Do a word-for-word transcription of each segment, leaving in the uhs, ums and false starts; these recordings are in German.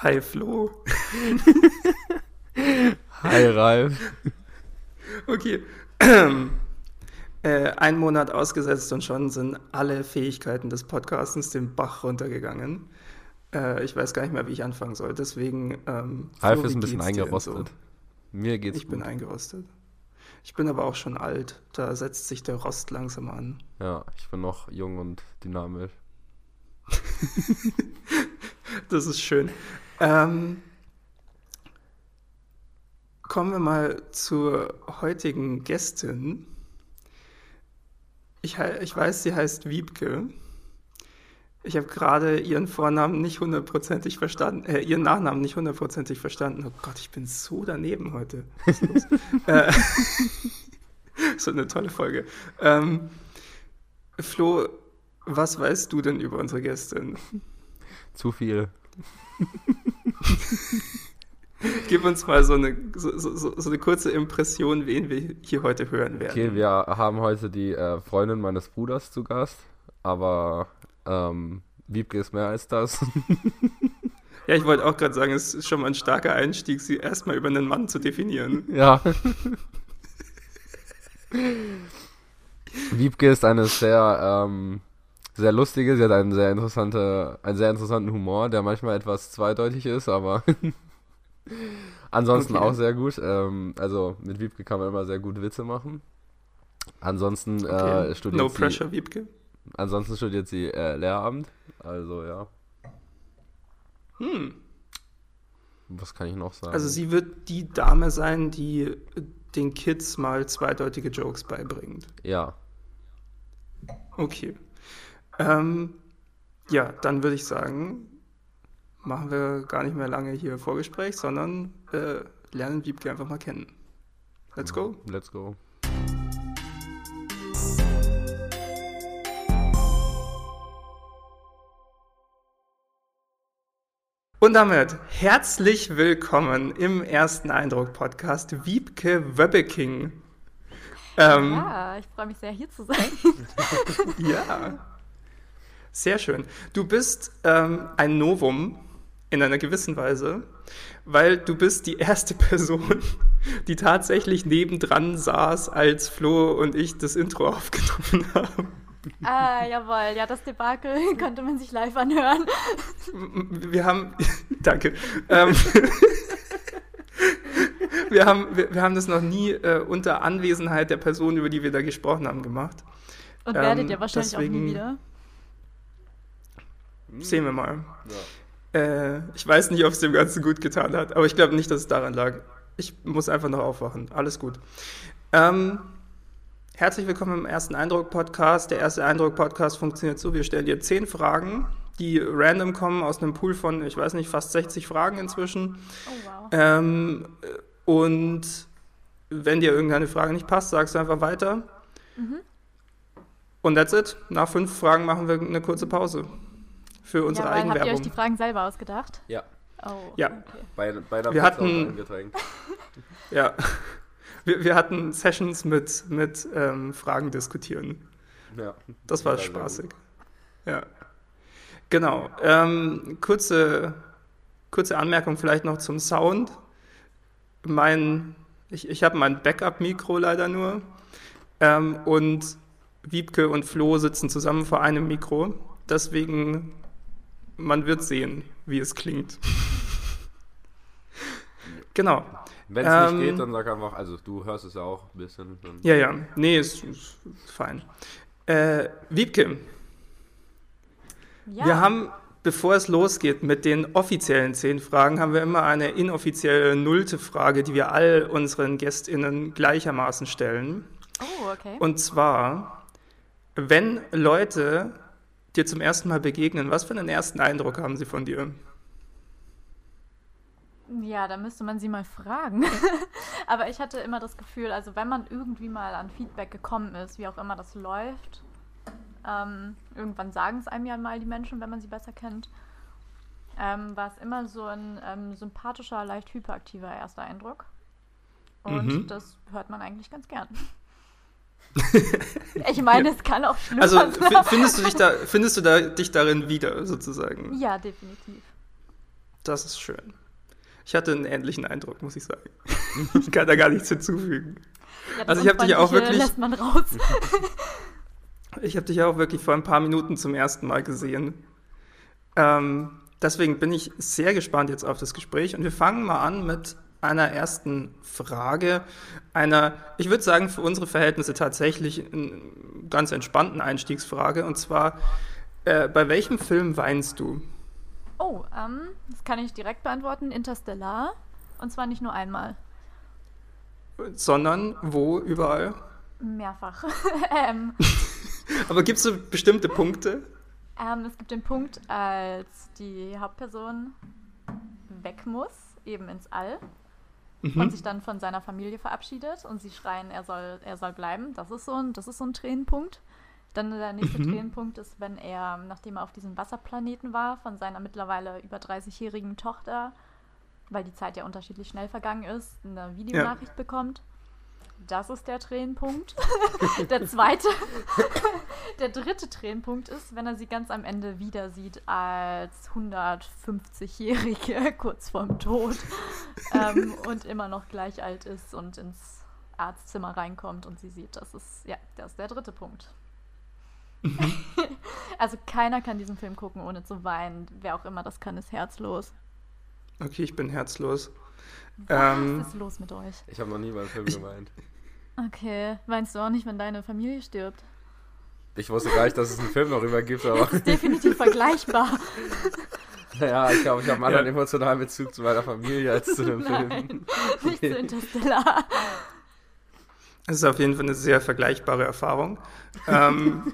Hi Flo. Hi Ralf. Okay. äh, ein Monat ausgesetzt und schon sind alle Fähigkeiten des Podcastens den Bach runtergegangen. Äh, ich weiß gar nicht mehr, wie ich anfangen soll. Deswegen, ähm, Ralf Flo, ist wie ein bisschen geht's dir denn eingerostet. so? Mir geht's Ich gut. bin eingerostet. Ich bin aber auch schon alt. Da setzt sich der Rost langsam an. Ja, ich bin noch jung und dynamisch. Das ist schön. Ähm, kommen wir mal zur heutigen Gästin. Ich, he- ich weiß, sie heißt Wiebke. Ich habe gerade ihren Vornamen nicht hundertprozentig verstanden, äh, ihren Nachnamen nicht hundertprozentig verstanden. Oh Gott, ich bin so daneben heute. Was ist los? äh, so eine tolle Folge. Ähm, Flo, was weißt du denn über unsere Gästin? Zu viel. Gib uns mal so eine, so, so, so eine kurze Impression, wen wir hier heute hören werden. Okay, wir haben heute die äh, Freundin meines Bruders zu Gast, aber ähm, Wiebke ist mehr als das. Ja, ich wollte auch gerade sagen, es ist schon mal ein starker Einstieg, sie erstmal über einen Mann zu definieren. Ja. Wiebke ist eine sehr, ähm, sehr lustige, sie hat einen sehr, interessante, einen sehr interessanten Humor, der manchmal etwas zweideutig ist, aber ansonsten Okay. auch sehr gut. Ähm, also mit Wiebke kann man immer sehr gut Witze machen. Ansonsten Okay. äh, studiert No sie, pressure, Wiebke. ansonsten studiert sie äh, Lehramt. Also ja. Hm. Was kann ich noch sagen? Also sie wird die Dame sein, die den Kids mal zweideutige Jokes beibringt. Ja. Okay. Ähm, ja, dann würde ich sagen, machen wir gar nicht mehr lange hier Vorgespräch, sondern äh, lernen Wiebke einfach mal kennen. Let's go. Let's go. Und damit herzlich willkommen im ersten Eindruck-Podcast Wiebke Wöbbeking. Ähm, Ja, ich freue mich sehr, hier zu sein. Ja, sehr schön. Du bist ähm, ein Novum in einer gewissen Weise, weil du bist die erste Person, die tatsächlich nebendran saß, als Flo und ich das Intro aufgenommen haben. Ah, jawohl. Ja, das Debakel konnte man sich live anhören. Wir haben, danke, ähm, wir, haben, wir, wir haben das noch nie äh, unter Anwesenheit der Person, über die wir da gesprochen haben, gemacht. Und Ähm, werdet ihr wahrscheinlich deswegen- auch nie wieder. Sehen wir mal. Ja. Äh, ich weiß nicht, ob es dem Ganzen gut getan hat, aber ich glaube nicht, dass es daran lag. Ich muss einfach noch aufwachen. Alles gut. Ähm, herzlich willkommen im ersten Eindruck-Podcast. Der erste Eindruck-Podcast funktioniert so: Wir stellen dir zehn Fragen, die random kommen aus einem Pool von, ich weiß nicht, fast sechzig Fragen inzwischen. Oh, wow. Ähm, und wenn dir irgendeine Frage nicht passt, sagst du einfach weiter. Mhm. Und that's it. Nach fünf Fragen machen wir eine kurze Pause für unsere Jawohl, habt ihr euch Eigenwerbung. die Fragen selber ausgedacht? Ja. Oh, Ja. okay. Bei, bei der Wir Pizza hatten- und einem Getränk. Ja, wir, wir hatten Sessions mit, mit ähm, Fragen diskutieren. Ja. Das war Sehr, sehr spaßig. Ja, genau. Ähm, kurze, kurze Anmerkung vielleicht noch zum Sound. Mein, ich ich habe mein Backup-Mikro leider nur. Ähm, und Wiebke und Flo sitzen zusammen vor einem Mikro. Deswegen, man wird sehen, wie es klingt. Genau. Wenn es Ähm, nicht geht, dann sag einfach, also du hörst es ja auch ein bisschen. Dann Ja, ja. Nee, ist, ist fein. Äh, Wiebke, Ja. wir haben, bevor es losgeht mit den offiziellen zehn Fragen, haben wir immer eine inoffizielle nullte Frage, die wir all unseren GästInnen gleichermaßen stellen. Oh, okay. Und zwar, wenn Leute dir zum ersten Mal begegnen, was für einen ersten Eindruck haben sie von dir? Ja, da müsste man sie mal fragen. Aber ich hatte immer das Gefühl, also wenn man irgendwie mal an Feedback gekommen ist, wie auch immer das läuft, ähm, irgendwann sagen es einem ja mal die Menschen, wenn man sie besser kennt, ähm, war es immer so ein ähm, sympathischer, leicht hyperaktiver erster Eindruck. Und Mhm. das hört man eigentlich ganz gern. Ich meine, es kann auch schlimmer Also sein. f- findest du dich da, findest du da, dich darin wieder, sozusagen? Ja, definitiv. Das ist schön. Ich hatte einen ähnlichen Eindruck, muss ich sagen. Ich kann da gar nichts hinzufügen. Ja, das Also ich habe dich ja auch Unfreundliche wirklich, lässt man raus. ich habe dich ja auch wirklich vor ein paar Minuten zum ersten Mal gesehen. Ähm, deswegen bin ich sehr gespannt jetzt auf das Gespräch und wir fangen mal an mit einer ersten Frage, einer, ich würde sagen, für unsere Verhältnisse tatsächlich einen ganz entspannten Einstiegsfrage und zwar, äh, bei welchem Film weinst du? Oh, ähm, das kann ich direkt beantworten. Interstellar. Und zwar nicht nur einmal. Sondern wo überall? Mehrfach. ähm, Aber gibt es so bestimmte Punkte? ähm, es gibt den Punkt, als die Hauptperson weg muss, eben ins All, Mhm. und sich dann von seiner Familie verabschiedet und sie schreien, er soll, er soll bleiben. Das ist so ein, das ist so ein Tränenpunkt. Dann der nächste Mhm. Tränenpunkt ist, wenn er, nachdem er auf diesem Wasserplaneten war, von seiner mittlerweile über dreißigjährigen Tochter, weil die Zeit ja unterschiedlich schnell vergangen ist, eine Videonachricht bekommt. Das ist der Tränenpunkt. Der zweite, der dritte Tränenpunkt ist, wenn er sie ganz am Ende wieder sieht als hundertfünfzigjährige kurz vorm Tod ähm, und immer noch gleich alt ist und ins Arztzimmer reinkommt und sie sieht, das ist, ja, das ist der dritte Punkt. Also keiner kann diesen Film gucken, ohne zu weinen. Wer auch immer das kann, ist herzlos. Okay, ich bin herzlos. Was Ähm, ist los mit euch? Ich habe noch nie beim Film Ich- geweint. Okay, weinst du auch nicht, wenn deine Familie stirbt? Ich wusste gar nicht, dass es einen Film darüber gibt, aber Definitiv vergleichbar. ja, ich glaube, ich habe einen anderen Ja. emotionalen Bezug zu meiner Familie als zu dem Nein, Film. nicht so Interstellar. Es ist auf jeden Fall eine sehr vergleichbare Erfahrung. ähm,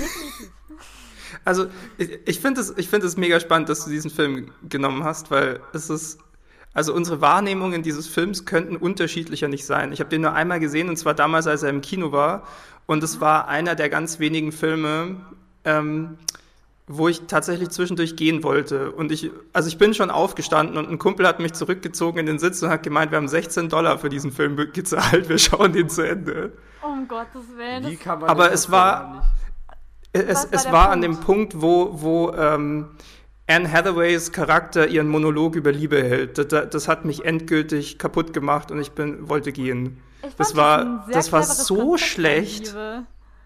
also ich, ich finde es ich find es mega spannend, dass du diesen Film genommen hast, weil es ist, also unsere Wahrnehmungen dieses Films könnten unterschiedlicher nicht sein. Ich habe den nur einmal gesehen und zwar damals, als er im Kino war und es war einer der ganz wenigen Filme, ähm, wo ich tatsächlich zwischendurch gehen wollte. Und ich, also ich bin schon aufgestanden und ein Kumpel hat mich zurückgezogen in den Sitz und hat gemeint, wir haben sechzehn Dollar für diesen Film gezahlt, wir schauen den zu Ende. Um Gottes Willen. Wie Das, kann man Aber das es war- nicht- Es, Was war es der war Punkt? an dem Punkt, wo, wo ähm, Anne Hathaways Charakter ihren Monolog über Liebe hält. Das, das das hat mich endgültig kaputt gemacht und ich bin, wollte gehen. ich fand das war- ein sehr das war cleveres so Konzept von schlecht. Liebe.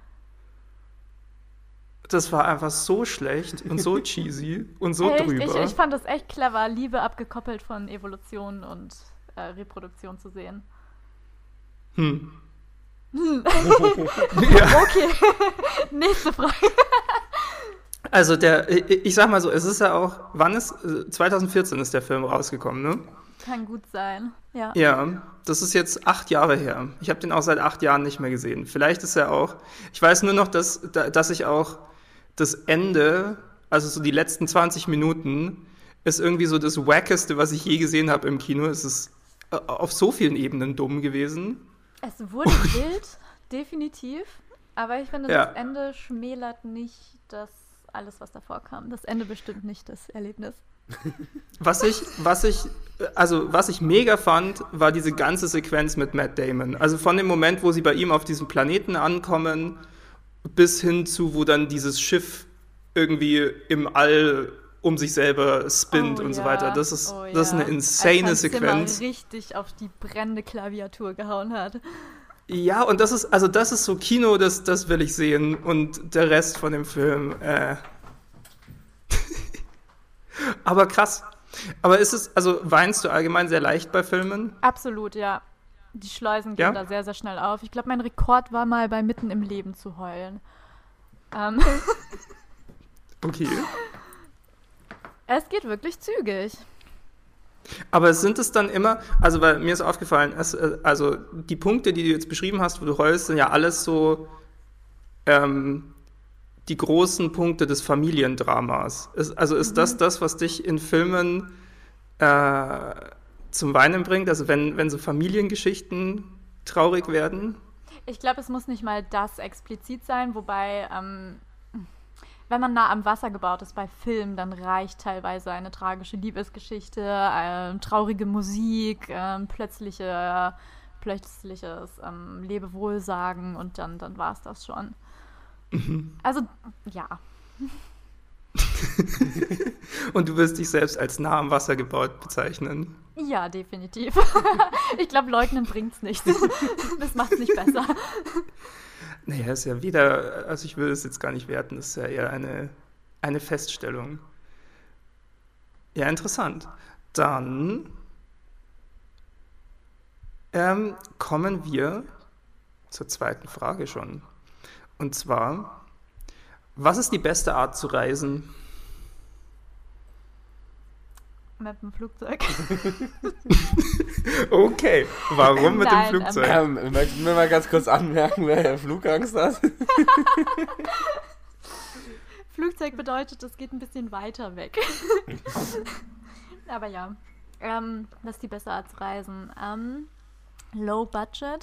Das war einfach so schlecht und so cheesy und so Echt? drüber. Ich, ich fand das echt clever, Liebe abgekoppelt von Evolution und äh, Reproduktion zu sehen. hm. Hm. Ja. Okay, nächste Frage. Also der, ich, ich sag mal so, es ist ja auch, wann ist, äh, zwanzig vierzehn ist der Film rausgekommen, ne? Kann gut sein, ja. Ja, das ist jetzt acht Jahre her. Ich habe den auch seit acht Jahren nicht mehr gesehen. Vielleicht ist er auch, ich weiß nur noch, dass, da- dass ich auch das Ende, also so die letzten zwanzig Minuten, ist irgendwie so das Wackeste, was ich je gesehen habe im Kino. Es ist äh, auf so vielen Ebenen dumm gewesen. Es wurde wild, definitiv. Aber ich finde, Ja. das Ende schmälert nicht das alles, was davor kam. Das Ende bestimmt nicht das Erlebnis. Was ich, was ich, also was ich mega fand, war diese ganze Sequenz mit Matt Damon. Also von dem Moment, wo sie bei ihm auf diesem Planeten ankommen, bis hin zu, wo dann dieses Schiff irgendwie im All um sich selber spinnt Oh und so ja, weiter. Das ist, oh das ist ja. eine insane Als Hans Zimmer Sequenz. richtig auf die brennende Klaviatur gehauen hat. Ja, und das ist, also das ist so Kino, das, das will ich sehen. Und der Rest von dem Film, äh. Aber krass. Aber ist es, also weinst du allgemein sehr leicht bei Filmen? Absolut, ja. Die Schleusen gehen Ja? da sehr, sehr schnell auf. Ich glaube, mein Rekord war mal bei Mitten im Leben zu heulen. Ähm, Okay. es geht wirklich zügig. Aber sind es dann immer, also weil mir ist aufgefallen, es, äh, also die Punkte, die du jetzt beschrieben hast, wo du heulst, sind ja alles so ähm, die großen Punkte des Familiendramas. Ist, also ist das das, was dich in Filmen äh, zum Weinen bringt? Also wenn, wenn so Familiengeschichten traurig werden? Ich glaube, es muss nicht mal das explizit sein, wobei, ähm, wenn man nah am Wasser gebaut ist bei Filmen, dann reicht teilweise eine tragische Liebesgeschichte, ähm, traurige Musik, ähm, plötzliche, plötzliches ähm, Lebewohlsagen und dann, dann war es das schon. Also, ja. Und du wirst dich selbst als nah am Wasser gebaut bezeichnen. Ja, definitiv. Ich glaube, leugnen bringt's nichts. Das macht's nicht besser. Naja, ist ja weder, also ich will es jetzt gar nicht werten, das ist ja eher eine, eine Feststellung. Ja, interessant. Dann ähm, kommen wir zur zweiten Frage schon. Und zwar, was ist die beste Art zu reisen? Mit dem Flugzeug. Okay, warum mit Nein, dem Flugzeug? Ähm, möchten wir mal ganz kurz anmerken, wer Flugangst hat? Flugzeug bedeutet, es geht ein bisschen weiter weg. Aber ja, ähm, das ist die beste Art zu reisen. Ähm, low budget.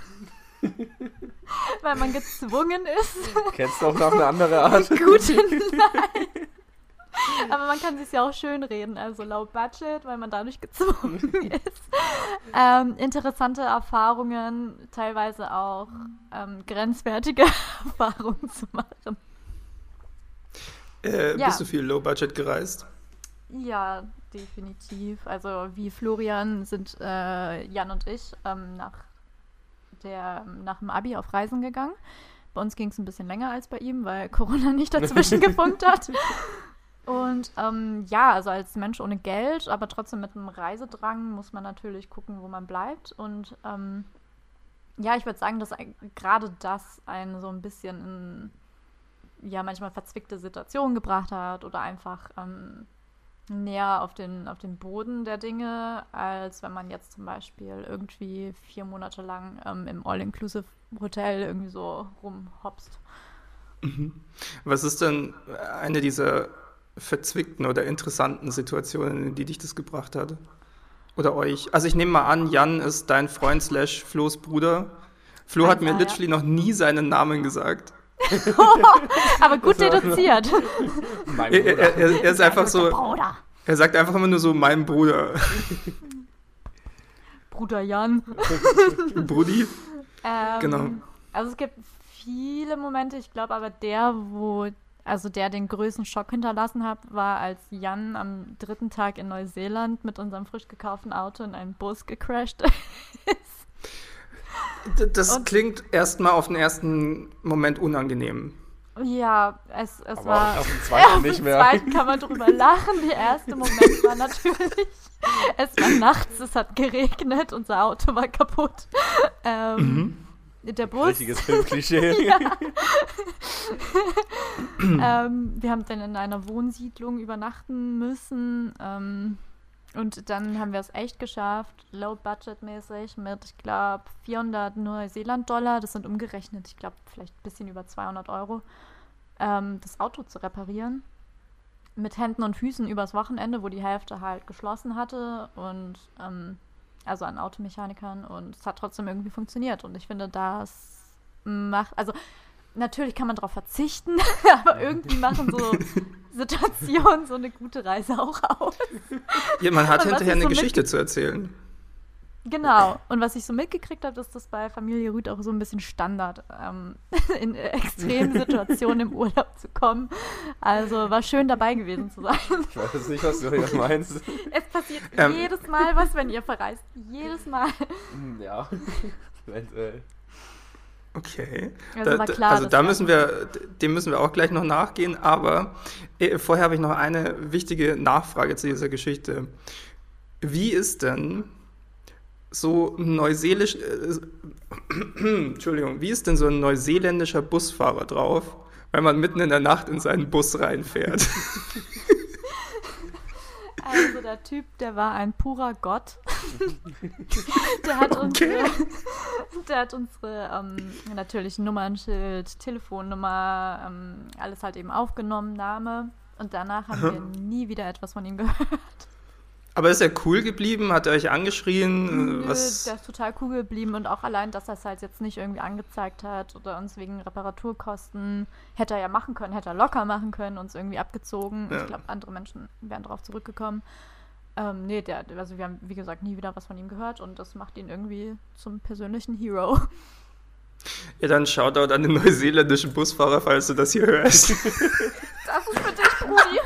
Weil man gezwungen ist. Kennst du auch noch eine andere Art? Gut, nein. Aber man kann sich ja auch schön reden, also low budget, weil man dadurch gezwungen ist. Ähm, interessante Erfahrungen, teilweise auch ähm, grenzwertige Erfahrungen zu machen. Äh, Ja. Bist du viel Low-Budget gereist? Ja, definitiv. Also wie Florian sind äh, Jan und ich ähm, nach, der, nach dem Abi auf Reisen gegangen. Bei uns ging es ein bisschen länger als bei ihm, weil Corona nicht dazwischen gefunkt hat. Und ähm, ja, also als Mensch ohne Geld, aber trotzdem mit einem Reisedrang muss man natürlich gucken, wo man bleibt. Und ähm, ja, ich würde sagen, dass ein- gerade das einen so ein bisschen in ja, manchmal verzwickte Situationen gebracht hat oder einfach ähm, näher auf den, auf den Boden der Dinge, als wenn man jetzt zum Beispiel irgendwie vier Monate lang ähm, im All-Inclusive-Hotel irgendwie so rumhopst. Was ist denn eine dieser verzwickten oder interessanten Situationen, in die dich das gebracht hat? Oder euch? Also ich nehme mal an, Jan ist dein Freund slash Flo's Bruder. Flo hat eins mir A, ja. literally noch nie seinen Namen gesagt. Aber gut deduziert. Mein Er, er, er, er ist einfach so, Bruder. er sagt einfach immer nur so, mein Bruder. Bruder Jan. Brudi. Ähm, Genau. Also es gibt viele Momente, ich glaube aber der, wo, also der den größten Schock hinterlassen hat, war, als Jan am dritten Tag in Neuseeland mit unserem frisch gekauften Auto in einen Bus gecrashed ist. D- Das Und- klingt erstmal auf den ersten Moment unangenehm. Ja, es, es Aber war... auf dem zweiten auf nicht dem mehr. zweiten kann man drüber lachen. Der erste Moment war natürlich, es war nachts, es hat geregnet, unser Auto war kaputt. Ähm, Der Bus... Richtiges Filmklischee. Ja. ähm, wir haben dann in einer Wohnsiedlung übernachten müssen. Ähm, und dann haben wir es echt geschafft, low-budget-mäßig, mit, ich glaube, vierhundert Neuseeland-Dollar, das sind umgerechnet, ich glaube, vielleicht ein bisschen über zweihundert Euro, ähm, das Auto zu reparieren. Mit Händen und Füßen übers Wochenende, wo die Hälfte halt geschlossen hatte und ähm, also an Automechanikern, und es hat trotzdem irgendwie funktioniert. Und ich finde, das macht, also natürlich kann man darauf verzichten, aber irgendwie machen so Situationen so eine gute Reise auch aus. Ja, man hat Und was hinterher ich eine so Geschichte zu erzählen. Genau. Und was ich so mitgekriegt habe, ist das bei Familie Rüth auch so ein bisschen Standard, ähm, in extremen Situationen im Urlaub zu kommen. Also war schön dabei gewesen zu sein. Ich weiß nicht, was du hier meinst. Es passiert Ähm. jedes Mal was, wenn ihr verreist. Jedes Mal. Hm, Ja, eventuell. Okay. Also Da, war da- klar, also dass da wir- müssen wir, dem müssen wir auch gleich noch nachgehen, aber äh, vorher habe ich noch eine wichtige Nachfrage zu dieser Geschichte. Wie ist denn so ein neuseelisch, äh, Entschuldigung, wie ist denn so ein neuseeländischer Busfahrer drauf, wenn man mitten in der Nacht in seinen Bus reinfährt? Also der Typ, der war ein purer Gott. Der hat Okay. unsere, der hat unsere ähm, natürlich Nummernschild, Telefonnummer, ähm, alles halt eben aufgenommen, Name. Und danach haben wir nie wieder etwas von ihm gehört. Aber ist er cool geblieben? Hat er euch angeschrien? Nö, Äh, Was? der ist total cool geblieben, und auch allein, dass er es halt jetzt nicht irgendwie angezeigt hat oder uns wegen Reparaturkosten, hätte er ja machen können, hätte er locker machen können, uns irgendwie abgezogen. Ja. Ich glaube, andere Menschen wären darauf zurückgekommen. Ähm, nee, der, also wir haben, wie gesagt, nie wieder was von ihm gehört, und das macht ihn irgendwie zum persönlichen Hero. Ja, dann Shoutout an den neuseeländischen Busfahrer, falls du das hier hörst. Das ist für dich Rudi.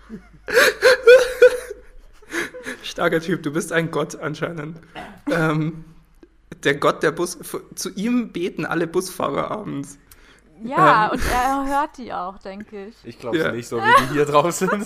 Starker Typ, du bist ein Gott anscheinend. Ähm, der Gott der Bus... Zu ihm beten alle Busfahrer abends. Ja, Ähm. und er hört die auch, denke ich. Ich glaube es Ja. nicht, so wie die hier drauf sind.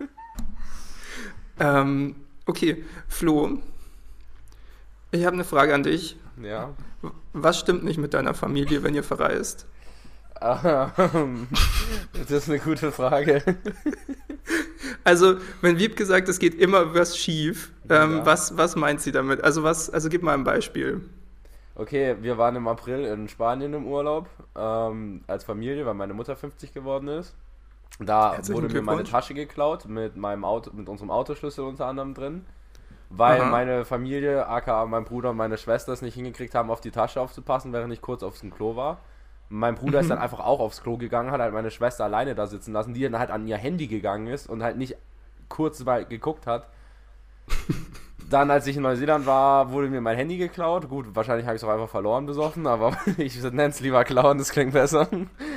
Ähm, okay, Flo, ich habe eine Frage an dich. Ja. Was stimmt nicht mit deiner Familie, wenn ihr verreist? Ähm, das ist eine gute Frage. Also, wenn Wiebke sagt, es geht immer was schief, ähm, Ja. was, was meint sie damit? Also, was, also gib mal ein Beispiel. Okay, wir waren im April in Spanien im Urlaub, ähm, als Familie, weil meine Mutter fünfzig geworden ist. Da Herzlichen wurde mir meine Glückwunsch. Tasche geklaut, mit meinem Auto, mit unserem Autoschlüssel unter anderem drin, weil Aha. meine Familie, aka mein Bruder und meine Schwester, es nicht hingekriegt haben, auf die Tasche aufzupassen, während ich kurz aufs Klo war. Mein Bruder Mhm. ist dann einfach auch aufs Klo gegangen, hat halt meine Schwester alleine da sitzen lassen, die dann halt an ihr Handy gegangen ist und halt nicht kurz mal geguckt hat. Dann, als ich in Neuseeland war, wurde mir mein Handy geklaut. Gut, wahrscheinlich habe ich es auch einfach verloren besoffen, aber ich nenne es lieber klauen, das klingt besser.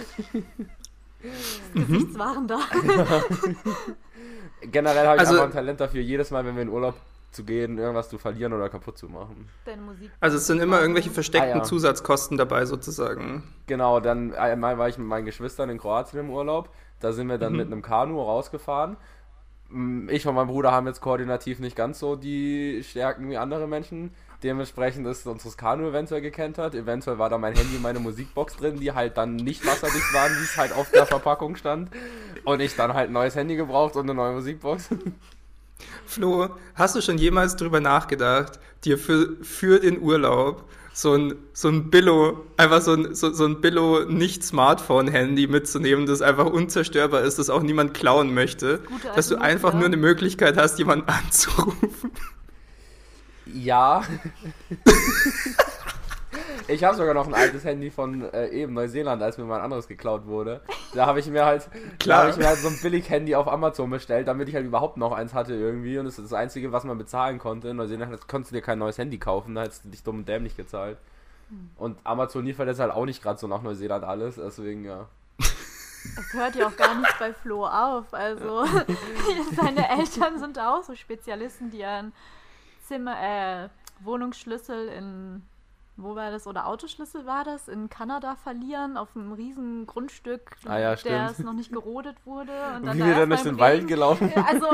Gesichtswaren da. Generell habe ich Also- einfach ein Talent dafür, jedes Mal, wenn wir in Urlaub zu gehen, irgendwas zu verlieren oder kaputt zu machen. Deine Musik. Also, es sind immer irgendwelche versteckten Ah, ja. Zusatzkosten dabei, sozusagen. Genau, dann einmal war ich mit meinen Geschwistern in Kroatien im Urlaub. Da sind wir dann Mhm. mit einem Kanu rausgefahren. Mm, Ich und mein Bruder haben jetzt koordinativ nicht ganz so die Stärken wie andere Menschen. Dementsprechend ist unseres Kanu eventuell gekentert. Eventuell war da mein Handy und meine Musikbox drin, die halt dann nicht wasserdicht waren, wie es halt auf der Verpackung stand. Und ich dann halt ein neues Handy gebraucht und eine neue Musikbox. Flo, hast du schon jemals drüber nachgedacht, dir für, für den Urlaub so ein, so ein Billo, einfach so ein, so, so ein Billo-Nicht-Smartphone-Handy mitzunehmen, das einfach unzerstörbar ist, das auch niemand klauen möchte, Gute alte dass du einfach Nokia. nur eine Möglichkeit hast, jemanden anzurufen? Ja. Ich habe sogar noch ein altes Handy von äh, eben Neuseeland, als mir mal ein anderes geklaut wurde. Da habe ich mir halt, Klar. da habe ich mir halt so ein Billig-Handy auf Amazon bestellt, damit ich halt überhaupt noch eins hatte irgendwie. Und das ist das Einzige, was man bezahlen konnte. In Neuseeland konntest du dir kein neues Handy kaufen, da hättest du dich dumm und dämlich gezahlt. Und Amazon liefert jetzt halt auch nicht gerade so nach Neuseeland alles, deswegen ja. Es hört ja auch gar nicht bei Flo auf. Also, seine Eltern sind auch so Spezialisten, die ihren Zimmer, äh, Wohnungsschlüssel in, wo war das, oder Autoschlüssel war das, in Kanada verlieren, auf einem riesen Grundstück, Ah ja, der stimmt. es noch nicht gerodet wurde. Und Wie dann wir da dann durch erst beim den Wald Regen- gelaufen. Ja, Also,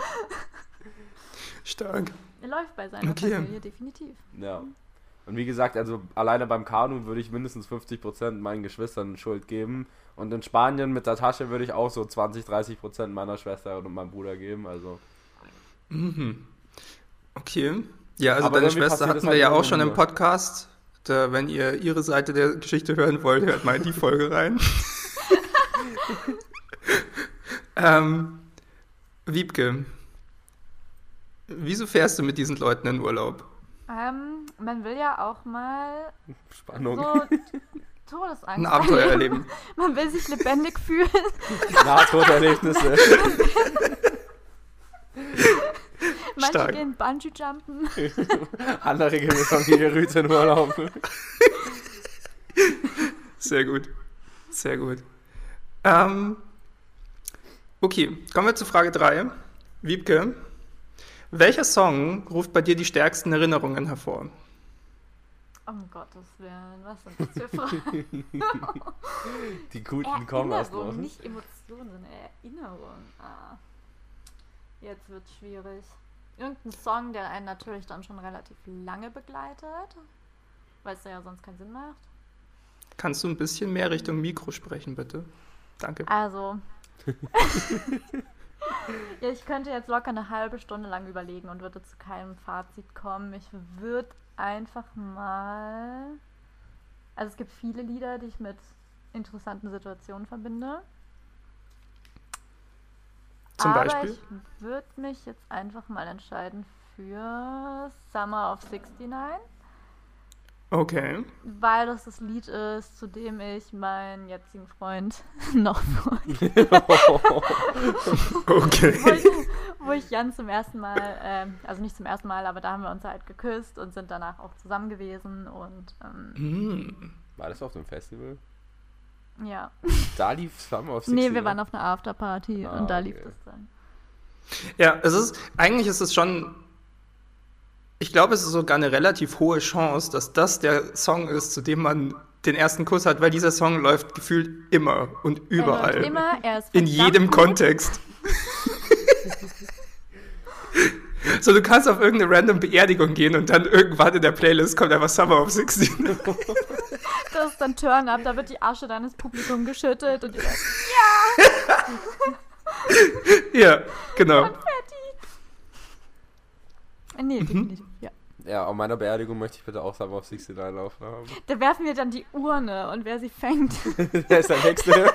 Stark. er läuft bei seiner Okay. Familie, definitiv. Ja. Und wie gesagt, also alleine beim Kanu würde ich mindestens fünfzig Prozent meinen Geschwistern Schuld geben. Und in Spanien mit der Tasche würde ich auch so zwanzig, dreißig Prozent meiner Schwester und meinem Bruder geben. Also Mhm. Okay. Ja, also Aber deine irgendwie Schwester passiert hatten das wir halt ja immer auch nur schon im mir. Podcast. Da, wenn ihr ihre Seite der Geschichte hören wollt, hört mal in die Folge rein. ähm, Wiebke, wieso fährst du mit diesen Leuten in Urlaub? Ähm, man will ja auch mal Spannung. so Ein Todesangst Abenteuer erleben. erleben. Man will sich lebendig fühlen. Nahtoderlebnisse. Manche Stark. gehen Bungee-Jumpen. Andere gehen mit Familie Rüte in Urlaub. Sehr gut. Sehr gut. Ähm, okay, kommen wir zu Frage drei. Wiebke, welcher Song ruft bei dir die stärksten Erinnerungen hervor? Um Gottes Willen, was sind das für Fragen? Die guten kommen erst noch. Erinnerung, nicht Emotionen, sondern Erinnerung. Ah. Jetzt wird's schwierig. Irgendein Song, der einen natürlich dann schon relativ lange begleitet, weil es ja sonst keinen Sinn macht. Kannst du ein bisschen mehr Richtung Mikro sprechen, bitte? Danke. Also. Ja, ich könnte jetzt locker eine halbe Stunde lang überlegen und würde zu keinem Fazit kommen. Ich würde einfach mal. Also es gibt viele Lieder, die ich mit interessanten Situationen verbinde. Zum Aber Beispiel? ich würde mich jetzt einfach mal entscheiden für Summer of sixty-nine, Okay. weil das das Lied ist, zu dem ich meinen jetzigen Freund noch folge. wo, Okay. ich, wo ich Jan zum ersten Mal, ähm, also nicht zum ersten Mal, aber da haben wir uns halt geküsst und sind danach auch zusammen gewesen und ähm, Hm. War das auf dem Festival? Ja. Da lief Summer of sixty. Nee, wir waren auf einer Afterparty Ah, und da okay. lief das dann. Ja, es ist, eigentlich ist es schon, ich glaube, es ist sogar eine relativ hohe Chance, dass das der Song ist, zu dem man den ersten Kuss hat, weil dieser Song läuft gefühlt immer und überall. Er läuft immer, er ist In verdammt jedem gut. Kontext. So, du kannst auf irgendeine random Beerdigung gehen und dann irgendwann in der Playlist kommt einfach Summer of sixteen. Das ist dann Turn-Up, da wird die Asche deines Publikums geschüttet und die sagen, Ja, genau. Konfetti. Äh, Nee, definitiv, ja. Ja, auf meiner Beerdigung möchte ich bitte auch Summer of sixty laufen haben. Da werfen wir dann die Urne und wer sie fängt, Der ist der Nächste.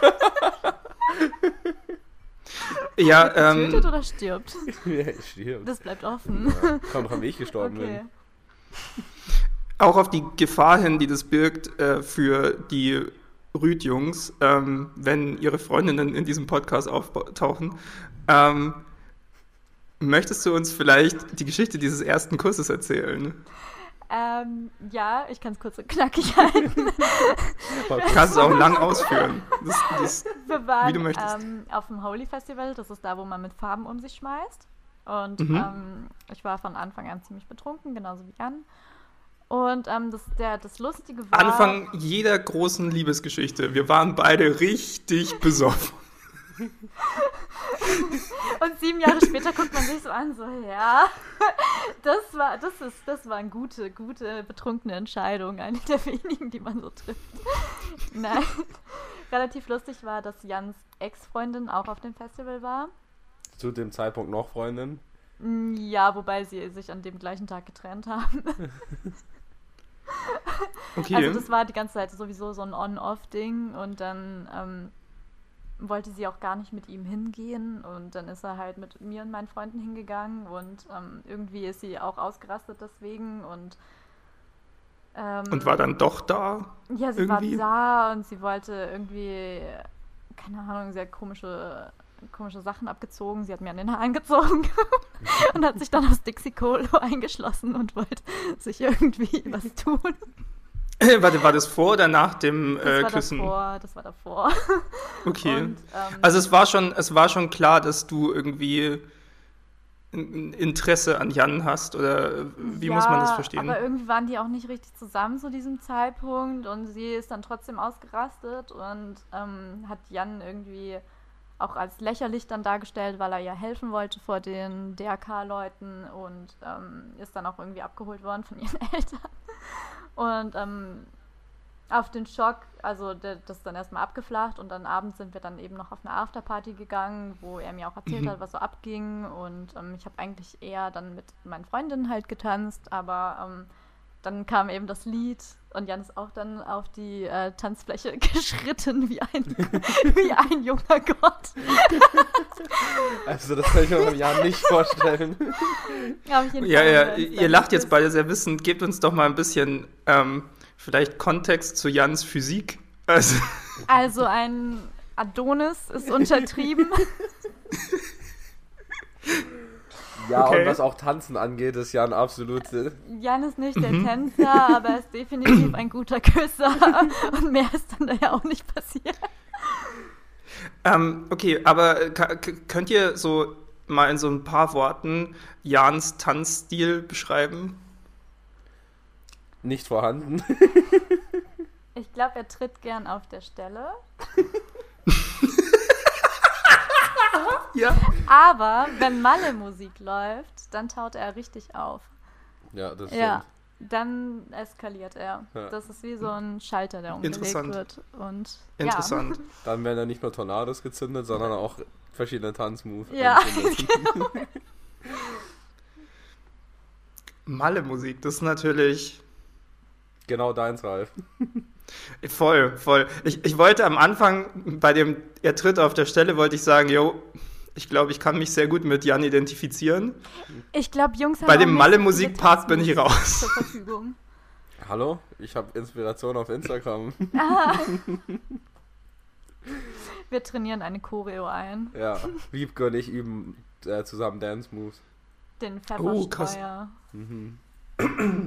Ja, tötet ähm, oder stirbt. Ja, stimmt. Das bleibt offen. Ja, kommt drauf, wie ich gestorben Okay. bin. auch auf die Gefahr hin, die das birgt äh, für die Rüd-Jungs, ähm, wenn ihre Freundinnen in diesem Podcast auftauchen. Ähm, möchtest du uns vielleicht die Geschichte dieses ersten Kusses erzählen? Ähm, ja, ich kann es kurz und knackig halten. Du kannst es auch lang ausführen. Das, das, Wir waren Wie du möchtest. Ähm, auf dem Holy Festival, das ist da, wo man mit Farben um sich schmeißt. Und Mhm. ähm, ich war von Anfang an ziemlich betrunken, genauso wie Jan. Und ähm, das, der, das Lustige war... Anfang jeder großen Liebesgeschichte. Wir waren beide richtig besoffen. Und sieben Jahre später guckt man sich so an, so, ja, das war, das ist, das war eine gute, gute, betrunkene Entscheidung, eine der wenigen, die man so trifft. Nein, relativ lustig war, dass Jans Ex-Freundin auch auf dem Festival war. Zu dem Zeitpunkt noch Freundin. Mm, Ja, wobei sie sich an dem gleichen Tag getrennt haben. Okay. Also das war die ganze Zeit sowieso so ein On-Off-Ding und dann ähm, wollte sie auch gar nicht mit ihm hingehen und dann ist er halt mit mir und meinen Freunden hingegangen und ähm, irgendwie ist sie auch ausgerastet deswegen und ähm, Und war dann doch da? ja, sie irgendwie? war da und sie wollte irgendwie, keine Ahnung, sehr komische, komische Sachen abgezogen. Sie hat mir an den Haaren gezogen und hat sich dann aus Dixie Colo eingeschlossen und wollte sich irgendwie was tun. Warte, war das vor oder nach dem Das äh, war Küssen? davor, das war davor. Okay. Und, ähm, Also es war schon, es war schon klar, dass du irgendwie ein Interesse an Jan hast, oder wie ja, muss man das verstehen? aber irgendwie waren die auch nicht richtig zusammen zu diesem Zeitpunkt und sie ist dann trotzdem ausgerastet und ähm, hat Jan irgendwie auch als lächerlich dann dargestellt, weil er ihr helfen wollte vor den D R K-Leuten und ähm, ist dann auch irgendwie abgeholt worden von ihren Eltern. Und ähm, auf den Schock, also der, das ist dann erstmal abgeflacht und dann abends sind wir dann eben noch auf eine Afterparty gegangen, wo er mir auch erzählt Mhm. hat, was so abging und ähm, ich habe eigentlich eher dann mit meinen Freundinnen halt getanzt, aber ähm, dann kam eben das Lied und Jan ist auch dann auf die äh, Tanzfläche geschritten wie ein, wie ein junger Gott. Also das kann ich mir im Jahr nicht vorstellen. Auf jeden Ja, Fall ja, haben wir uns ihr dann lacht jetzt geküsst. beide sehr wissend. Gebt uns doch mal ein bisschen ähm, vielleicht Kontext zu Jans Physik. Also, Also ein Adonis ist untertrieben. Ja, Okay. und was auch Tanzen angeht, ist Jan absolut... äh, Jan ist nicht der Tänzer, aber er ist definitiv ein guter Küsser. Und mehr ist dann da ja auch nicht passiert. ähm, okay, aber äh, ka- k- könnt ihr so mal in so ein paar Worten Jans Tanzstil beschreiben? nicht vorhanden. Ich glaube, er tritt gern auf der Stelle. Ja. Aber wenn Malle-Musik läuft, dann taut er richtig auf. Ja, das Ja, stimmt. dann eskaliert er. Ja. Das ist wie so ein Schalter, der umgelegt Interessant. wird. Und Interessant. Dann werden ja nicht nur Tornados gezündet, sondern auch verschiedene Tanzmoves. Ja, angezündet. Malle-Musik, das ist natürlich Genau deins, Ralf. voll, voll. Ich, ich wollte am Anfang, bei dem er tritt auf der Stelle, wollte ich sagen, yo, ich glaube, ich kann mich sehr gut mit Jan identifizieren. ich glaube, Jungs haben Bei auch dem nicht Malle-Musik-Part viele bin ich Tanzmoves raus. zur Verfügung. Hallo? Ich habe Inspiration auf Instagram. Wir trainieren eine Choreo ein. Ja, Wiebke und ich üben äh, zusammen Dance Moves. Den Oh, krass. Pfefferstreuer. Mhm.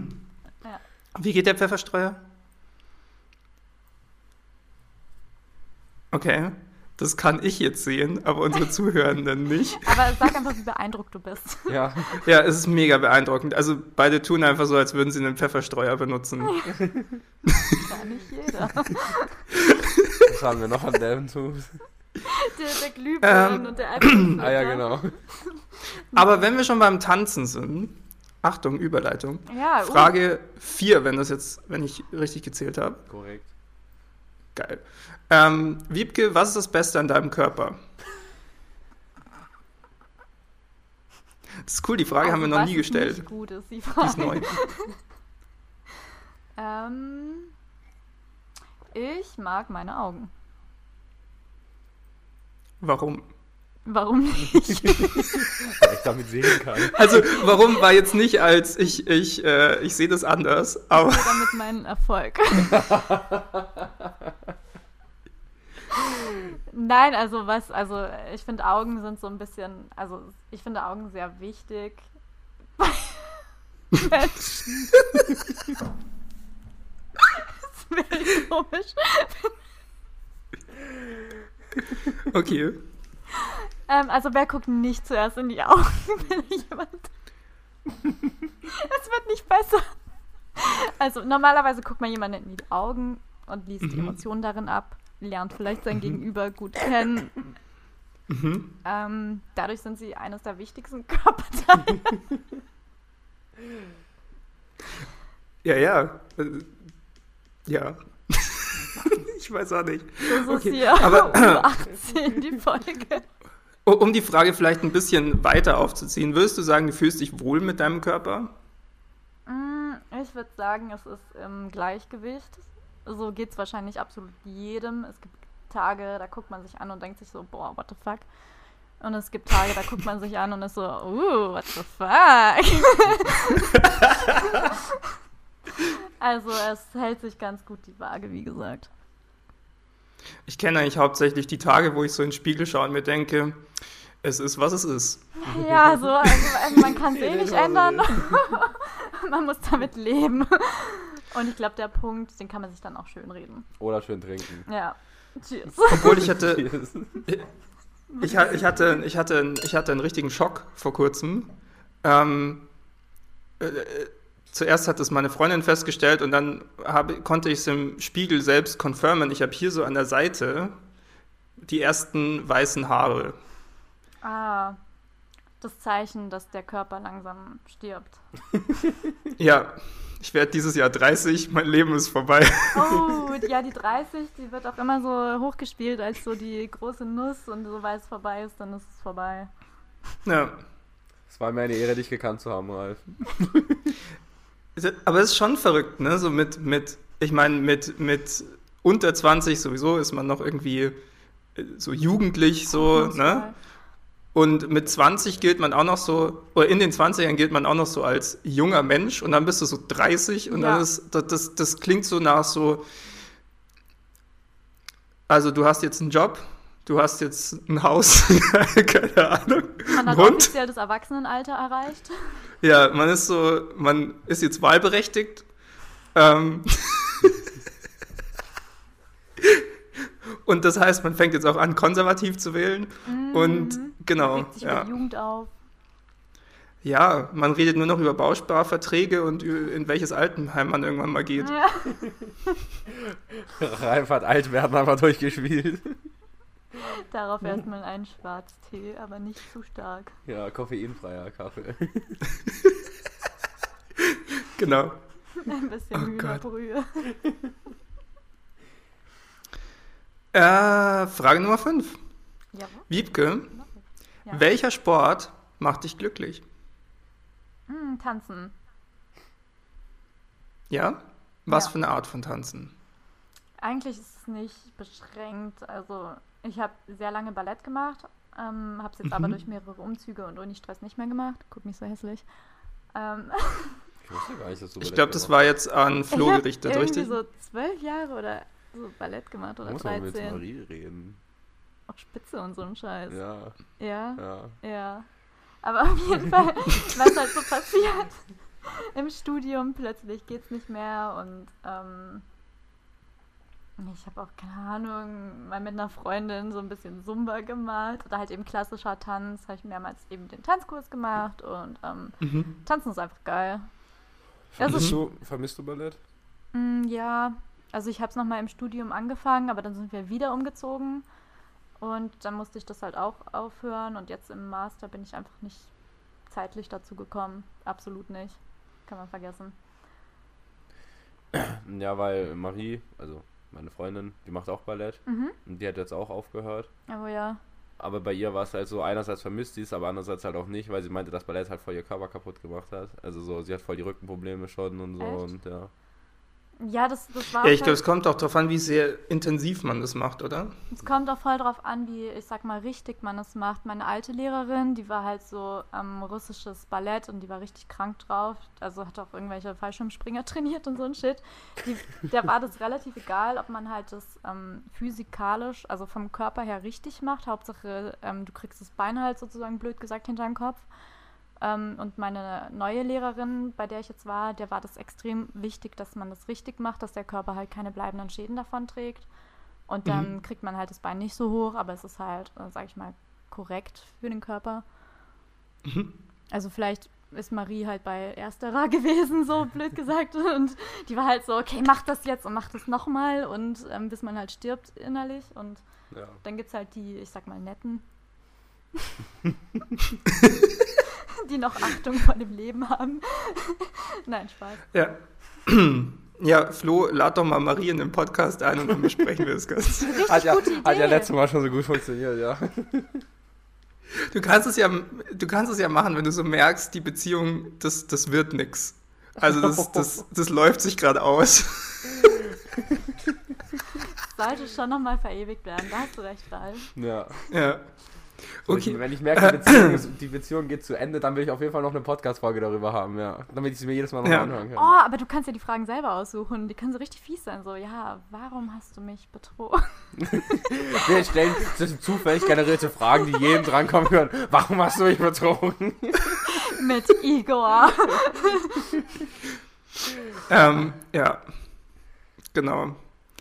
Wie geht der Pfefferstreuer? Okay, das kann ich jetzt sehen, aber unsere Zuhörenden nicht. Aber sag einfach, wie beeindruckt du bist. Ja. Ja, es ist mega beeindruckend. Also beide tun einfach so, als würden sie einen Pfefferstreuer benutzen. Gar nicht jeder. Was haben wir noch an dem Tubes? Der, der Glühbirnen Ähm. und der Apple. Ah ja, genau. Aber wenn wir schon beim Tanzen sind, Achtung, Überleitung. Ja, uh. Frage vier, wenn das jetzt, wenn ich richtig gezählt habe. Korrekt. Geil. Ähm, Wiebke, was ist das Beste an deinem Körper? Das ist cool, die Frage Also, haben wir noch was nie ist gestellt. Nicht gut ist die Die Frage. ist neu. ähm, ich mag meine Augen. Warum? Warum nicht? Weil ich damit sehen kann. Also, warum war jetzt nicht als ich, ich, äh, ich sehe das anders, aber Ich sehe damit meinen Erfolg. Nein, also was, also ich finde Augen sind so ein bisschen, also ich finde Augen sehr wichtig bei Menschen. Das ist wirklich komisch. okay. Ähm, also wer guckt nicht zuerst in die Augen, wenn jemand... Es wird nicht besser. Also normalerweise guckt man jemanden in die Augen und liest die Mhm. Emotionen darin ab, lernt vielleicht sein Gegenüber gut kennen. Mhm. Ähm, dadurch sind sie eines der wichtigsten Körperteile. Ja, ja. Äh, Ja. Ich weiß auch nicht. Das ist Okay, hier aber- U achtzehn, die Folge. Um um die Frage vielleicht ein bisschen weiter aufzuziehen, würdest du sagen, du fühlst dich wohl mit deinem Körper? Mm, Ich würde sagen, es ist im Gleichgewicht. So geht es wahrscheinlich absolut jedem. Es gibt Tage, da guckt man sich an und denkt sich so, boah, what the fuck? Und es gibt Tage, da guckt man sich an und ist so, uh, what the fuck? Also es hält sich ganz gut die Waage, wie gesagt. Ich kenne eigentlich hauptsächlich die Tage, wo ich so in den Spiegel schaue und mir denke, es ist, was es ist. Ja, so, also man kann es eh Nee, nicht das war ändern. Man muss damit leben. Und ich glaube, der Punkt, den kann man sich dann auch schön reden. Oder schön trinken. Ja. Cheers. Obwohl ich hatte, Cheers. ich, ha- ich hatte, ich hatte, ich hatte einen richtigen Schock vor kurzem. Ähm, äh, äh, zuerst hat es meine Freundin festgestellt und dann habe, konnte ich es im Spiegel selbst confirmen. Ich habe hier so an der Seite die ersten weißen Haare. Ah, das Zeichen, dass der Körper langsam stirbt. Ja, ich werde dieses Jahr dreißig, mein Leben ist vorbei. Oh, ja, die dreißig, die wird auch immer so hochgespielt als so die große Nuss und sobald es vorbei ist, dann ist es vorbei. Ja. Es war mir eine Ehre, dich gekannt zu haben, Ralf. Aber es ist schon verrückt, ne? So mit, mit ich meine, mit, mit unter zwanzig sowieso ist man noch irgendwie äh, so jugendlich, so, ne? Und mit zwanzig gilt man auch noch so, oder in den zwanzigern gilt man auch noch so als junger Mensch und dann bist du so dreißig und Ja. dann ist, das, das, das klingt so nach so, also du hast jetzt einen Job, du hast jetzt ein Haus, keine Ahnung, Man hat Hund. offiziell das Erwachsenenalter erreicht. Ja, man ist so, man ist jetzt wahlberechtigt. Ähm und das heißt, man fängt jetzt auch an, konservativ zu wählen. Mhm. Und genau, Regt sich ja. über die Jugend auf. Ja, man redet nur noch über Bausparverträge und ü- in welches Altenheim man irgendwann mal geht. Ja. Ralf hat Altwerden einfach durchgespielt. Darauf erstmal einen Schwarztee, aber nicht zu stark. Ja, koffeinfreier Kaffee. Genau. Ein bisschen Oh Hühnerbrühe. Äh, Frage Nummer fünf. Jawohl. Wiebke, Ja. welcher Sport macht dich glücklich? Mm, tanzen. Ja? Was Ja. für eine Art von Tanzen? Eigentlich ist es nicht beschränkt. Also ich habe sehr lange Ballett gemacht, ähm, habe es jetzt Mhm. aber durch mehrere Umzüge und Uni-Stress nicht mehr gemacht. Guck nicht so hässlich. Ähm, Ich wusste gar nicht, dass du Ich Ballett glaube, das gemacht war jetzt an Flo ich habe gerichtet, irgendwie richtig? so zwölf Jahre oder so Ballett gemacht hast. oder Muss man mit dreizehn. Marie reden. Auch Spitze und so ein Scheiß. Ja, Ja, ja. ja. Aber auf jeden Fall, was halt so passiert, im Studium plötzlich geht's nicht mehr und ähm, Ich habe auch, keine Ahnung, mal mit einer Freundin so ein bisschen Zumba gemacht oder halt eben klassischer Tanz. Habe ich mehrmals eben den Tanzkurs gemacht und ähm, Mhm. Tanzen ist einfach geil. Vermisst, Also, du, vermisst du Ballett? mh, ja, also ich habe es nochmal im Studium angefangen, aber dann sind wir wieder umgezogen und dann musste ich das halt auch aufhören und jetzt im Master bin ich einfach nicht zeitlich dazu gekommen. Absolut nicht. Kann man vergessen. Ja, weil Marie, also meine Freundin, die macht auch Ballett Mhm. und die hat jetzt auch aufgehört. Aber ja. Aber bei ihr war es halt so, einerseits vermisst sie es, aber andererseits halt auch nicht, weil sie meinte, dass Ballett halt voll ihr Körper kaputt gemacht hat. Also so, sie hat voll die Rückenprobleme schon und so. Echt? Und ja. Ja, das, das war Ja, auch ich glaube, halt, es kommt auch darauf an, wie sehr intensiv man das macht, oder? es kommt auch voll drauf an, wie, ich sag mal, richtig man es macht. Meine alte Lehrerin, die war halt so ähm, russisches Ballett und die war richtig krank drauf. Also hat auch irgendwelche Fallschirmspringer trainiert und so ein Shit. Die, der war das relativ egal, ob man halt das ähm, physikalisch, also vom Körper her richtig macht. Hauptsache, ähm, du kriegst das Bein halt sozusagen blöd gesagt hinter den Kopf. Ähm, und meine neue Lehrerin, bei der ich jetzt war, der war das extrem wichtig, dass man das richtig macht, dass der Körper halt keine bleibenden Schäden davon trägt. Und dann Mhm. kriegt man halt das Bein nicht so hoch, aber es ist halt, äh, sag ich mal, korrekt für den Körper. Mhm. Also vielleicht ist Marie halt bei ersterer gewesen, so blöd gesagt. Und die war halt so, okay, mach das jetzt und mach das nochmal und ähm, bis man halt stirbt innerlich. Und Ja. dann gibt's halt die, ich sag mal, netten, die noch Achtung vor dem Leben haben. Nein, Spaß. Ja. Ja, Flo, lad doch mal Marie in den Podcast ein und dann besprechen wir das Ganze. Richtig Hat ja, gute Idee. hat ja letztes Mal schon so gut funktioniert, ja. Du kannst es ja, du kannst es ja machen, wenn du so merkst, die Beziehung, das, das wird nix. Also das, das, das läuft sich gerade aus. Sollte schon nochmal verewigt werden. Da hast du recht, Ralf. Ja. Ja. So, Okay. ich, wenn ich merke, die Beziehung, ist, die Beziehung geht zu Ende, dann will ich auf jeden Fall noch eine Podcast-Folge darüber haben, ja. Damit ich sie mir jedes Mal noch Ja. anhören kann. Oh, aber du kannst ja die Fragen selber aussuchen. Die können so richtig fies sein. So, ja, warum hast du mich betrogen? Wir stellen das sind zufällig generierte Fragen, die jedem drankommen können. Warum hast du mich betrogen? Mit Igor. Ähm, ja. Genau.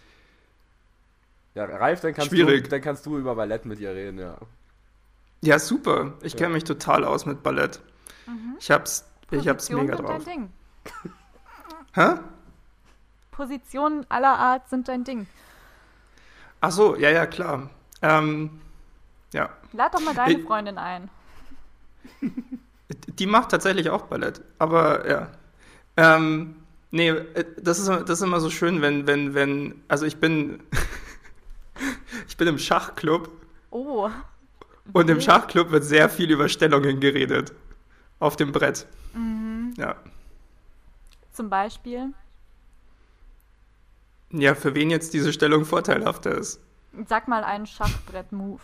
Ja, Ralf, dann kannst, Schwierig. du, dann kannst du über Ballett mit ihr reden, ja. Ja, super. Ich Ja. kenne mich total aus mit Ballett. Ich hab's, ich hab's Positionen mega sind drauf. dein Ding. Hä? Positionen aller Art sind dein Ding. Ach so, ja, ja, klar. Ähm, ja. Lad doch mal deine Ich- Freundin ein. Die macht tatsächlich auch Ballett, aber ja. Ähm, nee, äh, das ist, das ist immer so schön, wenn, wenn, wenn, also ich bin, ich bin im Schachclub Oh. und im wild. Schachclub wird sehr viel über Stellungen geredet. Auf dem Brett. Mhm. Ja. Zum Beispiel. Ja, für wen jetzt diese Stellung vorteilhafter ist. Sag mal einen Schachbrett-Move.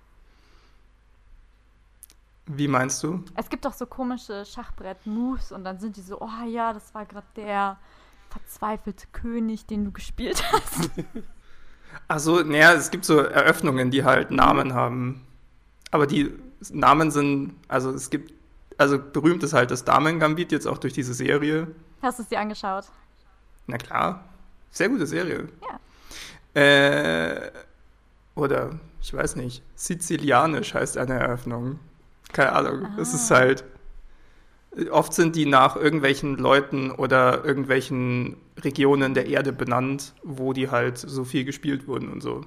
Wie meinst du? Es gibt doch so komische Schachbrett-Moves und dann sind die so, oh ja, das war gerade der verzweifelte König, den du gespielt hast. Ach so, naja, es gibt so Eröffnungen, die halt Namen haben. Aber die Namen sind, also es gibt, also berühmt ist halt das Damen-Gambit, jetzt auch durch diese Serie. Hast du es dir angeschaut? Na klar, sehr gute Serie. Ja. Äh, oder, ich weiß nicht, Sizilianisch heißt eine Eröffnung. Keine Ahnung, es ist Ah. halt, oft sind die nach irgendwelchen Leuten oder irgendwelchen Regionen der Erde benannt, wo die halt so viel gespielt wurden und so.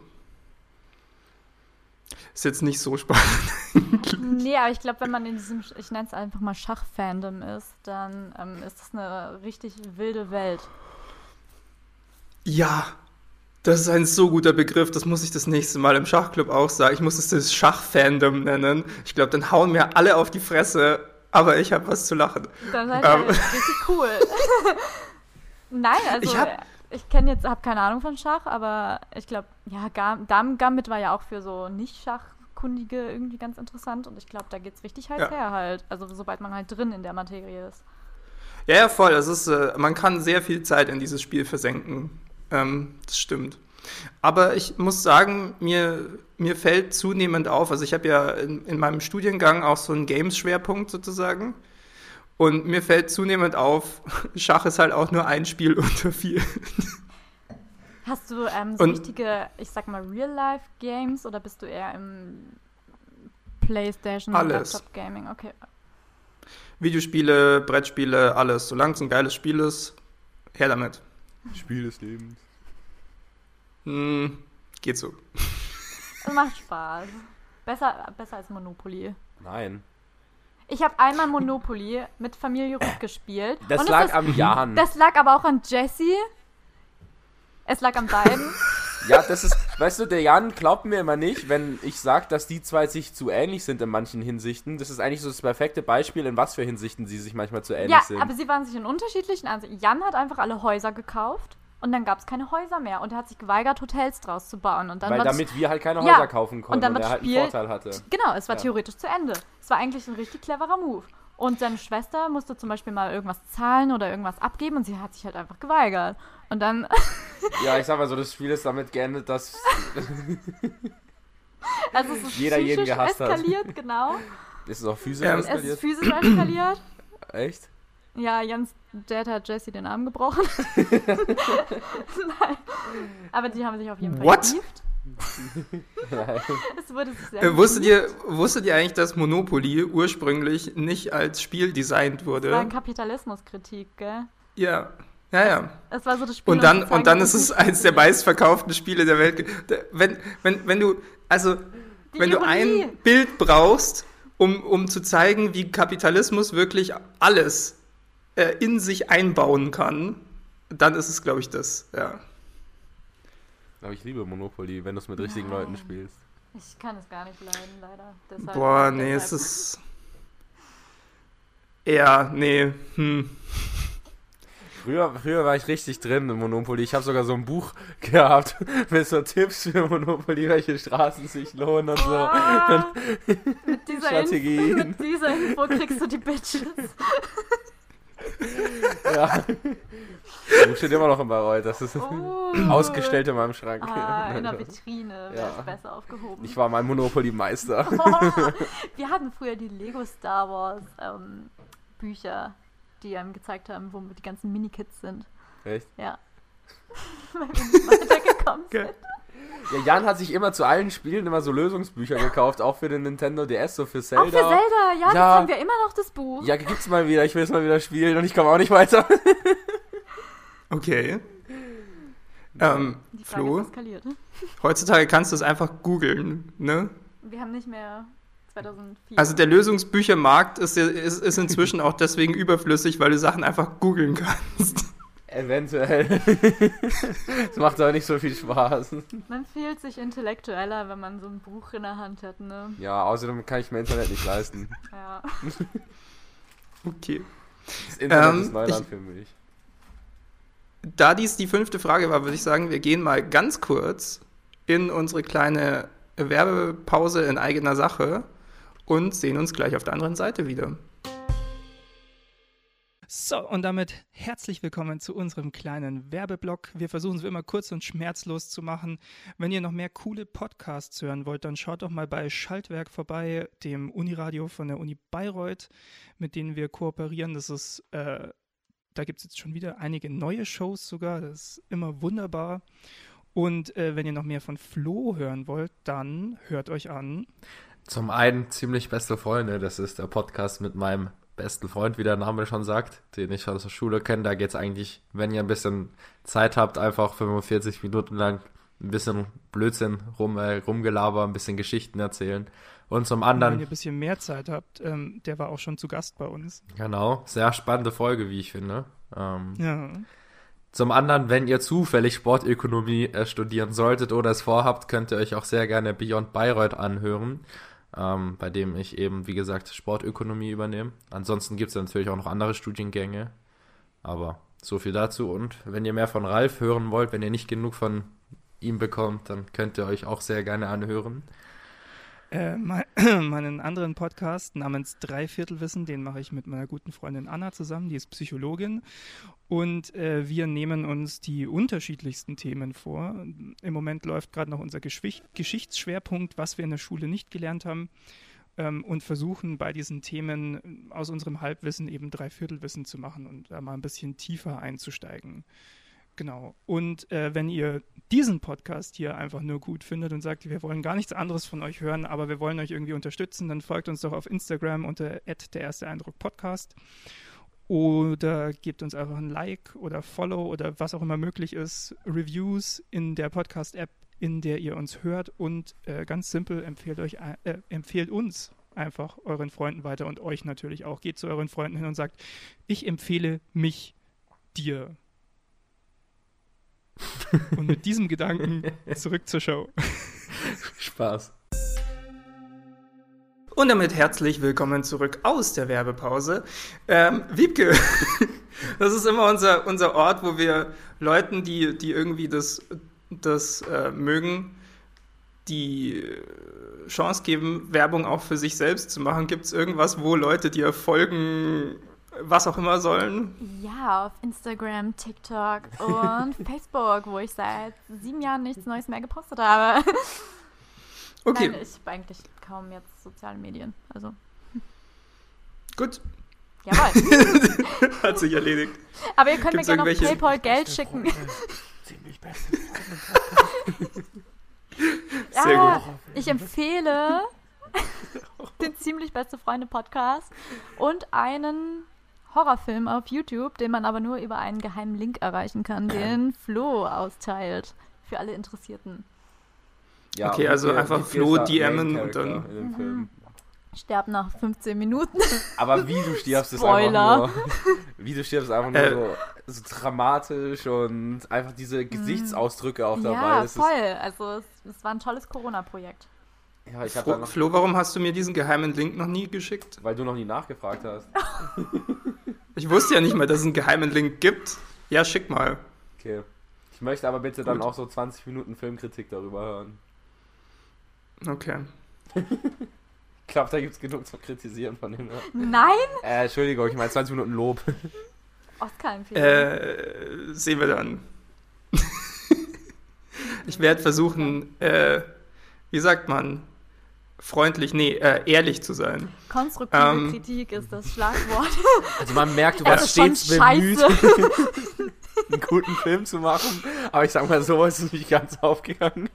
Ist jetzt nicht so spannend. Nee, aber ich glaube, wenn man in diesem, ich nenne es einfach mal Schach-Fandom ist, dann ähm, ist das eine richtig wilde Welt. Ja, das ist ein so guter Begriff, das muss ich das nächste Mal im Schachclub auch sagen. Ich muss es das Schachfandom nennen. Ich glaube, dann hauen mir alle auf die Fresse, aber ich habe was zu lachen. Dann seid Ähm. ihr richtig cool. Nein, also Ich ich, hab- ich kenne jetzt, habe keine Ahnung von Schach, aber ich glaube, ja, Gam- Damen-Gambit war ja auch für so Nicht-Schachkundige irgendwie ganz interessant und ich glaube, da geht's richtig heiß Ja. her halt. Also sobald man halt drin in der Materie ist. Ja, ja, voll. Es ist, äh, man kann sehr viel Zeit in dieses Spiel versenken. Ähm, das stimmt. Aber ich muss sagen, mir, mir fällt zunehmend auf, also ich habe ja in, in meinem Studiengang auch so einen Games-Schwerpunkt sozusagen. Und mir fällt zunehmend auf, Schach ist halt auch nur ein Spiel unter vielen. Hast du ähm, so Und- richtige, ich sag mal, Real-Life-Games oder bist du eher im PlayStation, Alles. Laptop-Gaming? Okay. Videospiele, Brettspiele, alles. Solange es ein geiles Spiel ist, her damit. Spiel des Lebens. Hm, geht so. Das macht Spaß. Besser, besser als Monopoly. Nein. Ich habe einmal Monopoly mit Familie Ruth gespielt. Das und lag es ist, am Jan. Das lag aber auch an Jessie. Es lag an beiden. Ja, das ist, weißt du, der Jan glaubt mir immer nicht, wenn ich sage, dass die zwei sich zu ähnlich sind in manchen Hinsichten. Das ist eigentlich so das perfekte Beispiel, in was für Hinsichten sie sich manchmal zu ähnlich Ja, sind. aber sie waren sich in unterschiedlichen. Also Jan hat einfach alle Häuser gekauft und dann gab es keine Häuser mehr. Und er hat sich geweigert, Hotels draus zu bauen. Und dann Weil war das, damit wir halt keine Ja, Häuser kaufen konnten und dann und, war er das halt einen Spiel- Vorteil hatte. Genau, es war Ja. theoretisch zu Ende. Es war eigentlich ein richtig cleverer Move. Und seine Schwester musste zum Beispiel mal irgendwas zahlen oder irgendwas abgeben und sie hat sich halt einfach geweigert. Und dann, Ja, ich sag mal so, das Spiel ist damit geendet, dass also es ist Jeder jeden psychisch gehasst hat. eskaliert, genau. ist es auch physisch Ähm, Es ist eskaliert. physisch eskaliert. Echt? Ja, Jans Dad hat Jessie den Arm gebrochen. Nein. Aber die haben sich auf jeden Fall What? geliebt. Nein. Es wurde sich sehr Äh, wusstet, geliebt. ihr, wusstet ihr eigentlich, dass Monopoly ursprünglich nicht als Spiel designt Es war wurde? eine Kapitalismuskritik, gell? Ja, ja, ja. Es war so das Spiel. Und um dann, zu zeigen, und dann dass ist es nicht eines der funktioniert. meistverkauften Spiele der Welt. ge- Da- Wenn, wenn, wenn du, also, Die wenn du Ironie. ein Bild brauchst, um, um zu zeigen, wie Kapitalismus wirklich alles äh, in sich einbauen kann, dann ist es, glaube ich, das, ja. Aber ich liebe Monopoly, wenn du es mit richtigen Nein. Leuten spielst. Ich kann es gar nicht leiden, leider. Deshalb, Boah, nee, es deshalb. ist. Ja, nee, hm. Früher, früher war ich richtig drin in Monopoly. Ich habe sogar so ein Buch gehabt mit so Tipps für Monopoly, welche Straßen sich lohnen und so. Ah, mit, dieser Strategien. Info, mit dieser Info kriegst du die Bitches. Ja. Das Buch steht immer noch in Bayreuth. Das ist Oh. ausgestellt in meinem Schrank. Ah, in der Vitrine wäre Ja. es besser aufgehoben. Ich war mein Monopoly-Meister. Oh, wir hatten früher die Lego Star Wars ähm, Bücher, die einem gezeigt haben, wo die ganzen Minikits sind. Echt? Ja. Weil wir nicht weitergekommen sind. Geil. Ja, Jan hat sich immer zu allen Spielen immer so Lösungsbücher gekauft, auch für den Nintendo D S, so für Zelda. Auch für Zelda, ja, Ja. das haben wir immer noch, das Buch. Ja, gibt's mal wieder, ich will es mal wieder spielen und ich komme auch nicht weiter. Okay. Ähm, Die Frage Flo, ist eskaliert. heutzutage kannst du es einfach googeln, ne? Wir haben nicht mehr zweitausendvier. Also der Lösungsbüchermarkt ist, ist, ist inzwischen auch deswegen überflüssig, weil du Sachen einfach googeln kannst. Eventuell. Es macht aber nicht so viel Spaß. Man fühlt sich intellektueller, wenn man so ein Buch in der Hand hat, ne? Ja, außerdem kann ich mir Internet nicht leisten. Ja. Okay. Das Internet Ähm, ist Neuland ich- für mich. Da dies die fünfte Frage war, würde ich sagen, wir gehen mal ganz kurz in unsere kleine Werbepause in eigener Sache und sehen uns gleich auf der anderen Seite wieder. So, und damit herzlich willkommen zu unserem kleinen Werbeblock. Wir versuchen es wie immer kurz und schmerzlos zu machen. Wenn ihr noch mehr coole Podcasts hören wollt, dann schaut doch mal bei Schaltwerk vorbei, dem Uniradio von der Uni Bayreuth, mit denen wir kooperieren. Das ist, äh, da gibt es jetzt schon wieder einige neue Shows sogar. Das ist immer wunderbar. Und äh, wenn ihr noch mehr von Flo hören wollt, dann hört euch an. Zum einen ziemlich beste Freunde, das ist der Podcast mit meinem besten Freund, wie der Name schon sagt, den ich aus der Schule kenne. Da geht es eigentlich, wenn ihr ein bisschen Zeit habt, einfach fünfundvierzig Minuten lang ein bisschen Blödsinn rum, äh, rumgelaber, ein bisschen Geschichten erzählen. Und zum Und wenn anderen, ihr ein bisschen mehr Zeit habt, ähm, der war auch schon zu Gast bei uns. genau, sehr spannende Folge, wie ich finde. Ähm, Ja. Zum anderen, wenn ihr zufällig Sportökonomie äh, studieren solltet oder es vorhabt, könnt ihr euch auch sehr gerne Beyond Bayreuth anhören, ähm, bei dem ich eben, wie gesagt, Sportökonomie übernehme. Ansonsten gibt es natürlich auch noch andere Studiengänge, aber so viel dazu. Und wenn ihr mehr von Ralf hören wollt, wenn ihr nicht genug von ihm bekommt, dann könnt ihr euch auch sehr gerne anhören. Äh, mein, meinen anderen Podcast namens Dreiviertelwissen, den mache ich mit meiner guten Freundin Anna zusammen, die ist Psychologin. Und äh, wir nehmen uns die unterschiedlichsten Themen vor. Im Moment läuft gerade noch unser Geschwich- Geschichtsschwerpunkt, was wir in der Schule nicht gelernt haben. Ähm, und versuchen bei diesen Themen aus unserem Halbwissen eben Dreiviertelwissen zu machen und da mal ein bisschen tiefer einzusteigen. Genau. Und äh, wenn ihr diesen Podcast hier einfach nur gut findet und sagt, wir wollen gar nichts anderes von euch hören, aber wir wollen euch irgendwie unterstützen, dann folgt uns doch auf Instagram unter at der erste Eindruck Podcast oder gebt uns einfach ein Like oder Follow oder was auch immer möglich ist, Reviews in der Podcast-App, in der ihr uns hört und äh, ganz simpel empfehlt euch, äh, empfehlt uns einfach euren Freunden weiter und euch natürlich auch. Geht zu euren Freunden hin und sagt, ich empfehle mich dir. Und mit diesem Gedanken zurück zur Show. Spaß. Und damit herzlich willkommen zurück aus der Werbepause. Ähm, Wiebke, das ist immer unser, unser Ort, wo wir Leuten, die, die irgendwie das, das äh, mögen, die Chance geben, Werbung auch für sich selbst zu machen. Gibt es irgendwas, wo Leute dir folgen, was auch immer sollen? Ja, auf Instagram, TikTok und Facebook, wo ich seit sieben Jahren nichts Neues mehr gepostet habe. Okay. Nein, ich habe eigentlich kaum jetzt soziale Medien. Also. Gut. Jawohl. Hat sich erledigt. Aber ihr könnt Gibt's mir gerne auf irgendwelche- PayPal Geld schicken. Ziemlich beste Sehr Ja, gut. ich empfehle den Ziemlich Beste Freunde Podcast und einen Horrorfilm auf YouTube, den man aber nur über einen geheimen Link erreichen kann, den Flo austeilt. Für alle Interessierten. Ja, Okay, und also Wiebke- einfach Wiebke Flo ist der D M'en Main und Character dann- in dem Film. Sterb nach fünfzehn Minuten. Aber wie du stirbst, ist Spoiler. einfach nur... Wie du stirbst, ist einfach nur Äh. so, so dramatisch und einfach diese Gesichtsausdrücke auch dabei. Ja, Das voll. Also es, es war ein tolles Corona-Projekt. Ist, ja, ich hab Flo, da noch... Flo, warum hast du mir diesen geheimen Link noch nie geschickt? Weil du noch nie nachgefragt hast. Ich wusste ja nicht mal, dass es einen geheimen Link gibt. Ja, schick mal. Okay. Ich möchte aber bitte dann Gut. auch so zwanzig Minuten Filmkritik darüber hören. Okay. Ich glaube, da gibt es genug zu kritisieren von dem. Nein? Äh, Entschuldigung, ich meine zwanzig Minuten Lob. Oscar-Empfehlung. Äh, sehen wir dann. Ich werde versuchen, äh, wie sagt man, freundlich, nee, äh, ehrlich zu sein. Konstruktive ähm, Kritik ist das Schlagwort. Also man merkt, du Es warst ist schon stets bemüht, scheiße. einen guten Film zu machen. Aber ich sag mal, so ist es nicht ganz aufgegangen.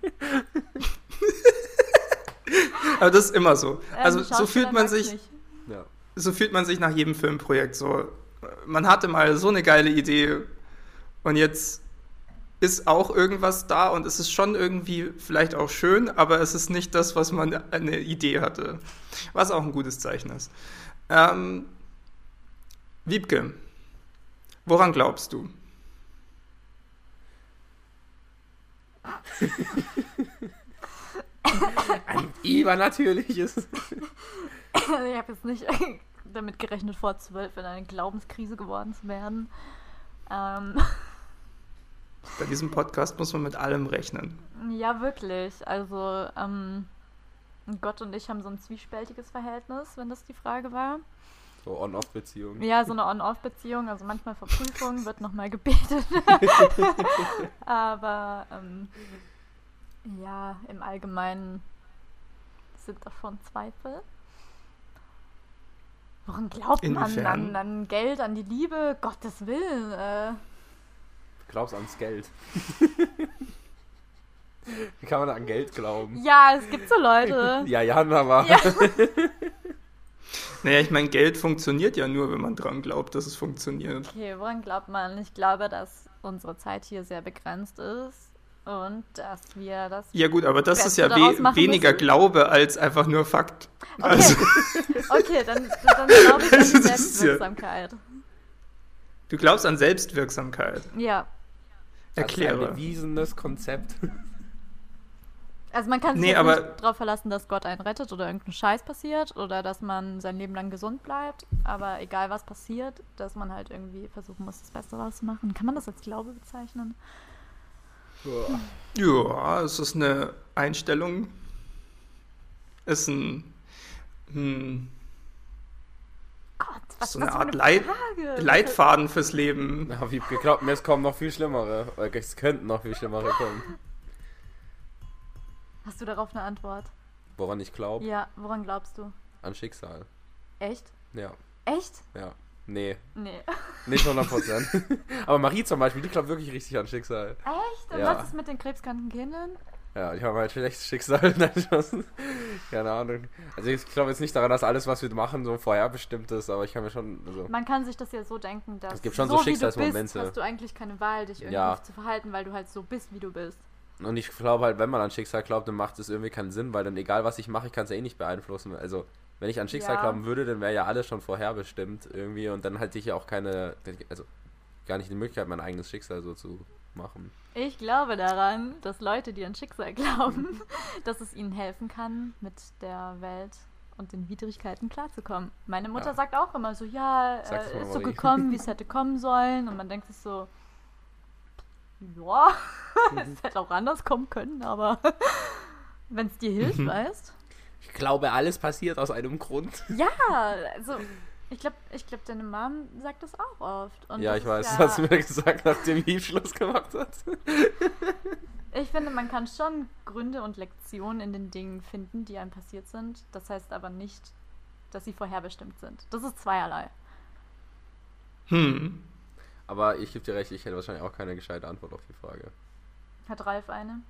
Aber das ist immer so. Also Ähm, so Schauspieler fühlt man mag's sich, nicht. Ja. so fühlt man sich nach jedem Filmprojekt. So, man hatte mal so eine geile Idee und jetzt ist auch irgendwas da und es ist schon irgendwie vielleicht auch schön, aber es ist nicht das, was man eine Idee hatte. Was auch ein gutes Zeichen ist. Ähm, Wiebke, woran glaubst du? Ein übernatürliches. Ich habe jetzt nicht damit gerechnet, vor zwölf in eine Glaubenskrise geworden zu werden. Ähm, Bei diesem Podcast muss man mit allem rechnen. ja, wirklich. Also, ähm, Gott und ich haben so ein zwiespältiges Verhältnis, wenn das die Frage war. So On-Off-Beziehung. Ja, so eine On-Off-Beziehung. Also manchmal vor Prüfungen wird nochmal gebetet. Aber, ähm, ja, im Allgemeinen sind da schon Zweifel. Woran glaubt man? Inwiefern? An, an Geld, an die Liebe? Gottes Willen. Äh, Du glaubst ans Geld. Wie kann man an Geld glauben? ja, es gibt so Leute. Ja, Jan, aber... Ja. Naja, ich meine, Geld funktioniert ja nur, wenn man dran glaubt, dass es funktioniert. Okay, woran glaubt man? Ich glaube, dass unsere Zeit hier sehr begrenzt ist und dass wir das... Ja gut, aber das Beste ist ja daraus we machen weniger müssen. Glaube als einfach nur Fakt. Okay, Also, okay dann, dann glaube ich an Das die ist ja- Selbstwirksamkeit. du glaubst an Selbstwirksamkeit. Ja, Das ist ein Erkläre. bewiesenes Konzept. also man kann sich Nee, jetzt aber- nicht darauf verlassen, dass Gott einen rettet oder irgendein Scheiß passiert oder dass man sein Leben lang gesund bleibt, aber egal was passiert, dass man halt irgendwie versuchen muss, das Beste daraus zu machen. Kann man das als Glaube bezeichnen? Ja, es ist eine Einstellung. Es ist ein hm, Gott, was so was eine für Art Leit Frage. Leitfaden fürs Leben. Ja, wie geglaubt mir, es kommen noch viel schlimmere. Oder es könnten noch viel schlimmere kommen. Hast du darauf eine Antwort? Woran ich glaube? Ja, woran glaubst du? An Schicksal. Echt? Ja, Echt? ja. Nee, Nee. nicht hundert Prozent. Aber Marie zum Beispiel, die glaubt wirklich richtig an Schicksal. Echt? Und Ja. was ist mit den krebskranken Kindern? Ja, ich habe halt schlechtes Schicksal. Nein, Spaß. Keine Ahnung. Also ich glaube jetzt nicht daran, dass alles, was wir machen, so vorherbestimmt ist, aber ich kann mir schon... Also, Man kann sich das ja so denken, dass Es gibt schon so so wie du bist, Schicksalsmomente. hast du eigentlich keine Wahl, dich irgendwie Ja. zu verhalten, weil du halt so bist, wie du bist. und ich glaube halt, wenn man an Schicksal glaubt, dann macht es irgendwie keinen Sinn, weil dann egal, was ich mache, ich kann es ja eh nicht beeinflussen. Also, wenn ich an Schicksal Ja. glauben würde, dann wäre ja alles schon vorherbestimmt irgendwie und dann hätte ich ja auch keine... Also, gar nicht die Möglichkeit, mein eigenes Schicksal so zu machen. Ich glaube daran, dass Leute, die an Schicksal glauben, dass es ihnen helfen kann, mit der Welt und den Widrigkeiten klarzukommen. Meine Mutter Ja. sagt auch immer so, ja, Sag's äh, mal, ist so Marie. gekommen, wie es hätte kommen sollen. Und man denkt sich so, ja, es hätte auch anders kommen können, aber wenn es dir hilft, weißt. Ich glaube, alles passiert aus einem Grund. Ja, also ich glaube, ich glaub, deine Mom sagt das auch oft. Und ja, das ich ist weiß, das ja, hat sie mir gesagt, nachdem Yves Schluss gemacht hat. Ich finde, man kann schon Gründe und Lektionen in den Dingen finden, die einem passiert sind. Das heißt aber nicht, dass sie vorherbestimmt sind. Das ist zweierlei. Hm. Aber ich gebe dir recht, ich hätte wahrscheinlich auch keine gescheite Antwort auf die Frage. Hat Ralf eine?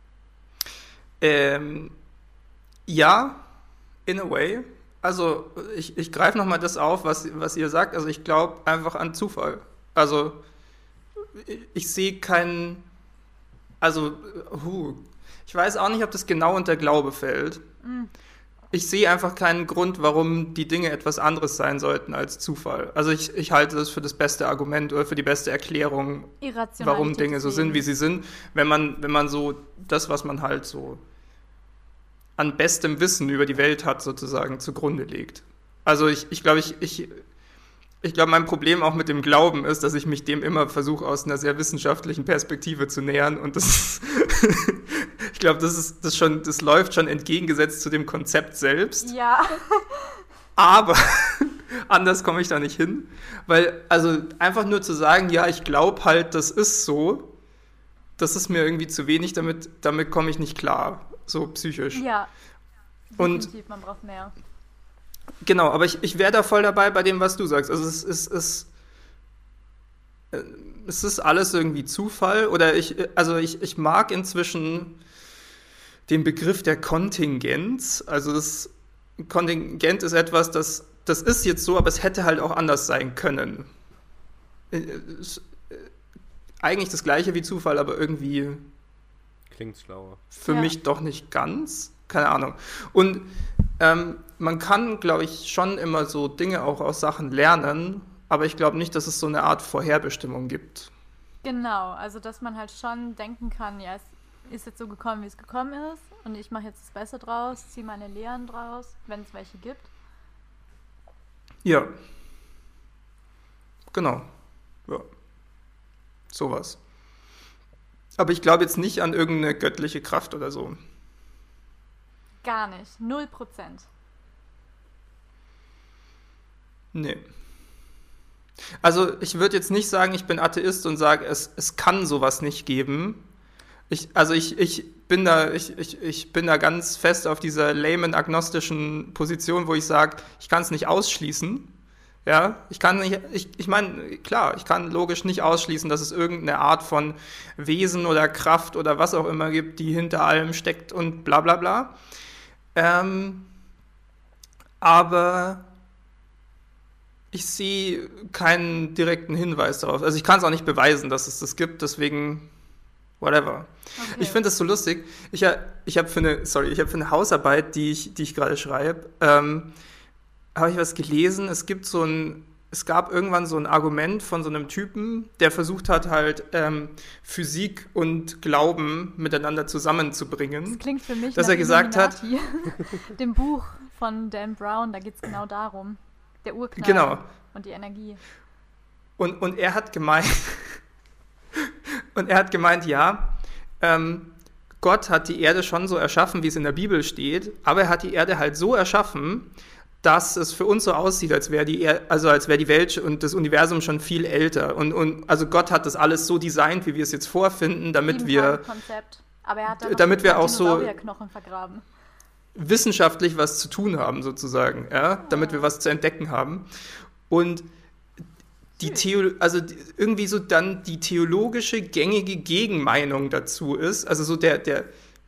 Ähm, ja, in a way. Also ich, ich greife nochmal das auf, was, was ihr sagt. Also ich glaube einfach an Zufall. Also ich, ich sehe keinen, also huh, ich weiß auch nicht, ob das genau unter Glaube fällt. Mm. Ich sehe einfach keinen Grund, warum die Dinge etwas anderes sein sollten als Zufall. Also ich, ich halte das für das beste Argument oder für die beste Erklärung, Irrationalität warum Dinge so des sind, wie Lebens. sie sind, wenn man, wenn man so das, was man halt so an bestem Wissen über die Welt hat, sozusagen zugrunde legt. Also ich, ich glaube, ich, ich, ich glaube, mein Problem auch mit dem Glauben ist, dass ich mich dem immer versuche, aus einer sehr wissenschaftlichen Perspektive zu nähern. Und das ist ich glaube, das ist das schon, das läuft schon entgegengesetzt zu dem Konzept selbst. Ja. Aber anders komme ich da nicht hin. Weil, also einfach nur zu sagen, ja, ich glaube halt, das ist so, das ist mir irgendwie zu wenig, damit, damit komme ich nicht klar. So psychisch. Ja. Und- Definitiv, man braucht mehr. Genau, aber ich, ich wäre da voll dabei bei dem, was du sagst. Also es ist, es, äh, es ist alles irgendwie Zufall. Oder ich, also ich, ich mag inzwischen den Begriff der Kontingenz. Also das Kontingent ist etwas, das, das ist jetzt so, aber es hätte halt auch anders sein können. Äh, es, äh, eigentlich das gleiche wie Zufall, aber irgendwie Klingt schlauer. für Ja. mich doch nicht ganz. Keine Ahnung. Und ähm, man kann, glaube ich, schon immer so Dinge auch aus Sachen lernen, aber ich glaube nicht, dass es so eine Art Vorherbestimmung gibt. Genau, also dass man halt schon denken kann, ja, es ist jetzt so gekommen, wie es gekommen ist und ich mache jetzt das Beste draus, ziehe meine Lehren draus, wenn es welche gibt. Ja. Genau. Ja. Sowas. Aber ich glaube jetzt nicht an irgendeine göttliche Kraft oder so. Gar nicht, null Prozent. Nee. Also ich würde jetzt nicht sagen, ich bin Atheist und sage, es, es kann sowas nicht geben. Ich, also ich, ich, bin da, ich, ich, ich bin da ganz fest auf dieser layman-agnostischen Position, wo ich sage, ich kann es nicht ausschließen. Ja, ich kann nicht, ich, ich meine, klar, ich kann logisch nicht ausschließen, dass es irgendeine Art von Wesen oder Kraft oder was auch immer gibt, die hinter allem steckt und bla bla bla. Ähm, aber ich sehe keinen direkten Hinweis darauf. Also ich kann es auch nicht beweisen, dass es das gibt, deswegen whatever. Okay. Ich finde das so lustig. Ich, ha- ich habe für eine, sorry, ich habe für eine Hausarbeit, die ich, die ich gerade schreibe, ähm, habe ich was gelesen. Es gibt so ein, es gab irgendwann so ein Argument von so einem Typen, der versucht hat, halt ähm, Physik und Glauben miteinander zusammenzubringen. Das klingt für mich dass nach er gesagt hat- Illuminati. Dem Buch von Dan Brown, da geht es genau darum. Der Urknall Genau. und die Energie. Und, und er hat gemeint, und er hat gemeint, ja, ähm, Gott hat die Erde schon so erschaffen, wie es in der Bibel steht, aber er hat die Erde halt so erschaffen, dass es für uns so aussieht, als wäre die Er- also als wäre die Welt und das Universum schon viel älter. Und, und also Gott hat das alles so designt, wie wir es jetzt vorfinden, damit wir Konzept. Aber er hat da noch damit so wir auch so- Dinosaurierknochen vergraben. wissenschaftlich was zu tun haben, sozusagen, ja, damit wir was zu entdecken haben. Und die süß. Theo, also die, irgendwie so dann die theologische gängige Gegenmeinung dazu ist, also so der, der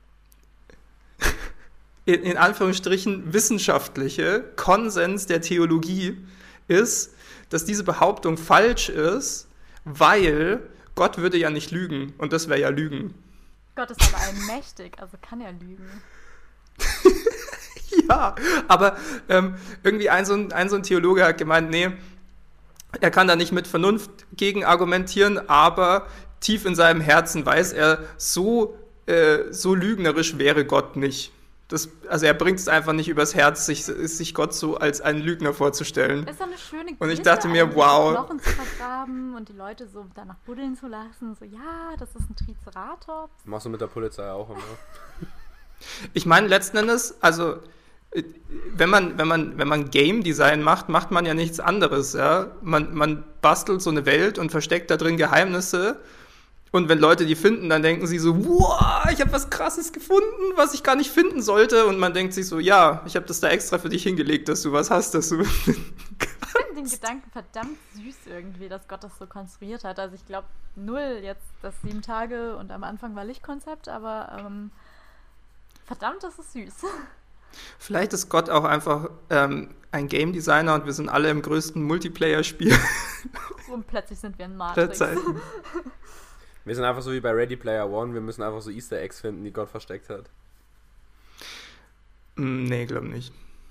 in, in Anführungsstrichen wissenschaftliche Konsens der Theologie ist, dass diese Behauptung falsch ist, weil Gott würde ja nicht lügen und das wäre ja Lügen. Gott ist aber allmächtig, also kann er lügen. Ja, aber ähm, irgendwie ein so, ein ein so ein Theologe hat gemeint, nee, er kann da nicht mit Vernunft gegen argumentieren, aber tief in seinem Herzen weiß er, so, äh, so lügnerisch wäre Gott nicht. Das, also er bringt es einfach nicht übers Herz, sich, sich Gott so als einen Lügner vorzustellen. Ist doch eine schöne Und ich Geste, dachte mir, einfach wow. die Knochen zu vergraben und die Leute so danach buddeln zu lassen. So, ja, das ist ein Triceratops. Machst du mit der Polizei auch immer. Ich meine, letzten Endes, also äh, wenn man, wenn man, wenn man Game Design macht, macht man ja nichts anderes. Ja? Man, man bastelt so eine Welt und versteckt da drin Geheimnisse. Und wenn Leute die finden, dann denken sie so, wow, ich habe was Krasses gefunden, was ich gar nicht finden sollte. Und man denkt sich so, ja, ich habe das da extra für dich hingelegt, dass du was hast, dass du... Ich finde den Gedanken verdammt süß irgendwie, dass Gott das so konstruiert hat. Also ich glaube, null jetzt das sieben Tage und am Anfang war Lichtkonzept, aber ähm, verdammt, das ist süß. Vielleicht ist Gott auch einfach ähm, ein Game Designer und wir sind alle im größten Multiplayer-Spiel Und plötzlich sind wir in der Matrix. Zeiten. Wir sind einfach so wie bei Ready Player One, wir müssen einfach so Easter Eggs finden, die Gott versteckt hat. Mm, nee, glaub nicht.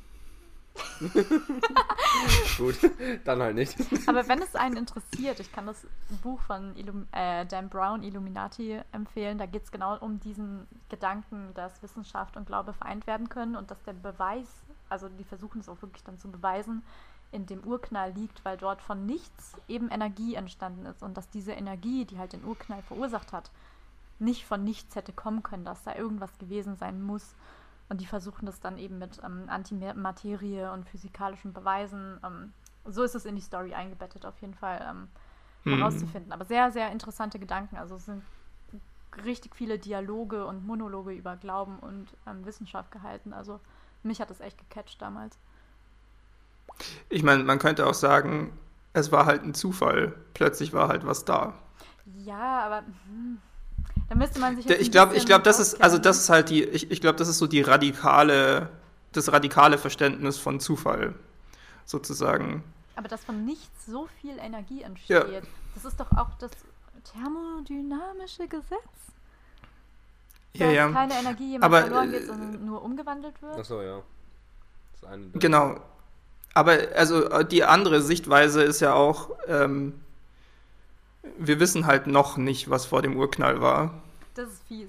Gut, dann halt nicht. Aber wenn es einen interessiert, ich kann das Buch von Illum äh, Dan Brown, Illuminati, empfehlen. Da geht es genau um diesen Gedanken, dass Wissenschaft und Glaube vereint werden können und dass der Beweis, also die versuchen es auch wirklich dann zu beweisen, in dem Urknall liegt, weil dort von nichts eben Energie entstanden ist und dass diese Energie, die halt den Urknall verursacht hat, nicht von nichts hätte kommen können, dass da irgendwas gewesen sein muss. Und die versuchen das dann eben mit ähm, Antimaterie und physikalischen Beweisen, ähm, so ist es in die Story eingebettet, auf jeden Fall ähm, Hm. herauszufinden. Aber sehr, sehr interessante Gedanken. Also es sind richtig viele Dialoge und Monologe über Glauben und ähm, Wissenschaft gehalten. Also mich hat das echt gecatcht damals. Ich meine, man könnte auch sagen, es war halt ein Zufall. Plötzlich war halt was da. Ja, aber hm, da müsste man sich Der- jetzt Ich ein glaube, ich bisschen glaube, das ist, also auskennen. das ist halt die, ich, ich glaube, das ist so die radikale, das radikale Verständnis von Zufall, sozusagen. Aber dass von nichts so viel Energie entsteht, Ja. das ist doch auch das thermodynamische Gesetz. Ja, Dass ja. keine Energie jemals Aber, verloren äh, geht, sondern nur umgewandelt wird. Achso, ja. Das ist eine der- Genau. Aber also die andere Sichtweise ist ja auch, ähm, wir wissen halt noch nicht, was vor dem Urknall war. Das ist fies.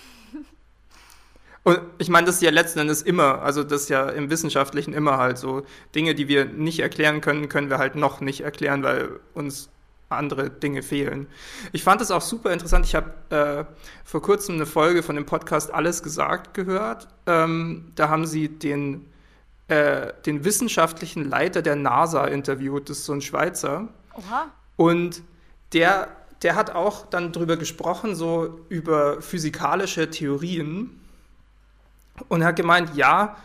Und ich meine, das ist ja letzten Endes immer, also das ist ja im Wissenschaftlichen immer halt so, Dinge, die wir nicht erklären können, können wir halt noch nicht erklären, weil uns andere Dinge fehlen. Ich fand es auch super interessant, ich habe äh, vor kurzem eine Folge von dem Podcast Alles gesagt gehört, ähm, da haben sie den, äh, den wissenschaftlichen Leiter der NASA interviewt, das ist so ein Schweizer. Oha. Und der, der hat auch dann drüber gesprochen, so über physikalische Theorien. Und er hat gemeint, ja,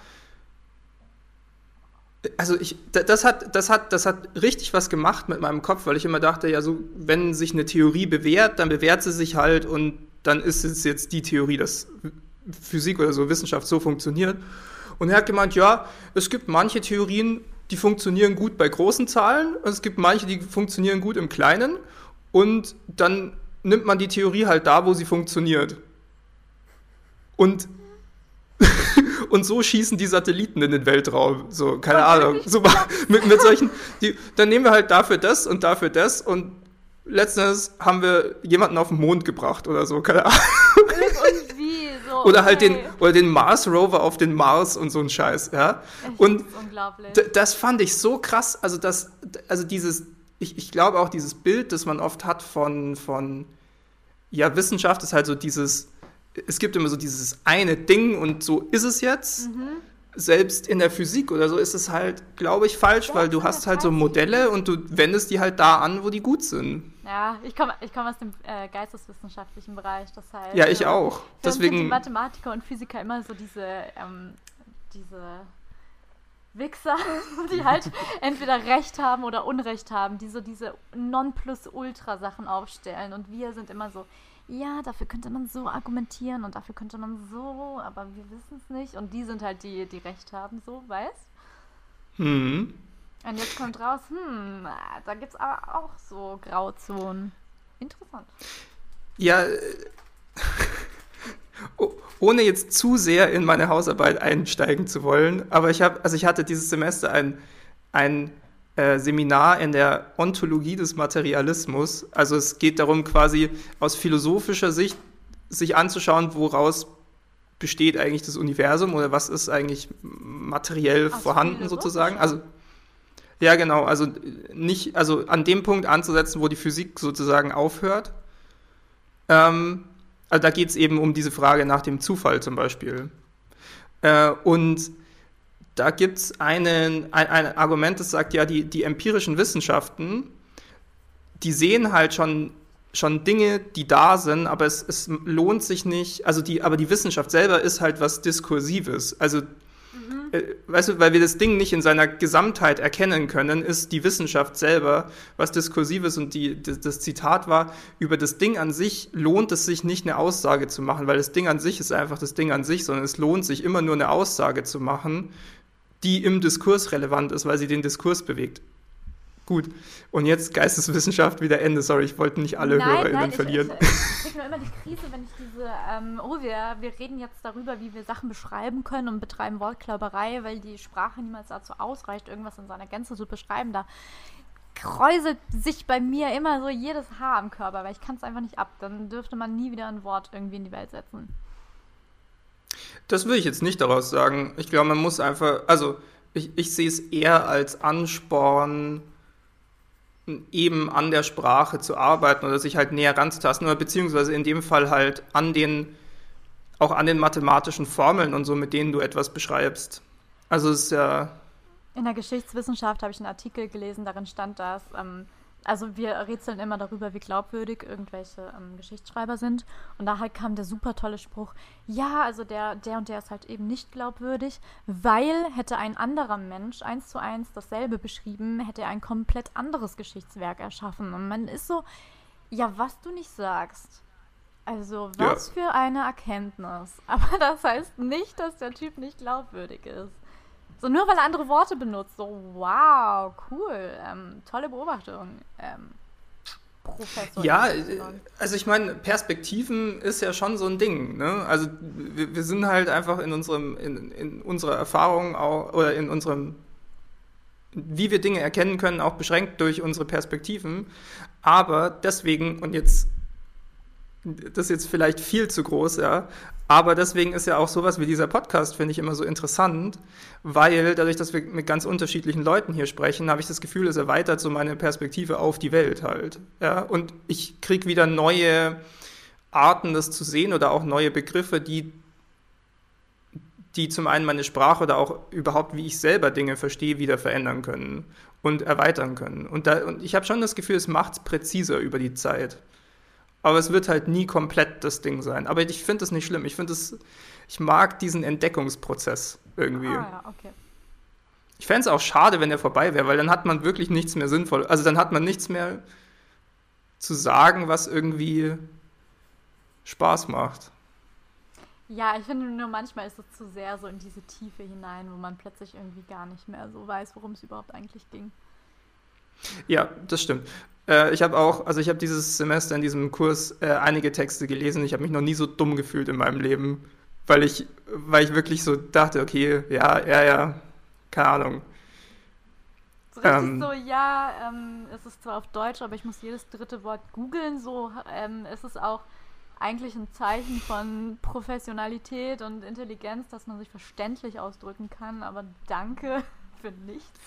also ich, da- das hat, das hat, das hat richtig was gemacht mit meinem Kopf, weil ich immer dachte, ja, so, wenn sich eine Theorie bewährt, dann bewährt sie sich halt und dann ist es jetzt die Theorie, dass Physik oder so Wissenschaft so funktioniert. Und er hat gemeint, ja, es gibt manche Theorien, die funktionieren gut bei großen Zahlen, und es gibt manche, die funktionieren gut im Kleinen und dann nimmt man die Theorie halt da, wo sie funktioniert. Und und so schießen die Satelliten in den Weltraum. So, keine Ahnung. So, mit, mit solchen, die, dann nehmen wir halt dafür das und dafür das und letztens haben wir jemanden auf den Mond gebracht oder so, keine Ahnung. Und wie? So, Oder halt den, okay. oder den Mars Rover auf den Mars und so ein Scheiß, ja. Echt, Und das ist unglaublich. D- das fand ich so krass, also das, also dieses, ich, ich glaube auch dieses Bild, das man oft hat von, von, ja, Wissenschaft ist halt so dieses, es gibt immer so dieses eine Ding und so ist es jetzt. Mhm. Selbst in der Physik oder so ist es halt, glaube ich, falsch, Ja, weil das du ist hast ja halt so falsch. Modelle und du wendest die halt da an, wo die gut sind. Ja, ich komme ich komm aus dem äh, geisteswissenschaftlichen Bereich. Das heißt, Ja, ich äh, auch. Für uns sind die Deswegen, Mathematiker und Physiker immer so diese, ähm, diese Wichser, die halt entweder Recht haben oder Unrecht haben, die so diese Nonplusultra-Sachen aufstellen. Und wir sind immer so, ja, dafür könnte man so argumentieren und dafür könnte man so, aber wir wissen es nicht. Und die sind halt die, die Recht haben, so, weißt? Hm. Und jetzt kommt raus, hm, da gibt es aber auch so Grauzonen. Interessant. Ja, äh, oh, ohne jetzt zu sehr in meine Hausarbeit einsteigen zu wollen, aber ich habe, also ich hatte dieses Semester ein, ein äh, Seminar in der Ontologie des Materialismus. Also es geht darum, quasi aus philosophischer Sicht sich anzuschauen, woraus besteht eigentlich das Universum oder was ist eigentlich materiell Aus vorhanden sozusagen. Also ja, genau, also nicht, also an dem Punkt anzusetzen, wo die Physik sozusagen aufhört. Ähm, also da geht es eben um diese Frage nach dem Zufall zum Beispiel. Äh, und da gibt es ein, ein Argument, das sagt, ja, die, die empirischen Wissenschaften, die sehen halt schon, schon Dinge, die da sind, aber es, es lohnt sich nicht, also die, aber die Wissenschaft selber ist halt was Diskursives. Also weißt du, weil wir das Ding nicht in seiner Gesamtheit erkennen können, ist die Wissenschaft selber was Diskursives und die, das, das Zitat war, über das Ding an sich lohnt es sich nicht eine Aussage zu machen, weil das Ding an sich ist einfach das Ding an sich, sondern es lohnt sich immer nur eine Aussage zu machen, die im Diskurs relevant ist, weil sie den Diskurs bewegt. Gut, und jetzt Geisteswissenschaft wieder Ende. Sorry, ich wollte nicht alle nein, HörerInnen nein, verlieren. Ich, ich, ich kriege nur immer die Krise, wenn ich diese, ähm, oh, wir, wir reden jetzt darüber, wie wir Sachen beschreiben können und betreiben Wortklauberei, weil die Sprache niemals dazu ausreicht, irgendwas in seiner Gänze zu beschreiben. Da kräuselt sich bei mir immer so jedes Haar am Körper, weil ich kann es einfach nicht ab. Dann dürfte man nie wieder ein Wort irgendwie in die Welt setzen. Das will ich jetzt nicht daraus sagen. Ich glaube, man muss einfach, also ich, ich sehe es eher als Ansporn, eben an der Sprache zu arbeiten oder sich halt näher ranzutasten oder beziehungsweise in dem Fall halt an den, auch an den mathematischen Formeln und so, mit denen du etwas beschreibst. Also es ist ja... In der Geschichtswissenschaft habe ich einen Artikel gelesen, darin stand das, ähm, also wir rätseln immer darüber, wie glaubwürdig irgendwelche ähm, Geschichtsschreiber sind. Und da halt kam der super tolle Spruch, ja, also der, der und der ist halt eben nicht glaubwürdig, weil hätte ein anderer Mensch eins zu eins dasselbe beschrieben, hätte er ein komplett anderes Geschichtswerk erschaffen. Und man ist so, ja, was du nicht sagst. Also was ja. für eine Erkenntnis. Aber das heißt nicht, dass der Typ nicht glaubwürdig ist. So nur weil er andere Worte benutzt. So, wow, cool, ähm, tolle Beobachtung. Ähm, Professor. Ja, also ich meine, Perspektiven ist ja schon so ein Ding. Ne? Also wir, wir sind halt einfach in unserem, in, in unserer Erfahrung auch, oder in unserem, wie wir Dinge erkennen können, auch beschränkt durch unsere Perspektiven. Aber deswegen, und jetzt, das ist jetzt vielleicht viel zu groß, ja, aber deswegen ist ja auch sowas wie dieser Podcast, finde ich immer so interessant, weil dadurch, dass wir mit ganz unterschiedlichen Leuten hier sprechen, habe ich das Gefühl, es erweitert so meine Perspektive auf die Welt halt. Ja? Und ich kriege wieder neue Arten, das zu sehen oder auch neue Begriffe, die, die zum einen meine Sprache oder auch überhaupt, wie ich selber Dinge verstehe, wieder verändern können und erweitern können. Und, da, und ich habe schon das Gefühl, es macht es präziser über die Zeit. Aber es wird halt nie komplett das Ding sein. Aber ich finde das nicht schlimm. Ich finde es, ich mag diesen Entdeckungsprozess irgendwie. Ah, ja, okay. Ich fände es auch schade, wenn der vorbei wäre, weil dann hat man wirklich nichts mehr sinnvoll. Also dann hat man nichts mehr zu sagen, was irgendwie Spaß macht. Ja, ich finde nur manchmal ist es zu sehr so in diese Tiefe hinein, wo man plötzlich irgendwie gar nicht mehr so weiß, worum es überhaupt eigentlich ging. Ja, das stimmt. Äh, ich habe auch, also ich habe dieses Semester in diesem Kurs äh, einige Texte gelesen. Ich habe mich noch nie so dumm gefühlt in meinem Leben, weil ich, weil ich wirklich so dachte, okay, ja, ja, ja, keine Ahnung. So richtig Ähm, so, ja, ähm, es ist zwar auf Deutsch, aber ich muss jedes dritte Wort googeln, so ähm, ist es auch eigentlich ein Zeichen von Professionalität und Intelligenz, dass man sich verständlich ausdrücken kann, aber danke für nichts.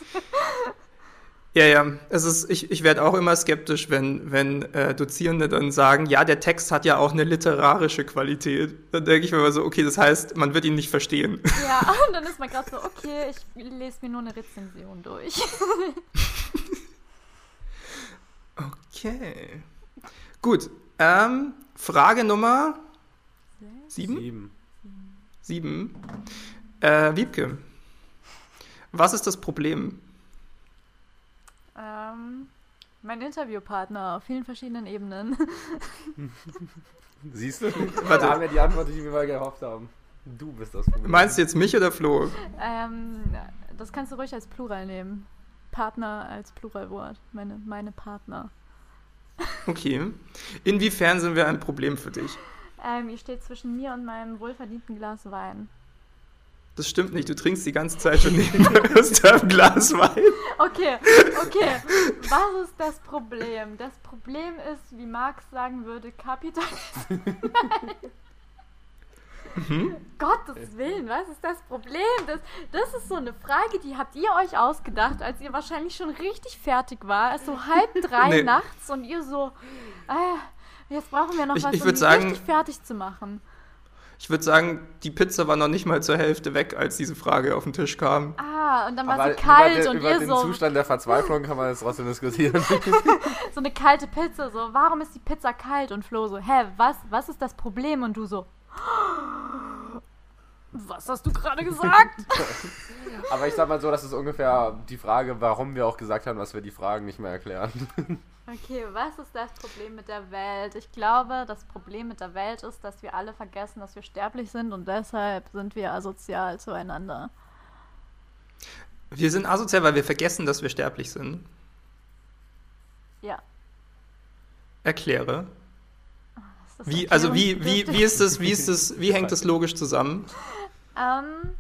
Ja, ja, es ist, ich, ich werde auch immer skeptisch, wenn, wenn äh, Dozierende dann sagen, ja, der Text hat ja auch eine literarische Qualität. Dann denke ich mir immer so, okay, das heißt, man wird ihn nicht verstehen. Ja, und dann ist man gerade so, okay, ich lese mir nur eine Rezension durch. Okay. Gut, ähm, Frage Nummer sieben? Sieben. Sieben. Äh, Wiebke, Was ist das Problem? Ähm, mein Interviewpartner auf vielen verschiedenen Ebenen. Siehst du? Warte. Da haben wir die Antwort, die wir mal gehofft haben. Du bist das Problem. Meinst du jetzt mich oder Flo? ähm, das kannst du ruhig als Plural nehmen. Partner als Pluralwort. Meine, meine Partner. Okay. Inwiefern sind wir ein Problem für dich? Ähm, ihr steht zwischen mir und meinem wohlverdienten Glas Wein. Das stimmt nicht, du trinkst die ganze Zeit schon nebenbei aus deinem Glas Wein. Okay, okay. Was ist das Problem? Das Problem ist, wie Marx sagen würde, Kapitalismus. Mhm. Gottes Willen, was ist das Problem? Das, das ist so eine Frage, die habt ihr euch ausgedacht, als ihr wahrscheinlich schon richtig fertig war. Es ist so halb drei Nee. nachts und ihr so, ah, jetzt brauchen wir noch Ich- was, ich um würd die sagen- richtig fertig zu machen. Ich würde sagen, die Pizza war noch nicht mal zur Hälfte weg, als diese Frage auf den Tisch kam. Ah, und dann war Aber sie kalt über, den, und über ihr den so, Zustand der Verzweiflung kann man jetzt trotzdem diskutieren. so eine kalte Pizza, so, warum ist die Pizza kalt? Und Flo so, hä, was, was ist das Problem? Und du so, was hast du gerade gesagt? Aber ich sag mal so, das ist ungefähr die Frage, warum wir auch gesagt haben, dass wir die Fragen nicht mehr erklären. Okay, was ist das Problem mit der Welt? Ich glaube, das Problem mit der Welt ist, dass wir alle vergessen, dass wir sterblich sind und deshalb sind wir asozial zueinander. Wir sind asozial, weil wir vergessen, dass wir sterblich sind. Ja. Erkläre. Ist das Wie, also wie, wie, erklärungsbedürftig? wie ist das, wie ist das, wie hängt das logisch zusammen? Ähm.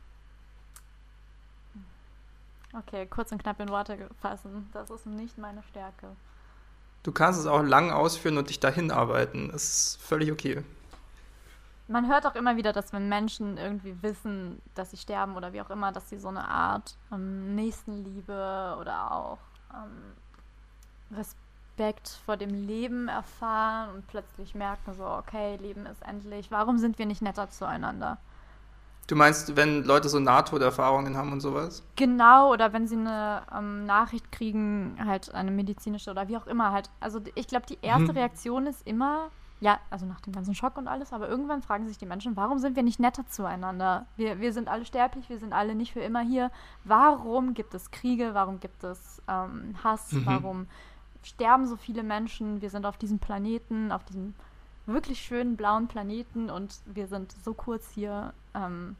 Okay, kurz und knapp in Worte fassen. Das ist nicht meine Stärke. Du kannst es auch lang ausführen und dich dahin arbeiten. Das ist völlig okay. Man hört auch immer wieder, dass wenn Menschen irgendwie wissen, dass sie sterben oder wie auch immer, dass sie so eine Art ähm, Nächstenliebe oder auch ähm, Respekt vor dem Leben erfahren und plötzlich merken so, okay, Leben ist endlich. Warum sind wir nicht netter zueinander? Du meinst, wenn Leute so Nahtoderfahrungen haben und sowas? Genau, oder wenn sie eine ähm, Nachricht kriegen, halt eine medizinische oder wie auch immer halt. Also d- ich glaube, die erste Mhm. Reaktion ist immer, ja, also nach dem ganzen Schock und alles, aber irgendwann fragen sich die Menschen, warum sind wir nicht netter zueinander? Wir, wir sind alle sterblich, wir sind alle nicht für immer hier. Warum gibt es Kriege? Warum gibt es ähm, Hass? Mhm. Warum sterben so viele Menschen? Wir sind auf diesem Planeten, auf diesem wirklich schönen blauen Planeten und wir sind so kurz hier. Ähm,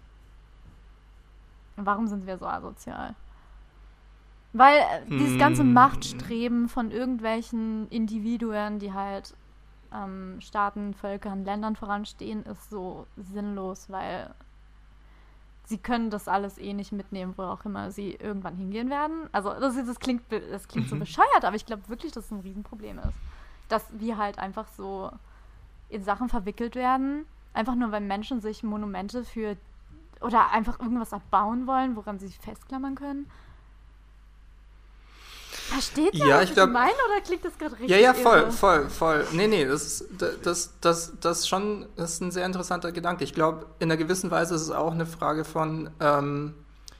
warum sind wir so asozial? Weil äh, dieses ganze Mm. Machtstreben von irgendwelchen Individuen, die halt ähm, Staaten, Völkern, Ländern voranstehen, ist so sinnlos, weil sie können das alles eh nicht mitnehmen, wo auch immer sie irgendwann hingehen werden. Also das, das klingt, be- das klingt so Mhm. bescheuert, aber ich glaube wirklich, dass es ein Riesenproblem ist. Dass wir halt einfach so in Sachen verwickelt werden, einfach nur weil Menschen sich Monumente für oder einfach irgendwas abbauen wollen, woran sie sich festklammern können. Versteht ihr, Ja, was ich ich, glaub- meine, oder klingt das gerade richtig Ja, ja, voll, irre? voll, voll. Nee, nee, das ist, das, das, das ist schon, das ist ein sehr interessanter Gedanke. Ich glaube, in einer gewissen Weise ist es auch eine Frage von, ähm,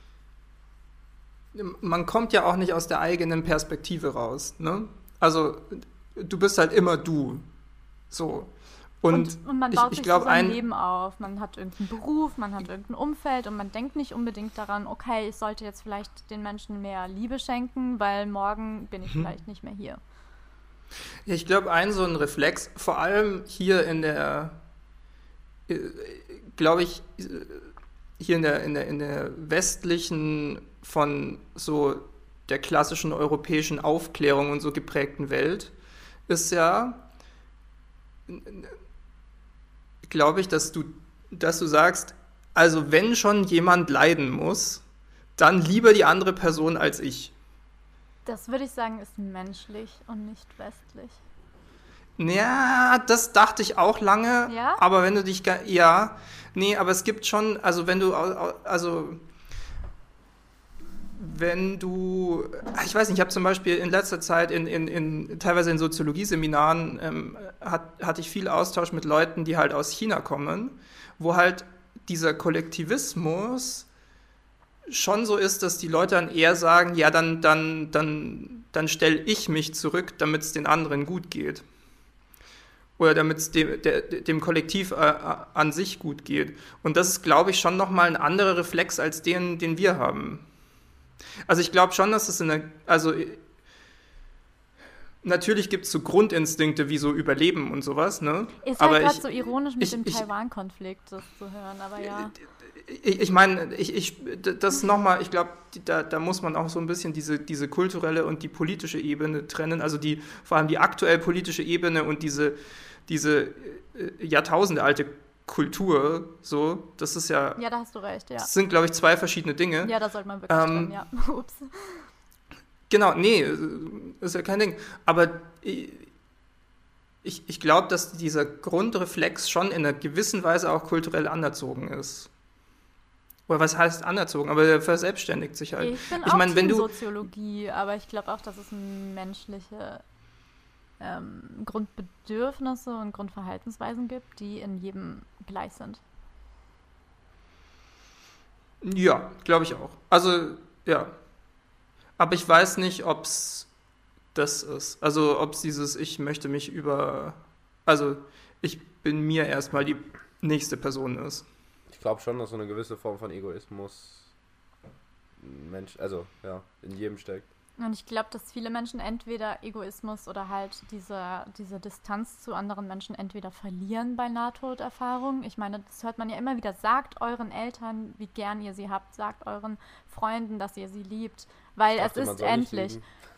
man kommt ja auch nicht aus der eigenen Perspektive raus, ne? Also, du bist halt immer du. So. Und, Und, und man ich- baut ich sich glaub, so sein ein- Leben auf. Man hat irgendeinen Beruf, man hat irgendein Umfeld und man denkt nicht unbedingt daran, okay, ich sollte jetzt vielleicht den Menschen mehr Liebe schenken, weil morgen bin ich Mhm. vielleicht nicht mehr hier. Ja, ich glaube, ein so ein Reflex, vor allem hier in der, äh, glaube ich, äh, hier in der, in der, in der westlichen, von so der klassischen europäischen Aufklärung und so geprägten Welt, ist ja, glaube ich, dass du, dass du sagst, also wenn schon jemand leiden muss, dann lieber die andere Person als ich. Das würde ich sagen, ist menschlich und nicht westlich. Ja, das dachte ich auch lange, Ja? aber wenn du dich, ga- ja, nee, aber es gibt schon, also wenn du, au- au- also wenn du, ich weiß nicht, ich habe zum Beispiel in letzter Zeit in, in, in teilweise in Soziologieseminaren ähm, hat, hatte ich viel Austausch mit Leuten, die halt aus China kommen, wo halt dieser Kollektivismus schon so ist, dass die Leute dann eher sagen, ja, dann, dann, dann, dann stelle ich mich zurück, damit es den anderen gut geht. oder damit es dem, der, dem Kollektiv äh, an sich gut geht. Und das ist, glaube ich, schon nochmal ein anderer Reflex als den, den wir haben. Also ich glaube schon, dass es in der, also natürlich gibt es so Grundinstinkte wie so Überleben und sowas, ne? Ist aber halt gerade ich, so ironisch mit ich, dem ich, Taiwan-Konflikt, das zu hören, aber ja. Ich, ich meine, ich, ich, das nochmal, ich glaube, da, da muss man auch so ein bisschen diese, diese kulturelle und die politische Ebene trennen, also die, vor allem die aktuell politische Ebene und diese, diese Jahrtausende alte Kultur, so, das ist ja... Ja, da hast du recht, ja. Das sind, glaube ich, zwei verschiedene Dinge. Ja, da sollte man wirklich ähm, trennen, ja. Ups. Genau, nee, ist ja kein Ding. Aber ich, ich glaube, dass dieser Grundreflex schon in einer gewissen Weise auch kulturell anerzogen ist. Oder was heißt anerzogen? Aber der verselbstständigt sich halt. Ich bin ich auch mein, wenn Team du Soziologie, aber ich glaube auch, dass es menschliche ähm, Grundbedürfnisse und Grundverhaltensweisen gibt, die in jedem gleich sind. Ja, glaube ich auch. Also, ja. Aber ich weiß nicht, ob es das ist. Also, ob es dieses, ich möchte mich über, also, ich bin mir erstmal die nächste Person ist. Ich glaube schon, dass so eine gewisse Form von Egoismus Mensch, also, ja, in jedem steckt. Und ich glaube, dass viele Menschen entweder Egoismus oder halt diese, diese Distanz zu anderen Menschen entweder verlieren bei Nahtoderfahrungen. Ich meine, das hört man ja immer wieder. Sagt euren Eltern, wie gern ihr sie habt. Sagt euren Freunden, dass ihr sie liebt. Weil es ist endlich.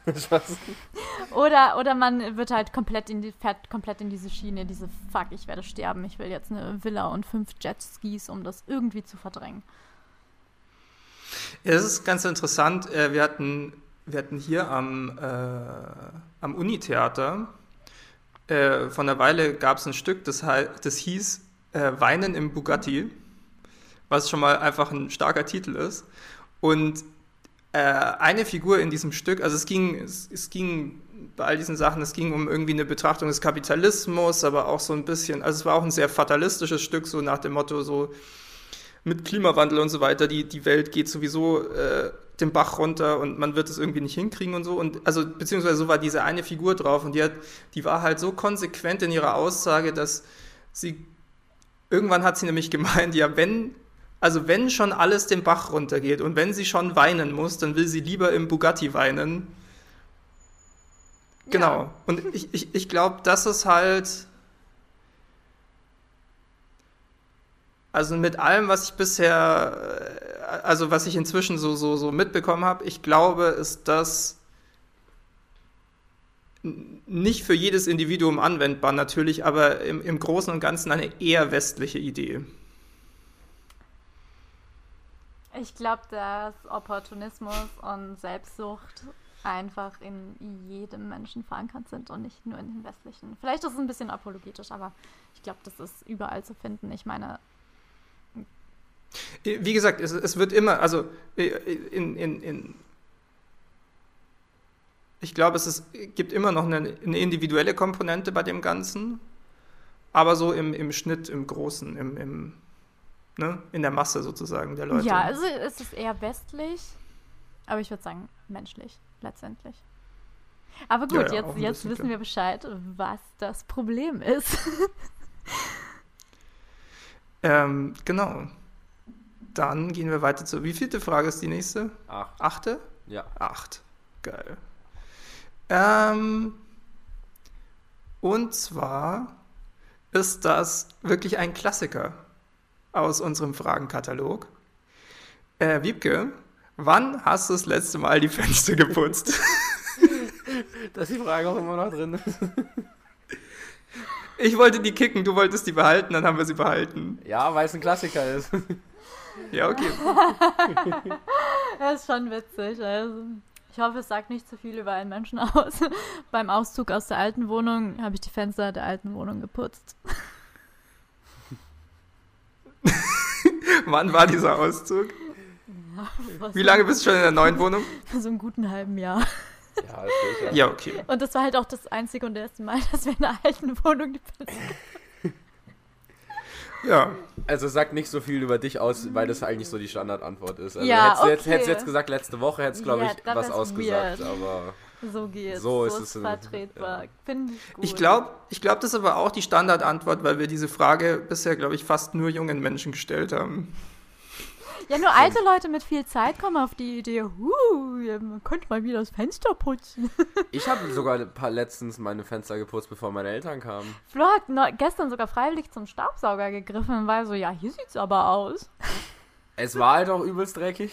oder, oder man wird halt komplett in die, fährt komplett in diese Schiene, diese Fuck, ich werde sterben, ich will jetzt eine Villa und fünf Jetskis, um das irgendwie zu verdrängen. Ja, das ist ganz interessant. Wir hatten... Wir hatten hier am, äh, am Uni-Theater, äh, vor einer Weile gab es ein Stück, das, das hieß äh, Weinen im Bugatti, was schon mal einfach ein starker Titel ist. Und äh, eine Figur in diesem Stück, also es ging, es, es ging bei all diesen Sachen, es ging um irgendwie eine Betrachtung des Kapitalismus, aber auch so ein bisschen, also es war auch ein sehr fatalistisches Stück, so nach dem Motto, so mit Klimawandel und so weiter, die, die Welt geht sowieso äh, den Bach runter und man wird es irgendwie nicht hinkriegen und so. Und also beziehungsweise so war diese eine Figur drauf und die hat, die war halt so konsequent in ihrer Aussage, dass sie irgendwann hat sie nämlich gemeint, ja, wenn, also wenn schon alles den Bach runtergeht und wenn sie schon weinen muss, dann will sie lieber im Bugatti weinen. Genau. Ja. Und ich, ich, ich glaube, das ist halt. Also mit allem, was ich bisher, also was ich inzwischen so, so, so mitbekommen habe, ich glaube, ist das nicht für jedes Individuum anwendbar natürlich, aber im, im Großen und Ganzen eine eher westliche Idee. Ich glaube, dass Opportunismus und Selbstsucht einfach in jedem Menschen verankert sind und nicht nur in den westlichen. Vielleicht ist es ein bisschen apologetisch, aber ich glaube, das ist überall zu finden. Ich meine, wie gesagt, es, es wird immer, also in, in, in ich glaube, es ist, gibt immer noch eine, eine individuelle Komponente bei dem Ganzen, aber so im, im Schnitt, im Großen, im, im, ne, in der Masse sozusagen der Leute. Ja, also es ist eher westlich, aber ich würde sagen menschlich letztendlich. Aber gut, ja, ja, jetzt, jetzt wissen klar. wir Bescheid, was das Problem ist. ähm, genau. Dann gehen wir weiter zu. Wie vielte Frage ist die nächste? Acht. Achte? Ja. Acht. Geil. Ähm, und zwar ist das wirklich ein Klassiker aus unserem Fragenkatalog. Äh, Wiebke, wann hast du das letzte Mal die Fenster geputzt? Dass die Frage auch immer noch drin ist. Ich wollte die kicken, du wolltest die behalten, dann haben wir sie behalten. Ja, weil es ein Klassiker ist. Ja, okay. Das ist schon witzig. Also, ich hoffe, es sagt nicht zu viel über einen Menschen aus. Beim Auszug aus der alten Wohnung habe ich die Fenster der alten Wohnung geputzt. Wann war dieser Auszug? Ja, Wie lange bist du schon in der neuen Wohnung? Für so einen guten halben Jahr. Ja, das geht ja. Ja, okay. Und das war halt auch das einzige und erste Mal, dass wir in der alten Wohnung die Fenster Ja. Also sagt nicht so viel über dich aus, weil das eigentlich so die Standardantwort ist. Also ja, hättest du okay. jetzt, hättest jetzt gesagt, letzte Woche hättest du, glaube ja, ich, was ausgesagt, weird. aber... So geht's. So So, ist ist es, vertretbar. ja. Finde ich gut. Ich glaube, ich glaub, das ist aber auch die Standardantwort, weil wir diese Frage bisher, glaube ich, fast nur jungen Menschen gestellt haben. Ja, nur alte Leute mit viel Zeit kommen auf die Idee, huh, ja, man könnte mal wieder das Fenster putzen. Ich habe sogar ein paar letztens meine Fenster geputzt, bevor meine Eltern kamen. Flo hat neu- gestern sogar freiwillig zum Staubsauger gegriffen und war so, ja, hier sieht's aber aus. Es war halt auch übelst dreckig.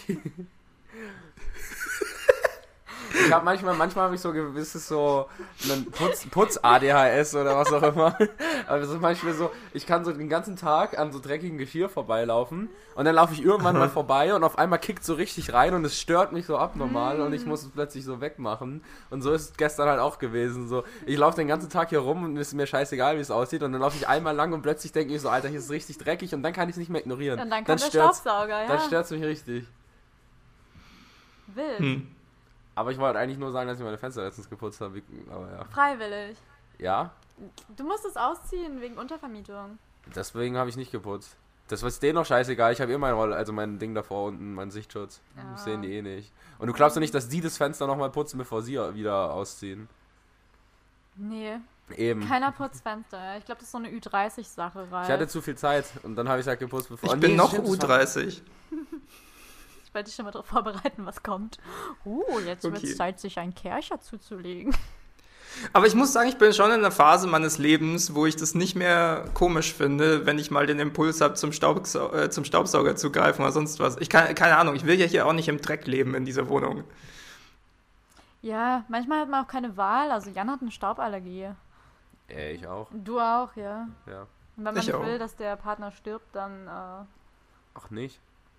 Ich habe manchmal, manchmal habe ich so gewisses so einen Putz, Putz-A D H S oder was auch immer. Aber so manchmal so, ich kann so den ganzen Tag an so dreckigem Geschirr vorbeilaufen und dann laufe ich irgendwann mal vorbei und auf einmal kickt so richtig rein und es stört mich so abnormal und ich muss es plötzlich so wegmachen. Und so ist es gestern halt auch gewesen. So, ich laufe den ganzen Tag hier rum und es ist mir scheißegal, wie es aussieht und dann laufe ich einmal lang und plötzlich denke ich so, Alter, hier ist es richtig dreckig und dann kann ich es nicht mehr ignorieren. Und dann dann kommt der stört's- Staubsauger, ja. Dann stört es mich richtig. Wild. Hm. Aber ich wollte eigentlich nur sagen, dass ich meine Fenster letztens geputzt habe. Aber ja. Freiwillig. Ja, Du musst es ausziehen wegen Untervermietung. deswegen habe ich nicht geputzt. Das ist denen noch scheißegal. Ich habe eh mein Roll, also mein Ding davor unten, meinen Sichtschutz. Ja. Das sehen die eh nicht. Und du glaubst doch nicht, dass die das Fenster nochmal putzen, bevor sie wieder ausziehen. Nee, Eben. keiner putzt Fenster. Ich glaube, das ist so eine Ü dreißig Sache, Ralf. Ich hatte zu viel Zeit und dann habe ich halt geputzt, bevor... Ich Oh, bin nee, noch stimmt, das U dreißig. Ich wollte dich schon mal darauf vorbereiten, was kommt. Uh, jetzt wird Okay. es Zeit, sich einen Kercher zuzulegen. Aber ich muss sagen, ich bin schon in einer Phase meines Lebens, wo ich das nicht mehr komisch finde, wenn ich mal den Impuls habe, zum, Staubsau äh, zum Staubsauger zu greifen oder sonst was. Ich kann, keine Ahnung, ich will ja hier auch nicht im Dreck leben in dieser Wohnung. Ja, manchmal hat man auch keine Wahl. Also Jan hat eine Stauballergie. Äh, ich auch, Du auch, ja. ja. Und wenn man Ich nicht auch. will, dass der Partner stirbt, dann äh, Ach nicht.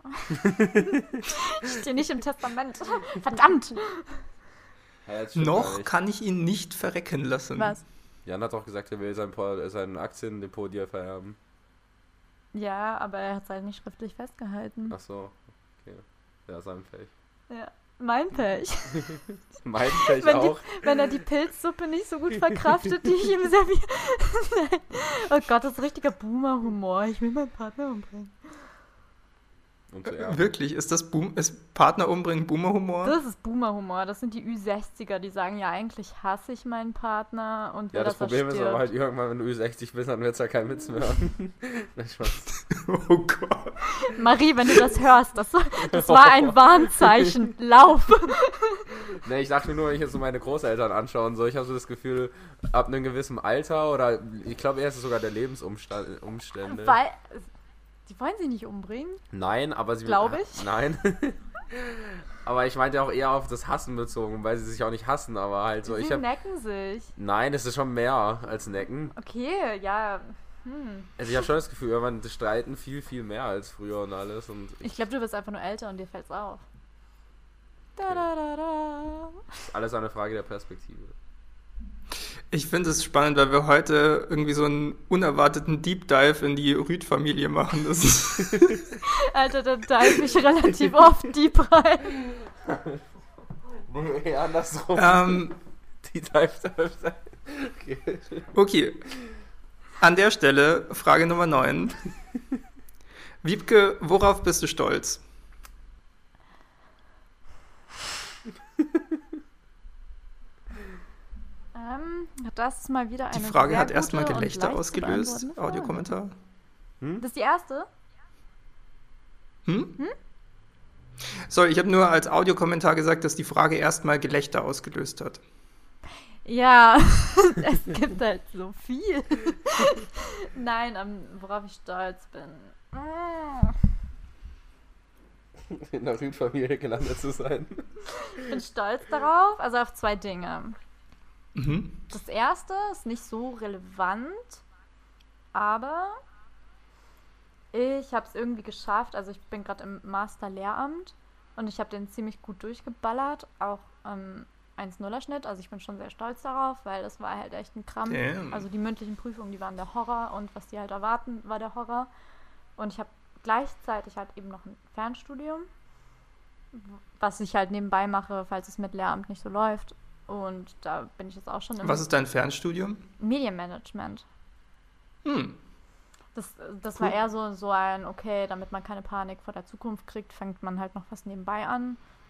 steht nicht im Testament. Verdammt! Ja, das stimmt gar Noch nicht. kann ich ihn nicht verrecken lassen. Was? Jan hat auch gesagt, er will sein, Po- sein Aktiendepot dir vererben. Ja, aber er hat es halt nicht schriftlich festgehalten. Ach so, okay. Ja, sein Pech. Ja. Mein Pech. Mein Pech Wenn die- auch. Wenn er die Pilzsuppe nicht so gut verkraftet, die ich ihm serviere. Nein. Oh Gott, das ist richtiger Boomer-Humor. Ich will meinen Partner umbringen. Und zu Äh, erben. Wirklich, ist das Boom, ist Partner umbringen Boomer-Humor? Das ist Boomer-Humor. Das sind die Ü sechziger, die sagen, ja, eigentlich hasse ich meinen Partner und will, Ja, das dass Problem er ist stirbt. aber halt irgendwann, wenn du Ü sechzig bist, dann wird es ja kein Witz mehr. Nein, Spaß. Oh Gott. Marie, wenn du das hörst, das, das war ein Warnzeichen. Lauf! Ne, ich dachte mir nur, wenn ich jetzt so meine Großeltern anschaue und so, ich habe so das Gefühl, ab einem gewissen Alter oder ich glaube eher ist es sogar der Lebensumstände. Weil, die wollen sie nicht umbringen. Nein, aber sie... Glaub ich. Nein. Aber ich meinte auch eher auf das Hassen bezogen, weil sie sich auch nicht hassen, aber halt so, sie ich hab... necken sich. Nein, es ist schon mehr als Necken. Okay, ja. Hm. Also ich habe schon das Gefühl, irgendwann streiten viel, viel mehr als früher und alles und Ich glaube, du wirst einfach nur älter und dir fällt's auf. Da, da, da, da. ist alles eine Frage der Perspektive. Ich finde es spannend, weil wir heute irgendwie so einen unerwarteten Deep Dive in die Rüd-Familie machen. Das ist Alter, da dive ich relativ oft deep rein. Nee, andersrum. ähm, Die Dive Okay. okay. An der Stelle Frage Nummer neun. Wiebke, worauf bist du stolz? Ähm, das ist mal wieder eine Die Frage sehr hat erstmal gute und Gelächter leicht zu ausgelöst. beantwortende Frage. Audiokommentar. Das ist die erste? Hm? Sorry, ich habe nur als Audiokommentar gesagt, dass die Frage erstmal Gelächter ausgelöst hat. Ja, es gibt halt so viel. Nein, ähm, worauf ich stolz bin. Mm. In der Rüd-Familie gelandet zu sein. Ich bin stolz darauf, also auf zwei Dinge. Mhm. Das erste ist nicht so relevant, aber ich habe es irgendwie geschafft. Also ich bin gerade im Master-Lehramt und ich habe den ziemlich gut durchgeballert, auch ähm, eins Komma nuller Schnitt. Also ich bin schon sehr stolz darauf, weil das war halt echt ein Krampf. Damn. Also die mündlichen Prüfungen, die waren der Horror und was die halt erwarten, war der Horror. Und ich habe gleichzeitig halt eben noch ein Fernstudium, was ich halt nebenbei mache, falls es mit Lehramt nicht so läuft. Und da bin ich jetzt auch schon im Was ist dein Fernstudium? Medienmanagement. Hm. Das, das Cool. war eher so, so ein, okay, damit man keine Panik vor der Zukunft kriegt, fängt man halt noch was nebenbei an.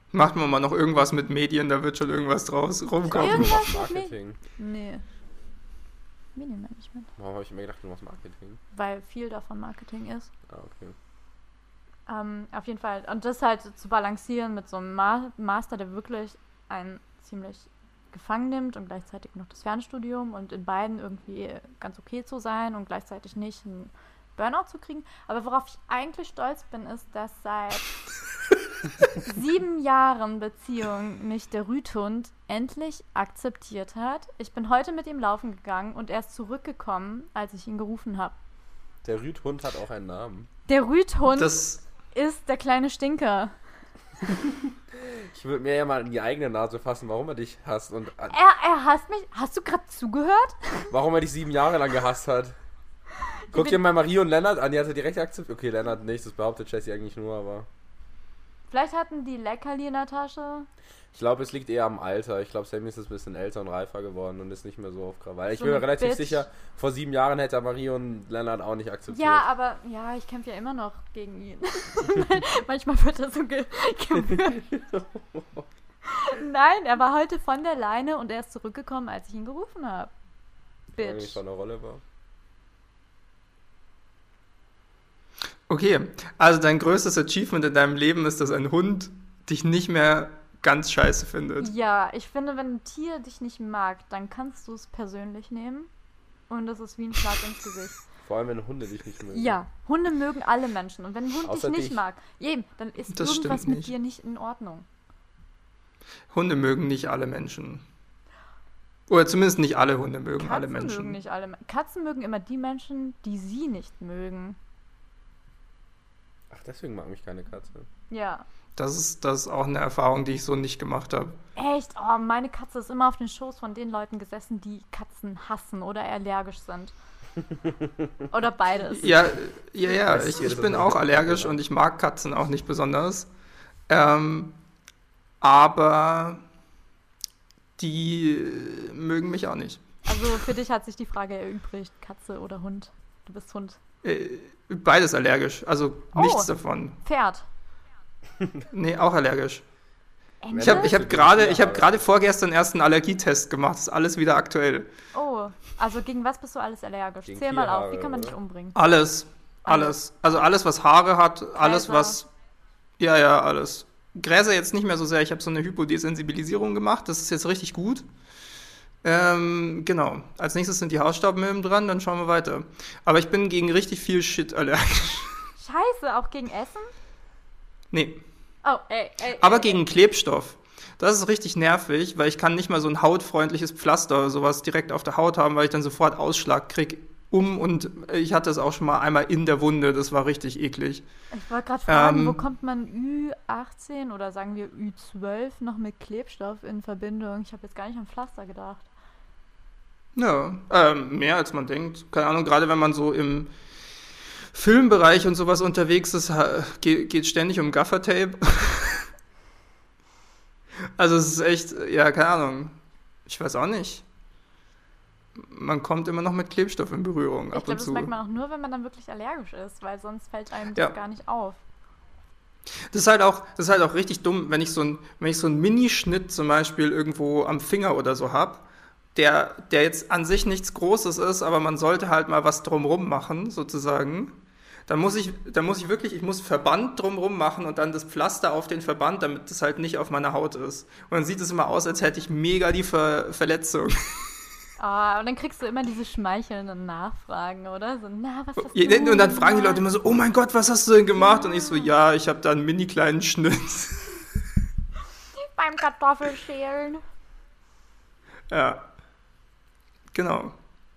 Macht man mal noch irgendwas mit Medien, da wird schon irgendwas draus rumkommen. Irgendwas machst mit Marketing. Nee. Medienmanagement. Warum habe ich mir gedacht, du machst Marketing? Weil viel davon Marketing ist. Ah, okay. Ähm, auf jeden Fall. Und das halt zu balancieren mit so einem Ma- Master, der wirklich einen ziemlich gefangen nimmt und gleichzeitig noch das Fernstudium und in beiden irgendwie ganz okay zu sein und gleichzeitig nicht einen Burnout zu kriegen. Aber worauf ich eigentlich stolz bin, ist, dass seit sieben Jahren Beziehung mich der Rüthund endlich akzeptiert hat. Ich bin heute mit ihm laufen gegangen und er ist zurückgekommen, als ich ihn gerufen habe. Der Rüthund hat auch einen Namen. Der Rüthund Das, ist der kleine Stinker. Ich würde mir ja mal in die eigene Nase fassen, warum er dich hasst und Er, er hasst mich. Hast du gerade zugehört? warum er dich sieben Jahre lang gehasst hat. Guck dir mal Marie und Lennart an, die hat er direkt akzeptiert. Okay, Lennart nicht, das behauptet Jessie eigentlich nur, aber... Vielleicht hatten die Leckerli in der Tasche. Ich glaube, es liegt eher am Alter. Ich glaube, Sammy ist ein bisschen älter und reifer geworden und ist nicht mehr so auf Krawall. Ich So bin mir eine relativ Bitch. sicher, vor sieben Jahren hätte er Marie und Lennart auch nicht akzeptiert. Ja, aber ja, ich kämpfe ja immer noch gegen ihn. Manchmal wird er so ge gewürgt. Nein, er war heute von der Leine und er ist zurückgekommen, als ich ihn gerufen habe. Weil nicht Bitch. von der Rolle war. okay, also dein größtes Achievement in deinem Leben ist, dass ein Hund dich nicht mehr ganz scheiße findet. Ja, ich finde, wenn ein Tier dich nicht mag, dann kannst du es persönlich nehmen. Und das ist wie ein Schlag ins Gesicht. Vor allem, wenn Hunde dich nicht mögen. Ja, Hunde mögen alle Menschen. Und wenn ein Hund Außer dich nicht dich. mag, eben, dann ist Das irgendwas stimmt mit nicht. dir nicht in Ordnung. Hunde mögen nicht alle Menschen. Oder zumindest nicht alle Hunde mögen Katzen alle Menschen. mögen nicht alle. Me- Katzen mögen immer die Menschen, die sie nicht mögen. Ach, deswegen mag mich keine Katze. Ja. Das ist, das ist auch eine Erfahrung, die ich so nicht gemacht habe. Echt? Oh, meine Katze ist immer auf den Schoß von den Leuten gesessen, die Katzen hassen oder allergisch sind. Oder beides. Ja, ja, ja, Das ich, ist ich jedes bin Mal auch so. allergisch und ich mag Katzen auch nicht besonders. Ähm, aber die äh, mögen mich auch nicht. Also für dich hat sich die Frage erübrigt, Katze oder Hund. Du bist Hund. Äh, beides allergisch, also Oh. nichts davon. Pferd. Nee, auch allergisch. Ende? Ich habe ich hab Für gerade dich, ich ja. hab gerade vorgestern erst einen Allergietest gemacht. Das ist alles wieder aktuell. Oh, also gegen was bist du alles allergisch? Gegen Zähl mal auf, wie Tierhaare, kann man oder? dich umbringen? Alles. Alles. Also alles, was Haare hat, alles, Gräser. was... Ja, ja, alles. Gräser jetzt nicht mehr so sehr. Ich habe so eine Hypodesensibilisierung gemacht. Das ist jetzt richtig gut. Ähm, genau. Als nächstes sind die Hausstaubmilben dran, dann schauen wir weiter. Aber ich bin gegen richtig viel Shit allergisch. Scheiße, auch gegen Essen? Nee. Oh, ey, ey. Aber ey, gegen Klebstoff. Das ist richtig nervig, weil ich kann nicht mal so ein hautfreundliches Pflaster oder sowas direkt auf der Haut haben, weil ich dann sofort Ausschlag krieg um und ich hatte es auch schon mal einmal in der Wunde, das war richtig eklig. Ich wollte gerade fragen, Ähm, wo kommt man Ü achtzehn oder sagen wir Ü zwölf noch mit Klebstoff in Verbindung? Ich habe jetzt gar nicht an Pflaster gedacht. Ja, ähm, mehr als man denkt. Keine Ahnung, gerade wenn man so im Filmbereich und sowas unterwegs ist, ha- geht, geht ständig um Gaffertape. Also es ist echt, ja, keine Ahnung. Ich weiß auch nicht. Man kommt immer noch mit Klebstoff in Berührung, Ich ab glaube, und das zu. merkt man auch nur, wenn man dann wirklich allergisch ist, weil sonst fällt einem Ja. das gar nicht auf. Das ist halt auch, das ist halt auch richtig dumm, wenn ich so ein, wenn ich so einen Minischnitt zum Beispiel irgendwo am Finger oder so habe, der, der jetzt an sich nichts Großes ist, aber man sollte halt mal was drumrum machen, sozusagen. Dann muss ich, dann muss ich wirklich, ich muss Verband drumrum machen und dann das Pflaster auf den Verband, damit das halt nicht auf meiner Haut ist. Und dann sieht es immer aus, als hätte ich mega die Ver Verletzung. Ah, und dann kriegst du immer diese schmeichelnden Nachfragen, oder? So, na, was hast Ja, du und dann fragen die gemacht? Leute immer so, oh mein Gott, was hast du denn gemacht? Und ich so, ja, ich habe da einen mini kleinen Schnitt. Beim Kartoffelschälen. Ja, genau.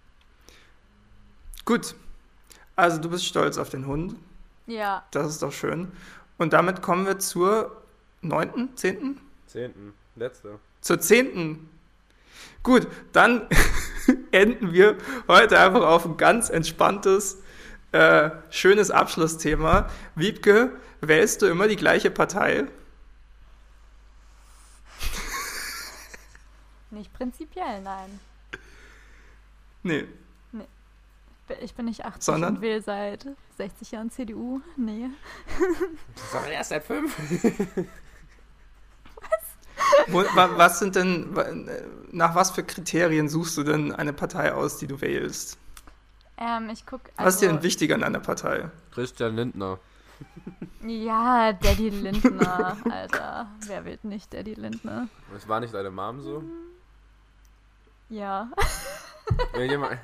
Gut, also du bist stolz auf den Hund, Ja, das ist doch schön. Und damit kommen wir zur neunten, zehnten? Zehnten. Letzte. Zur zehnten. Gut, dann enden wir heute einfach auf ein ganz entspanntes, äh, schönes Abschlussthema. Wiebke, wählst du immer die gleiche Partei? nicht prinzipiell, nein. Nee. Ich bin nicht achtzig Sondern? und wähle seit sechzig Jahren C D U. Nee. Das ist aber erst seit fünf. Wo, wa- was sind denn, wa- nach was für Kriterien suchst du denn eine Partei aus, die du wählst? Ähm, ich guck. Was ist dir denn Also, wichtig an einer Partei? Christian Lindner. ja, Daddy Lindner, Alter. Wer wählt nicht Daddy Lindner? Das war nicht deine Mom so? Ja. Wenn jemand-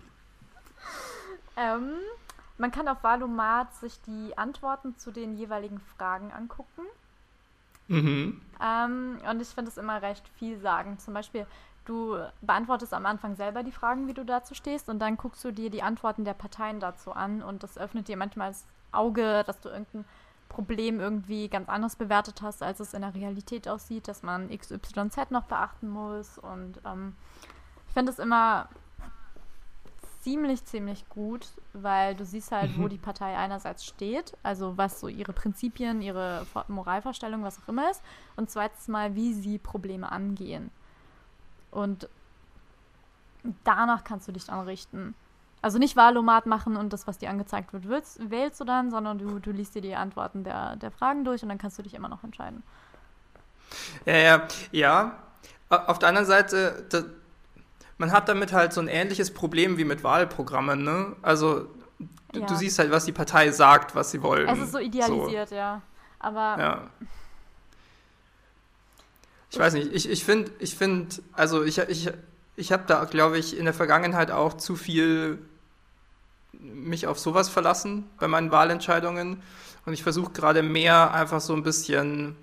Ähm, man kann auf Wahlomat sich die Antworten zu den jeweiligen Fragen angucken. Mhm. Ähm, und ich finde es immer recht vielsagend. Zum Beispiel, du beantwortest am Anfang selber die Fragen, wie du dazu stehst, und dann guckst du dir die Antworten der Parteien dazu an, und das öffnet dir manchmal das Auge, dass du irgendein Problem irgendwie ganz anders bewertet hast, als es in der Realität aussieht, dass man X Y Z noch beachten muss. Und ähm, ich finde es immer ziemlich, ziemlich gut, weil du siehst halt, wo die Partei einerseits steht, also was so ihre Prinzipien, ihre Vor- Moralvorstellungen, was auch immer ist, und zweitens mal, wie sie Probleme angehen. Und danach kannst du dich dann richten. Also nicht Wahlomat machen und das, was dir angezeigt wird, wählst, wählst du dann, sondern du, du liest dir die Antworten der, der Fragen durch und dann kannst du dich immer noch entscheiden. Ja, ja, ja. Auf der anderen Seite, da, man hat damit halt so ein ähnliches Problem wie mit Wahlprogrammen, ne? Also du, Ja. du siehst halt, was die Partei sagt, was sie wollen. Es ist so idealisiert, ja. Aber So, ja. Ich weiß nicht, ich, ich finde, ich finde, also ich, ich, ich habe da, glaube ich, in der Vergangenheit auch zu viel mich auf sowas verlassen bei meinen Wahlentscheidungen, und ich versuche gerade mehr einfach so ein bisschen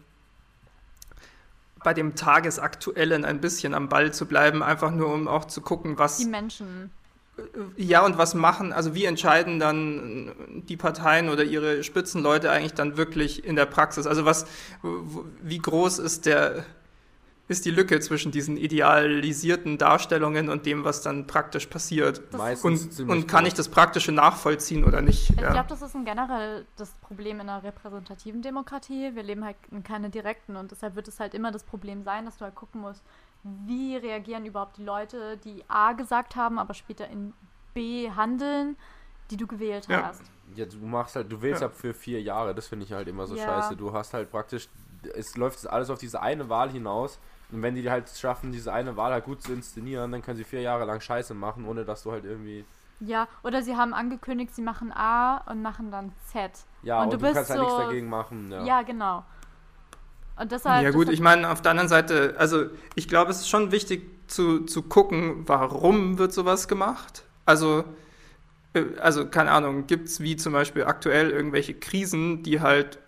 bei dem Tagesaktuellen ein bisschen am Ball zu bleiben, einfach nur um auch zu gucken, was die Menschen. ja und was machen, also wie entscheiden dann die Parteien oder ihre Spitzenleute eigentlich dann wirklich in der Praxis? Also was, w- wie groß ist der ist die Lücke zwischen diesen idealisierten Darstellungen und dem, was dann praktisch passiert? Das- Meistens Und, ziemlich und kann groß. ich das Praktische nachvollziehen oder nicht? Ich Ja. glaube, das ist ein generell das Problem in einer repräsentativen Demokratie. Wir leben halt in keine direkten, und deshalb wird es halt immer das Problem sein, dass du halt gucken musst, wie reagieren überhaupt die Leute, die A gesagt haben, aber später in B handeln, die du gewählt Ja. hast. Ja, du machst halt, du wählst Ja. ja für vier Jahre, das finde ich halt immer so Ja. scheiße. Du hast halt praktisch, es läuft alles auf diese eine Wahl hinaus, und wenn die halt schaffen, diese eine Wahl halt gut zu inszenieren, dann können sie vier Jahre lang Scheiße machen, ohne dass du halt irgendwie... Ja, oder sie haben angekündigt, sie machen A und machen dann Z. Ja, Und und, du du, bist kannst halt so- nichts dagegen machen. Ja, Ja, genau. Und deshalb... Ja gut, deshalb, ich meine, auf der anderen Seite, also ich glaube, es ist schon wichtig zu, zu gucken, warum wird sowas gemacht. Also, äh, also keine Ahnung, gibt es wie zum Beispiel aktuell irgendwelche Krisen, die halt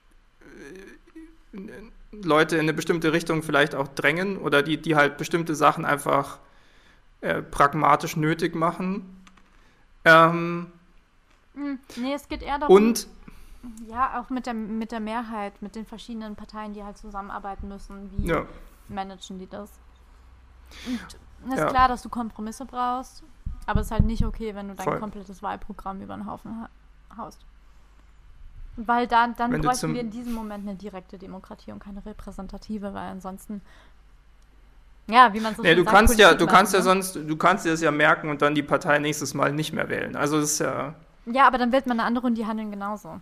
äh, Leute in eine bestimmte Richtung vielleicht auch drängen oder die, die halt bestimmte Sachen einfach äh, pragmatisch nötig machen. Ähm, Hm, nee, es geht eher darum... und Ja, auch mit der, mit der Mehrheit, mit den verschiedenen Parteien, die halt zusammenarbeiten müssen. Wie ja, managen die das? Und es ist Ja. klar, dass du Kompromisse brauchst, aber es ist halt nicht okay, wenn du dein Voll. komplettes Wahlprogramm über den Haufen ha haust. Weil dann, dann Wenn du bräuchten zum- wir in diesem Moment eine direkte Demokratie und keine repräsentative, weil ansonsten, ja, wie man so nee, schön du sagt, kannst ja, Politik du kannst ja machen, ne? sonst, du kannst dir das ja merken und dann die Partei nächstes Mal nicht mehr wählen. Also das ist ja Ja, aber dann wählt man eine andere und die handeln genauso.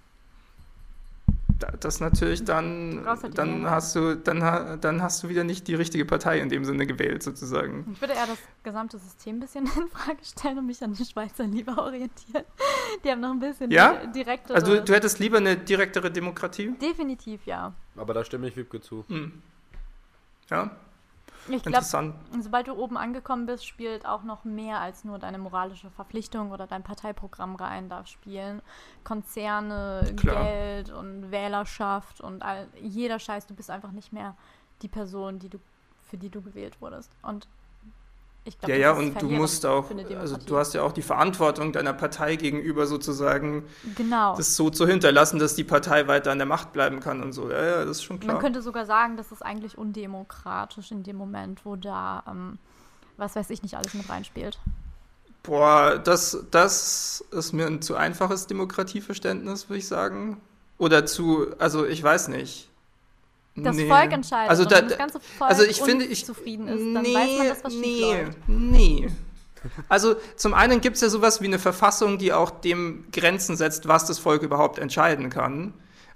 Da- das natürlich dann, Du brauchst halt die dann Mehrheit. hast du, dann, ha- dann hast du wieder nicht die richtige Partei in dem Sinne gewählt, sozusagen. Ich würde eher das gesamte System ein bisschen in Frage stellen und mich an die Schweizer lieber orientieren. Die haben noch ein bisschen Ja? di- direktere... Also du, du hättest lieber eine direktere Demokratie? Definitiv, ja. aber da stimme ich Wiebke zu. Hm. Ja, Ich glaube, interessant. sobald du oben angekommen bist, spielt auch noch mehr als nur deine moralische Verpflichtung oder dein Parteiprogramm rein. Da spielen Konzerne, Klar. Geld und Wählerschaft und all, jeder Scheiß. Du bist einfach nicht mehr die Person, die du, für die du gewählt wurdest. Und ich glaube, Ja, das ja, ist und du verheerend musst auch, für eine also Demokratie. du hast ja auch die Verantwortung deiner Partei gegenüber sozusagen, Genau. das so zu hinterlassen, dass die Partei weiter an der Macht bleiben kann und so. Ja, ja, das ist schon klar. Man könnte sogar sagen, das ist eigentlich undemokratisch in dem Moment, wo da, ähm, was weiß ich, nicht alles mit reinspielt. Boah, das, das ist mir ein zu einfaches Demokratieverständnis, würde ich sagen. Oder zu, also ich weiß nicht. Das Nee. Volk entscheidet. Also und da, wenn das ganze Volk also ich finde, ich unzufrieden ist, dann weiß man, dass was nee, schiefläuft. nee. Also zum einen gibt es ja sowas wie eine Verfassung, die auch dem Grenzen setzt, was das Volk überhaupt entscheiden kann.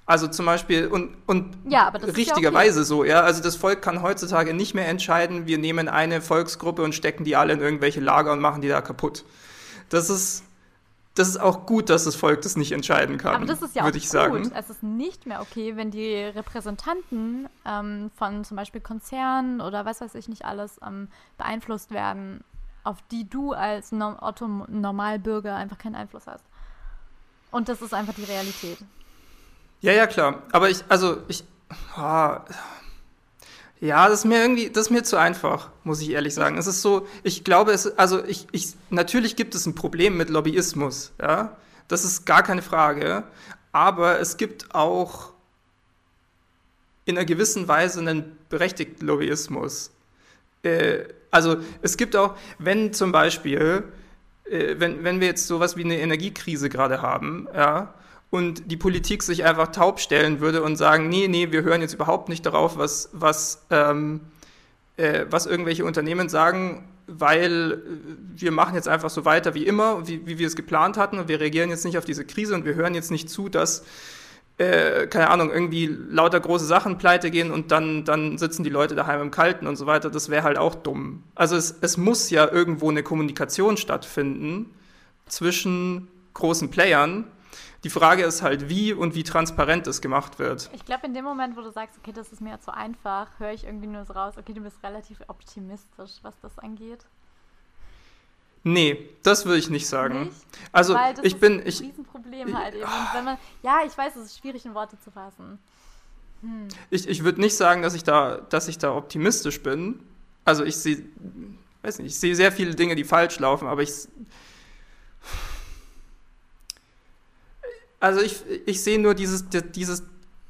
Also zum Beispiel, und, und Ja, aber das ist ja richtigerweise so, ja. Also das Volk kann heutzutage nicht mehr entscheiden, wir nehmen eine Volksgruppe und stecken die alle in irgendwelche Lager und machen die da kaputt. Das ist, das ist auch gut, dass das Volk das nicht entscheiden kann, Aber das ist ja auch würde ich gut. sagen. Es ist nicht mehr okay, wenn die Repräsentanten ähm, von zum Beispiel Konzernen oder was weiß ich nicht alles ähm, beeinflusst werden, auf die du als no- Otto Normalbürger einfach keinen Einfluss hast. Und das ist einfach die Realität. Ja, ja, klar. Aber ich, also ich, ah, ja, das ist mir irgendwie, das ist mir zu einfach, muss ich ehrlich sagen. Es ist so, ich glaube, es, also ich, ich, natürlich gibt es ein Problem mit Lobbyismus, ja. Das ist gar keine Frage. Aber es gibt auch in einer gewissen Weise einen berechtigten Lobbyismus. Äh, also es gibt auch, wenn zum Beispiel, äh, wenn, wenn wir jetzt sowas wie eine Energiekrise gerade haben, ja, und die Politik sich einfach taub stellen würde und sagen, nee, nee, wir hören jetzt überhaupt nicht darauf, was, was, ähm, äh, was irgendwelche Unternehmen sagen, weil äh, wir machen jetzt einfach so weiter wie immer, wie, wie wir es geplant hatten und wir reagieren jetzt nicht auf diese Krise und wir hören jetzt nicht zu, dass, äh, keine Ahnung, irgendwie lauter große Sachen pleite gehen und dann, dann sitzen die Leute daheim im Kalten und so weiter. Das wäre halt auch dumm. Also es, es muss ja irgendwo eine Kommunikation stattfinden zwischen großen Playern. Die Frage ist halt, wie und wie transparent es gemacht wird. Ich glaube, in dem Moment, wo du sagst, okay, das ist mir ja zu einfach, höre ich irgendwie nur so raus, okay, du bist relativ optimistisch, was das angeht. Nee, das würde ich nicht sagen. Nicht? Also Weil das ich ist bin, ein ich, Riesenproblem halt eben. Und wenn man, ja, ich weiß, es ist schwierig in Worte zu fassen. Hm. ich, ich würde nicht sagen, dass ich da, dass ich da optimistisch bin. Also ich sehe, weiß nicht, ich sehe sehr viele Dinge, die falsch laufen, aber ich, also ich, ich sehe nur dieses, dieses,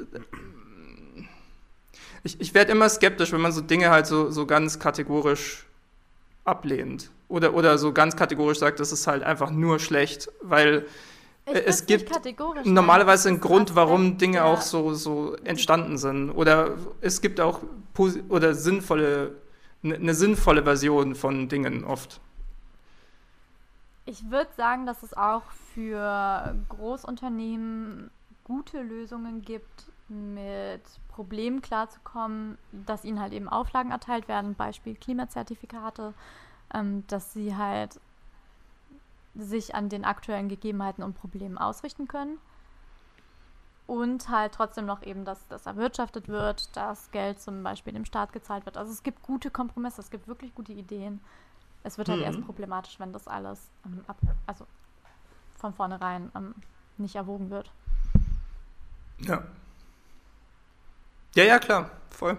ich, ich werde immer skeptisch, wenn man so Dinge halt so, so ganz kategorisch ablehnt. Oder, oder so ganz kategorisch sagt, das ist halt einfach nur schlecht, weil Ich äh, es würd's nicht gibt kategorisch normalerweise sagen, einen das ist Grund, ein warum Aspekt, Dinge der- auch so, so entstanden sind. Oder es gibt auch posi- oder sinnvolle, eine sinnvolle Version von Dingen oft. Ich würde sagen, dass es auch für Großunternehmen gute Lösungen gibt, mit Problemen klarzukommen, dass ihnen halt eben Auflagen erteilt werden, Beispiel Klimazertifikate, ähm, dass sie halt sich an den aktuellen Gegebenheiten und Problemen ausrichten können und halt trotzdem noch eben, dass das erwirtschaftet wird, dass Geld zum Beispiel dem Staat gezahlt wird. Also es gibt gute Kompromisse, es gibt wirklich gute Ideen. Es wird halt Mhm. erst problematisch, wenn das alles ähm, ab, also von vornherein ähm, nicht erwogen wird. Ja. Ja, ja, klar, voll.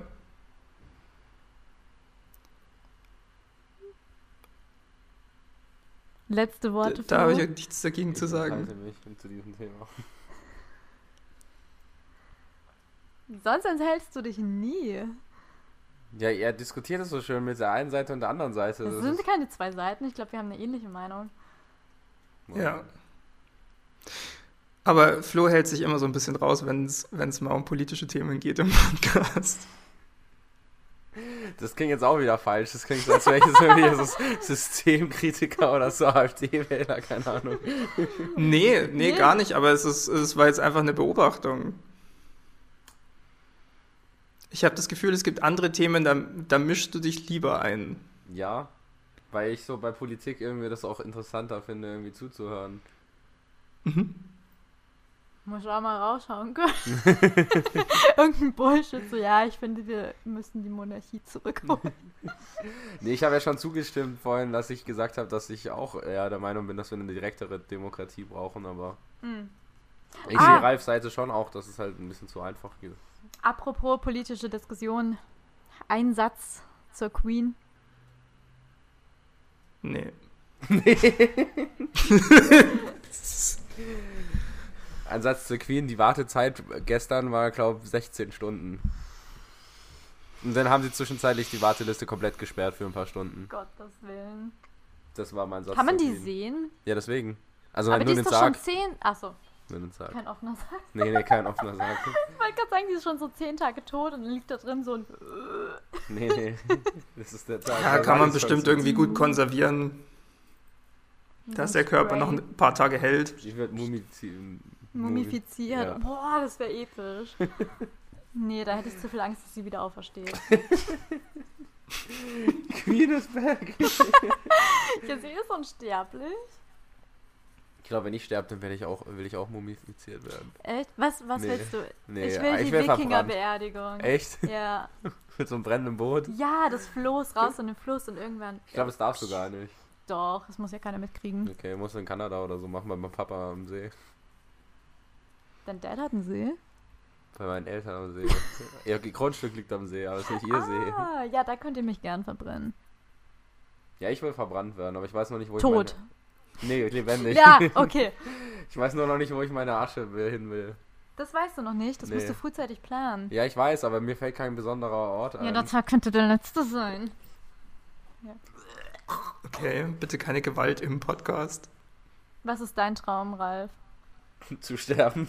Letzte Worte. Da habe Flo? ich nichts dagegen zu Ich sagen. enthalte mich zu diesem Thema. Sonst enthältst du dich nie. Ja, er diskutiert es so schön mit der einen Seite und der anderen Seite. Es Das sind ist- keine zwei Seiten. Ich glaube, wir haben eine ähnliche Meinung. Ja. Aber Flo hält sich immer so ein bisschen raus, wenn es mal um politische Themen geht im Podcast. Das klingt jetzt auch wieder falsch. Das klingt so, als wäre ich so irgendwie so Systemkritiker oder so AfD-Wähler, keine Ahnung. Nee, nee, Nee. gar nicht, aber es, ist, es war jetzt einfach eine Beobachtung. Ich habe das Gefühl, es gibt andere Themen, da, da mischst du dich lieber ein. Ja, weil ich so bei Politik irgendwie das auch interessanter finde, irgendwie zuzuhören. Muss auch mal rausschauen können. Irgendein Bullshit. So, ja, ich finde, wir müssen die Monarchie zurückholen. Nee, ich habe ja schon zugestimmt vorhin, dass ich gesagt habe, dass ich auch eher der Meinung bin, dass wir eine direktere Demokratie brauchen, aber Mhm. ich Ah. sehe Ralfs Seite schon auch, dass es halt ein bisschen zu einfach geht. Apropos politische Diskussion. Ein Satz zur Queen. Nee. Ein Satz zur Queen, die Wartezeit gestern war, glaube ich, sechzehn Stunden. Und dann haben sie zwischenzeitlich die Warteliste komplett gesperrt für ein paar Stunden. Gottes Willen. Das war mein Satz Kann man zur die Queen. sehen? Ja, deswegen. Also Aber nur die den ist doch schon Sarg. zehn. Achso, Nur den Sarg. kein offener Sarg. Nee, nee, kein offener Sarg. Ich wollte gerade sagen, die ist schon so zehn Tage tot und dann liegt da drin so ein. Nee, nee. Das ist der Tag. Ja, der kann man Sarg ist bestimmt schon- irgendwie gut konservieren, dass der Körper noch ein paar Tage hält. Ich werde mumifizieren. Mumifiziert. Ja. Boah, das wäre episch. Nee, da hätte ich zu viel Angst, dass sie wieder aufersteht. Queen is back. Ja, sie ist unsterblich. Ich glaube, wenn ich sterbe, dann werde ich auch, will ich auch mumifiziert werden. Echt? Was, was Nee. willst du? Nee, ich will ich die will verbrannt. Wikinger-Beerdigung. Echt? Ja. Mit so einem brennenden Boot? Ja, das Floß raus in den Fluss und irgendwann... Ich glaube, das darfst du gar nicht. Doch, das muss ja keiner mitkriegen. Okay, musst du in Kanada oder so machen, bei meinem Papa am See. Dein Dad hat einen See? Bei meinen Eltern am See. Ihr Grundstück liegt am See, aber es ist nicht ihr See. Ah, ja, da könnt ihr mich gern verbrennen. Ja, ich will verbrannt werden, aber ich weiß noch nicht, wo Tot. ich meine... Nee, lebendig. Ja, okay. Ich weiß nur noch nicht, wo ich meine Asche will, hin will. Das weißt du noch nicht, das Nee. musst du frühzeitig planen. Ja, ich weiß, aber mir fällt kein besonderer Ort ein. Ja, der Tag könnte der letzte sein. Okay, bitte keine Gewalt im Podcast. Was ist dein Traum, Ralf? Zu sterben.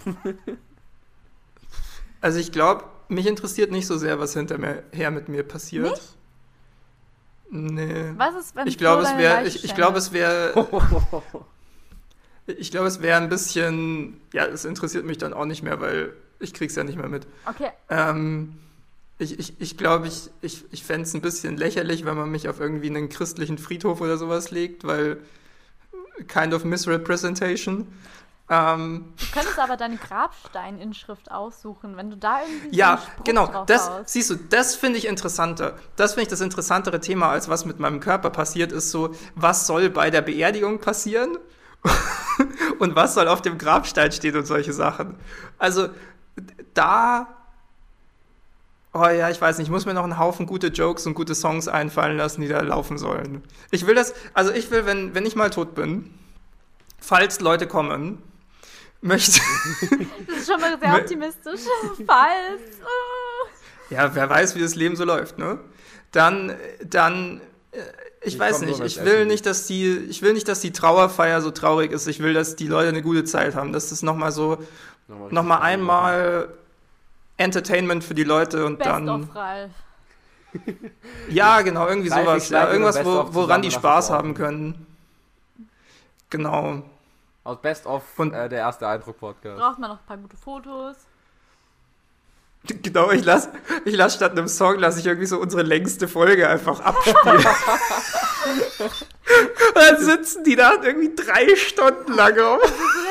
Also ich glaube, mich interessiert nicht so sehr, was hinterher mit mir passiert. Nicht? Nee. Was ist, wenn Ich glaube, Flo es deine wäre, Leiche ich, ich schändet? glaube, es wäre, ich glaube, es wäre ein bisschen, ja, es interessiert mich dann auch nicht mehr, weil ich krieg's ja nicht mehr mit. Okay, Ähm, ich ich, ich glaube, ich, ich, ich fände es ein bisschen lächerlich, wenn man mich auf irgendwie einen christlichen Friedhof oder sowas legt, weil kind of misrepresentation. Ähm, du könntest aber deine Grabsteininschrift aussuchen, wenn du da irgendwie so ja, einen Spruch genau, drauf das, haust. siehst du, das finde ich interessanter. Das finde ich das interessantere Thema, als was mit meinem Körper passiert, ist so, was soll bei der Beerdigung passieren und was soll auf dem Grabstein stehen und solche Sachen. Also, da, oh ja, ich weiß nicht, ich muss mir noch einen Haufen gute Jokes und gute Songs einfallen lassen, die da laufen sollen. Ich will das, also ich will, wenn, wenn ich mal tot bin, falls Leute kommen, möchte... Das ist schon mal sehr optimistisch. Falls. äh. Ja, wer weiß, wie das Leben so läuft, ne? Dann, dann, äh, ich, Ich weiß komm nicht, nur ich mit will Essen. nicht, dass die, ich will nicht, dass die Trauerfeier so traurig ist. Ich will, dass die Leute eine gute Zeit haben. Dass das nochmal so, nochmal einmal Entertainment für die Leute und Best dann, of Ralf. ja, genau, irgendwie Ralf, sowas, ich schneide ja, irgendwas, Best wo, of woran die zusammen, Spaß lass es haben laufen. können. Genau. Aus Best of Und- äh, der erste Eindruck-Podcast. Braucht man noch ein paar gute Fotos. Genau, ich lass, ich lass statt einem Song, lasse ich irgendwie so unsere längste Folge einfach abspielen. Und dann sitzen die da irgendwie drei Stunden lang rum.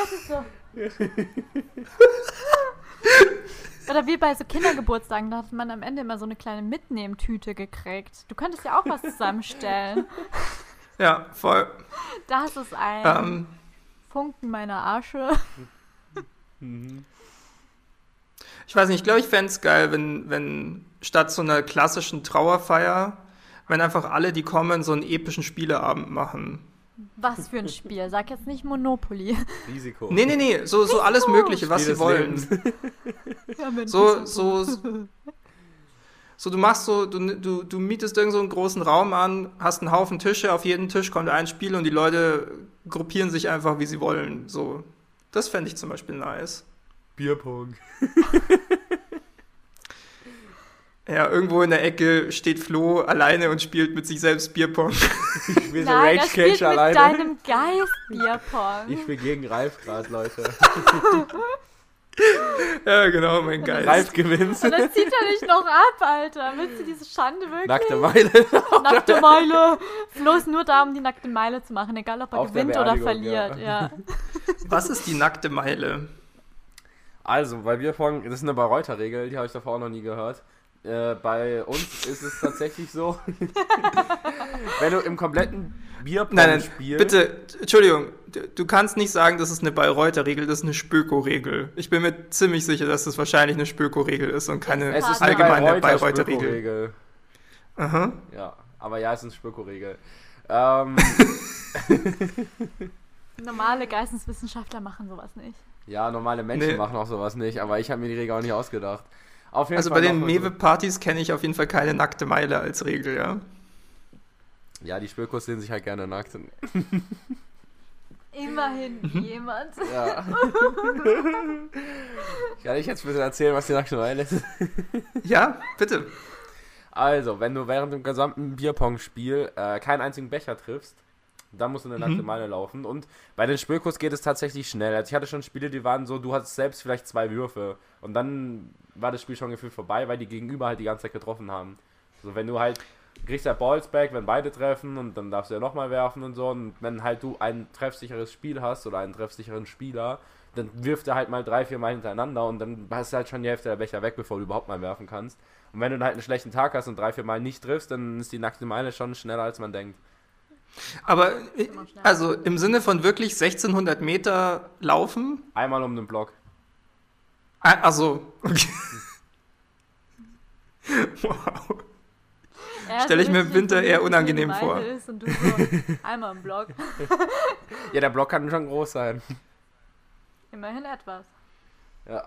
Oder wie bei so Kindergeburtstagen, da hat man am Ende immer so eine kleine Mitnehmtüte gekriegt. Du könntest ja auch was zusammenstellen. Ja, voll. Das ist ein Ähm, Funken meiner Asche. ich weiß nicht, ich glaube, ich fände es geil, wenn, wenn statt so einer klassischen Trauerfeier, wenn einfach alle, die kommen, so einen epischen Spieleabend machen. Was für ein Spiel. Sag jetzt nicht Monopoly. Risiko. Nee, nee, nee, so, so alles Mögliche, was Spiel sie des wollen. Lebens. Ja, Mensch, So, so, so, du machst so, du, du, du mietest irgend so einen großen Raum an, hast einen Haufen Tische, auf jeden Tisch kommt ein Spiel und die Leute gruppieren sich einfach, wie sie wollen. So, das fände ich zum Beispiel nice. Bierpong. Ja, irgendwo in der Ecke steht Flo alleine und spielt mit sich selbst Bierpong. Ich spiele so Nein, er Rage spielt Cage mit alleine. deinem Geist Bierpong. Ich spiele gegen Ralf gerade, Leute. Ja, genau, mein Geist. Ralf gewinnt. Und dann zieht er dich noch ab, Alter. Willst du diese Schande wirklich? Nackte Meile. Nackte Meile. Flo ist nur da, um die nackte Meile zu machen, egal ob er Auf der gewinnt oder Beerdigung, verliert. Ja. Was ist die nackte Meile? Also, bei Bierpong, das ist eine Bayreuther-Regel, die habe ich davor auch noch nie gehört. Äh, bei uns ist es tatsächlich so, wenn du im kompletten Nein, nein, Bierpong-Spiel... bitte, Entschuldigung, du, du kannst nicht sagen, das ist eine Bayreuther-Regel, das ist eine Spöko-Regel. Ich bin mir ziemlich sicher, dass das wahrscheinlich eine Spöko-Regel ist und keine Es ist eine allgemeine Bayreuther Bayreuther-Regel. Spöko-Regel. Aha. Ja, aber ja, es ist eine Spöko-Regel. Ähm, Normale Geisteswissenschaftler machen sowas nicht. ja, normale Menschen Nee. machen auch sowas nicht, aber ich habe mir die Regel auch nicht ausgedacht. Auf jeden Also Fall bei den noch- Mewe-Partys kenne ich auf jeden Fall keine nackte Meile als Regel, ja. Ja, die Spökos sehen sich halt gerne nackt. Immerhin Mhm. jemand. Ja. Kann ich jetzt bitte erzählen, was die nackte Meile ist? Ja, bitte. Also, wenn du während dem gesamten Bierpong-Spiel äh, keinen einzigen Becher triffst, Dann musst du eine nackte Meile laufen. Und bei den Spökos geht es tatsächlich schnell. Also ich hatte schon Spiele, die waren so, du hattest selbst vielleicht zwei Würfe. Und dann war das Spiel schon gefühlt vorbei, weil die Gegenüber halt die ganze Zeit getroffen haben. Also wenn du halt, du kriegst ja Ballsback, wenn beide treffen und dann darfst du ja nochmal werfen und so. Und wenn halt du ein treffsicheres Spiel hast oder einen treffsicheren Spieler, dann wirft er halt mal drei, vier Mal hintereinander und dann hast du halt schon die Hälfte der Becher weg, bevor du überhaupt mal werfen kannst. Und wenn du dann halt einen schlechten Tag hast und drei, vier Mal nicht triffst, dann ist die nackte Meile schon schneller, als man denkt. Aber, also im Sinne von wirklich sechzehnhundert Meter laufen? Einmal um den Block. Ah, also, okay. Wow. Er Stell ich so mir im richtig Winter so eher eine unangenehm Meile vor. Ist und du so einmal im Block. Ja, der Block kann schon groß sein. Immerhin etwas. Ja.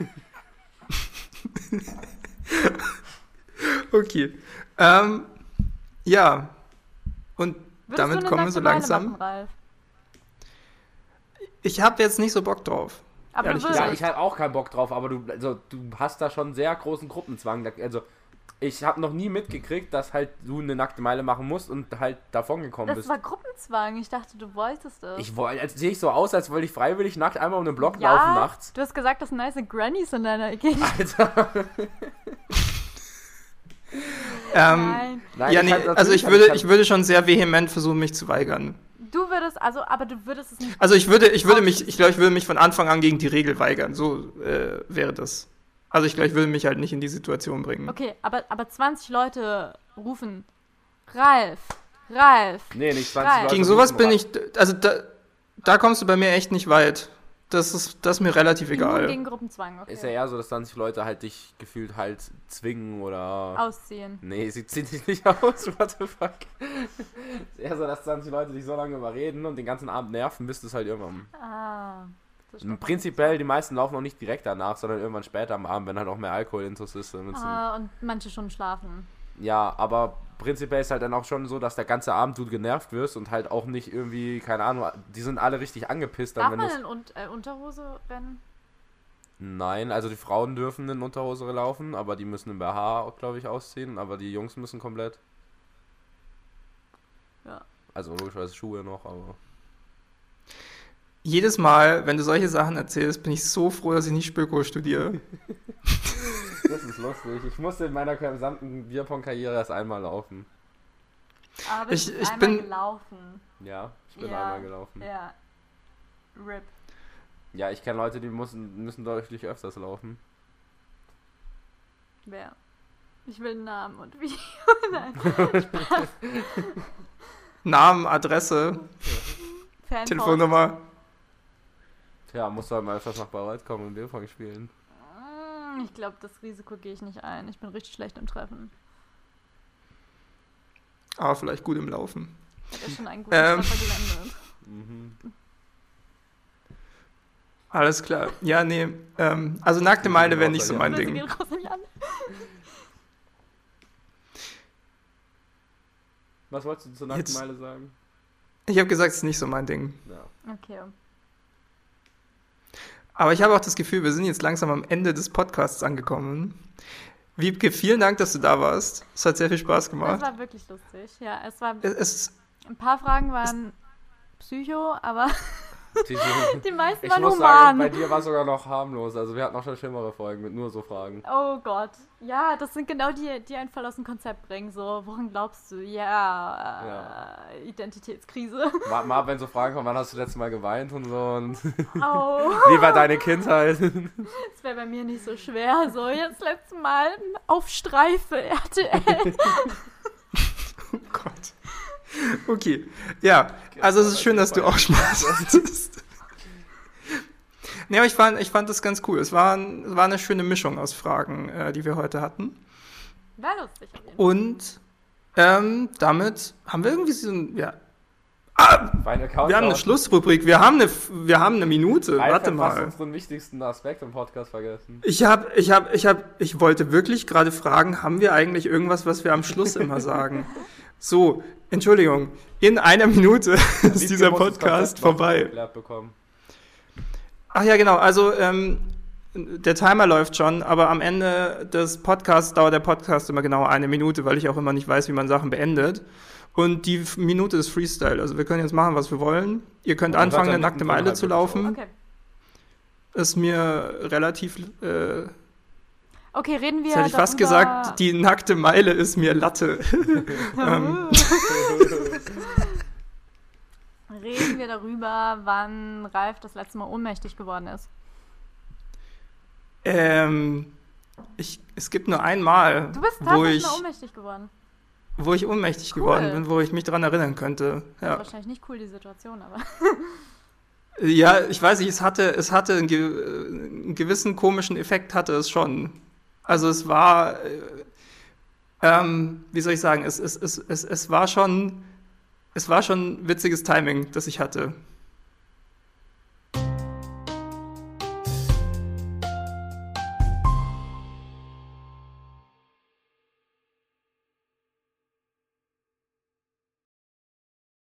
Okay. Ähm, ja. Und Würdest damit du eine kommen wir so nackte Meile langsam. machen, Ralf? Ich habe jetzt nicht so Bock drauf. Aber Ehrlich du gesagt. Ja, würdest. ich habe auch keinen Bock drauf, aber du, also, du hast da schon sehr großen Gruppenzwang. Also, ich habe noch nie mitgekriegt, dass halt du eine nackte Meile machen musst und halt davon gekommen Das bist. war Gruppenzwang. Ich dachte, du wolltest es. Ich wollte, als sehe ich so aus, als wollte ich freiwillig nackt einmal um den Block ja, laufen nachts. du hast gesagt, das sind nice Grannies in deiner Gegend. Alter. Ähm, Nein. Nein, ja, ich nee, hab- also ich natürlich würde, hab ich würde schon sehr vehement versuchen, mich zu weigern. Du würdest, also, aber du würdest es nicht. Also ich würde, ich würde mich, ich glaube, ich würde mich von Anfang an gegen die Regel weigern. So äh, wäre das. Also ich glaube, ich würde mich halt nicht in die Situation bringen. Okay, aber, aber zwanzig Leute rufen Ralf, Ralf. Nee, nicht zwanzig Ralf. Leute. Gegen sowas rufen bin rein. ich, also da, da kommst du bei mir echt nicht weit. Das ist, das ist mir relativ Nur egal. gegen Gruppenzwang, okay. Ist ja eher so, dass zwanzig Leute halt dich gefühlt halt zwingen oder... Ausziehen. Nee, sie ziehen dich nicht aus, what the fuck. Ist eher so, dass zwanzig Leute dich so lange überreden und den ganzen Abend nerven, bis du es halt irgendwann... Ah. das stimmt. Prinzipiell, die meisten laufen auch nicht direkt danach, sondern irgendwann später am Abend, wenn halt auch mehr Alkohol intus ist. damit sie- Ah, und manche schon schlafen. Ja, aber prinzipiell ist halt dann auch schon so, dass der ganze Abend du genervt wirst und halt auch nicht irgendwie, keine Ahnung, die sind alle richtig angepisst. Dann, Darf wenn man du's- in Un äh, Unterhose rennen? Nein, also die Frauen dürfen in Unterhose laufen, aber die müssen im B H, glaube ich, ausziehen, aber die Jungs müssen komplett. Ja. Also logischerweise Schuhe noch, aber... Jedes Mal, wenn du solche Sachen erzählst, bin ich so froh, dass ich nicht Spöko studiere. Das ist lustig. Ich musste in meiner gesamten Bierpong-Karriere erst einmal laufen. Aber Ich- ich, ich einmal bin- gelaufen. Ja, ich bin Ja. einmal gelaufen. Ja. Rip. Ja, ich kenne Leute, die müssen, müssen deutlich öfters laufen. Wer? Ich will einen Namen und wie. Nein. Namen, Adresse, Fanpost. Telefonnummer. Tja, musst du halt mal öfters nach Bayreuth kommen und Bierpong spielen. Mm, Ich glaube, das Risiko gehe ich nicht ein. Ich bin richtig schlecht im Treffen. Aber vielleicht gut im Laufen. Ich habe schon einen guten Ähm. Treffer gelandet. Mhm. Alles klar. Ja, nee. Ähm, also nackte Meile wäre nicht so mein Grüße Ding. gehen raus an Jan. Was wolltest du zur Jetzt- Nacktmeile sagen? Ich habe gesagt, es ist nicht so mein Ding. Ja. Okay. Aber ich habe auch das Gefühl, wir sind jetzt langsam am Ende des Podcasts angekommen. Wiebke, vielen Dank, dass du da warst. Es hat sehr viel Spaß Das gemacht. war wirklich lustig. Ja, es war. Es, es, Ein paar Fragen waren Psycho, aber Die, die meisten ich waren muss sagen, bei human. dir war es sogar noch harmlos. Also wir hatten auch schon schlimmere Folgen mit nur so Fragen. Oh Gott. Ja, das sind genau die, die einen voll aus dem Konzept bringen. So, woran glaubst du? Ja, äh, Identitätskrise. Mal, mal, wenn so Fragen kommen, wann hast du das letzte Mal geweint und so und Oh, wie war deine Kindheit? das wäre bei mir nicht so schwer. So, jetzt letztes Mal auf Streife R T L. oh Gott. Okay. Ja, also es ist schön, dass du auch Spaß hattest. Nee, aber ich fand, ich fand das ganz cool. Es war, ein, es war eine schöne Mischung aus Fragen, äh, die wir heute hatten. War lustig auf jeden Fall. Und ähm, damit haben wir irgendwie so ein, ja, Meine Countdown. wir haben eine Schlussrubrik. Wir haben eine, wir haben eine Minute. Ralf Warte hat fast mal. unseren wichtigsten Aspekt im Podcast vergessen. Ich habe, ich habe, ich habe, ich wollte wirklich gerade fragen, haben wir eigentlich irgendwas, was wir am Schluss immer sagen? So, Entschuldigung, in einer Minute ist dieser Podcast vorbei. Erklärt bekommen. Ach ja, genau, also ähm, der Timer läuft schon, aber am Ende des Podcasts dauert der Podcast immer genau eine Minute, weil ich auch immer nicht weiß, wie man Sachen beendet. Und die F- Minute ist Freestyle. Also wir können jetzt machen, was wir wollen. Ihr könnt Und ihr anfangen, seid eine dann nackte mittendrin Meile halt zu wirklich laufen. Okay. Ist mir relativ, äh, Okay, reden wir jetzt hätte ich fast darüber- gesagt, die nackte Meile ist mir Latte. ähm, Reden wir darüber, wann Ralf das letzte Mal ohnmächtig geworden ist. ähm, ich, es gibt nur einmal, Du bist wo tatsächlich ich, mal ohnmächtig geworden. wo ich ohnmächtig Cool. geworden bin, wo ich mich dran erinnern könnte. Ja. Ja. Wahrscheinlich nicht cool, die Situation, aber. Ja, ich weiß nicht, es hatte, es hatte einen, ge einen gewissen komischen Effekt, hatte es schon. Also es war, äh, ähm, wie soll ich sagen, es, es, es, es, es war schon, es war schon witziges Timing, das ich hatte.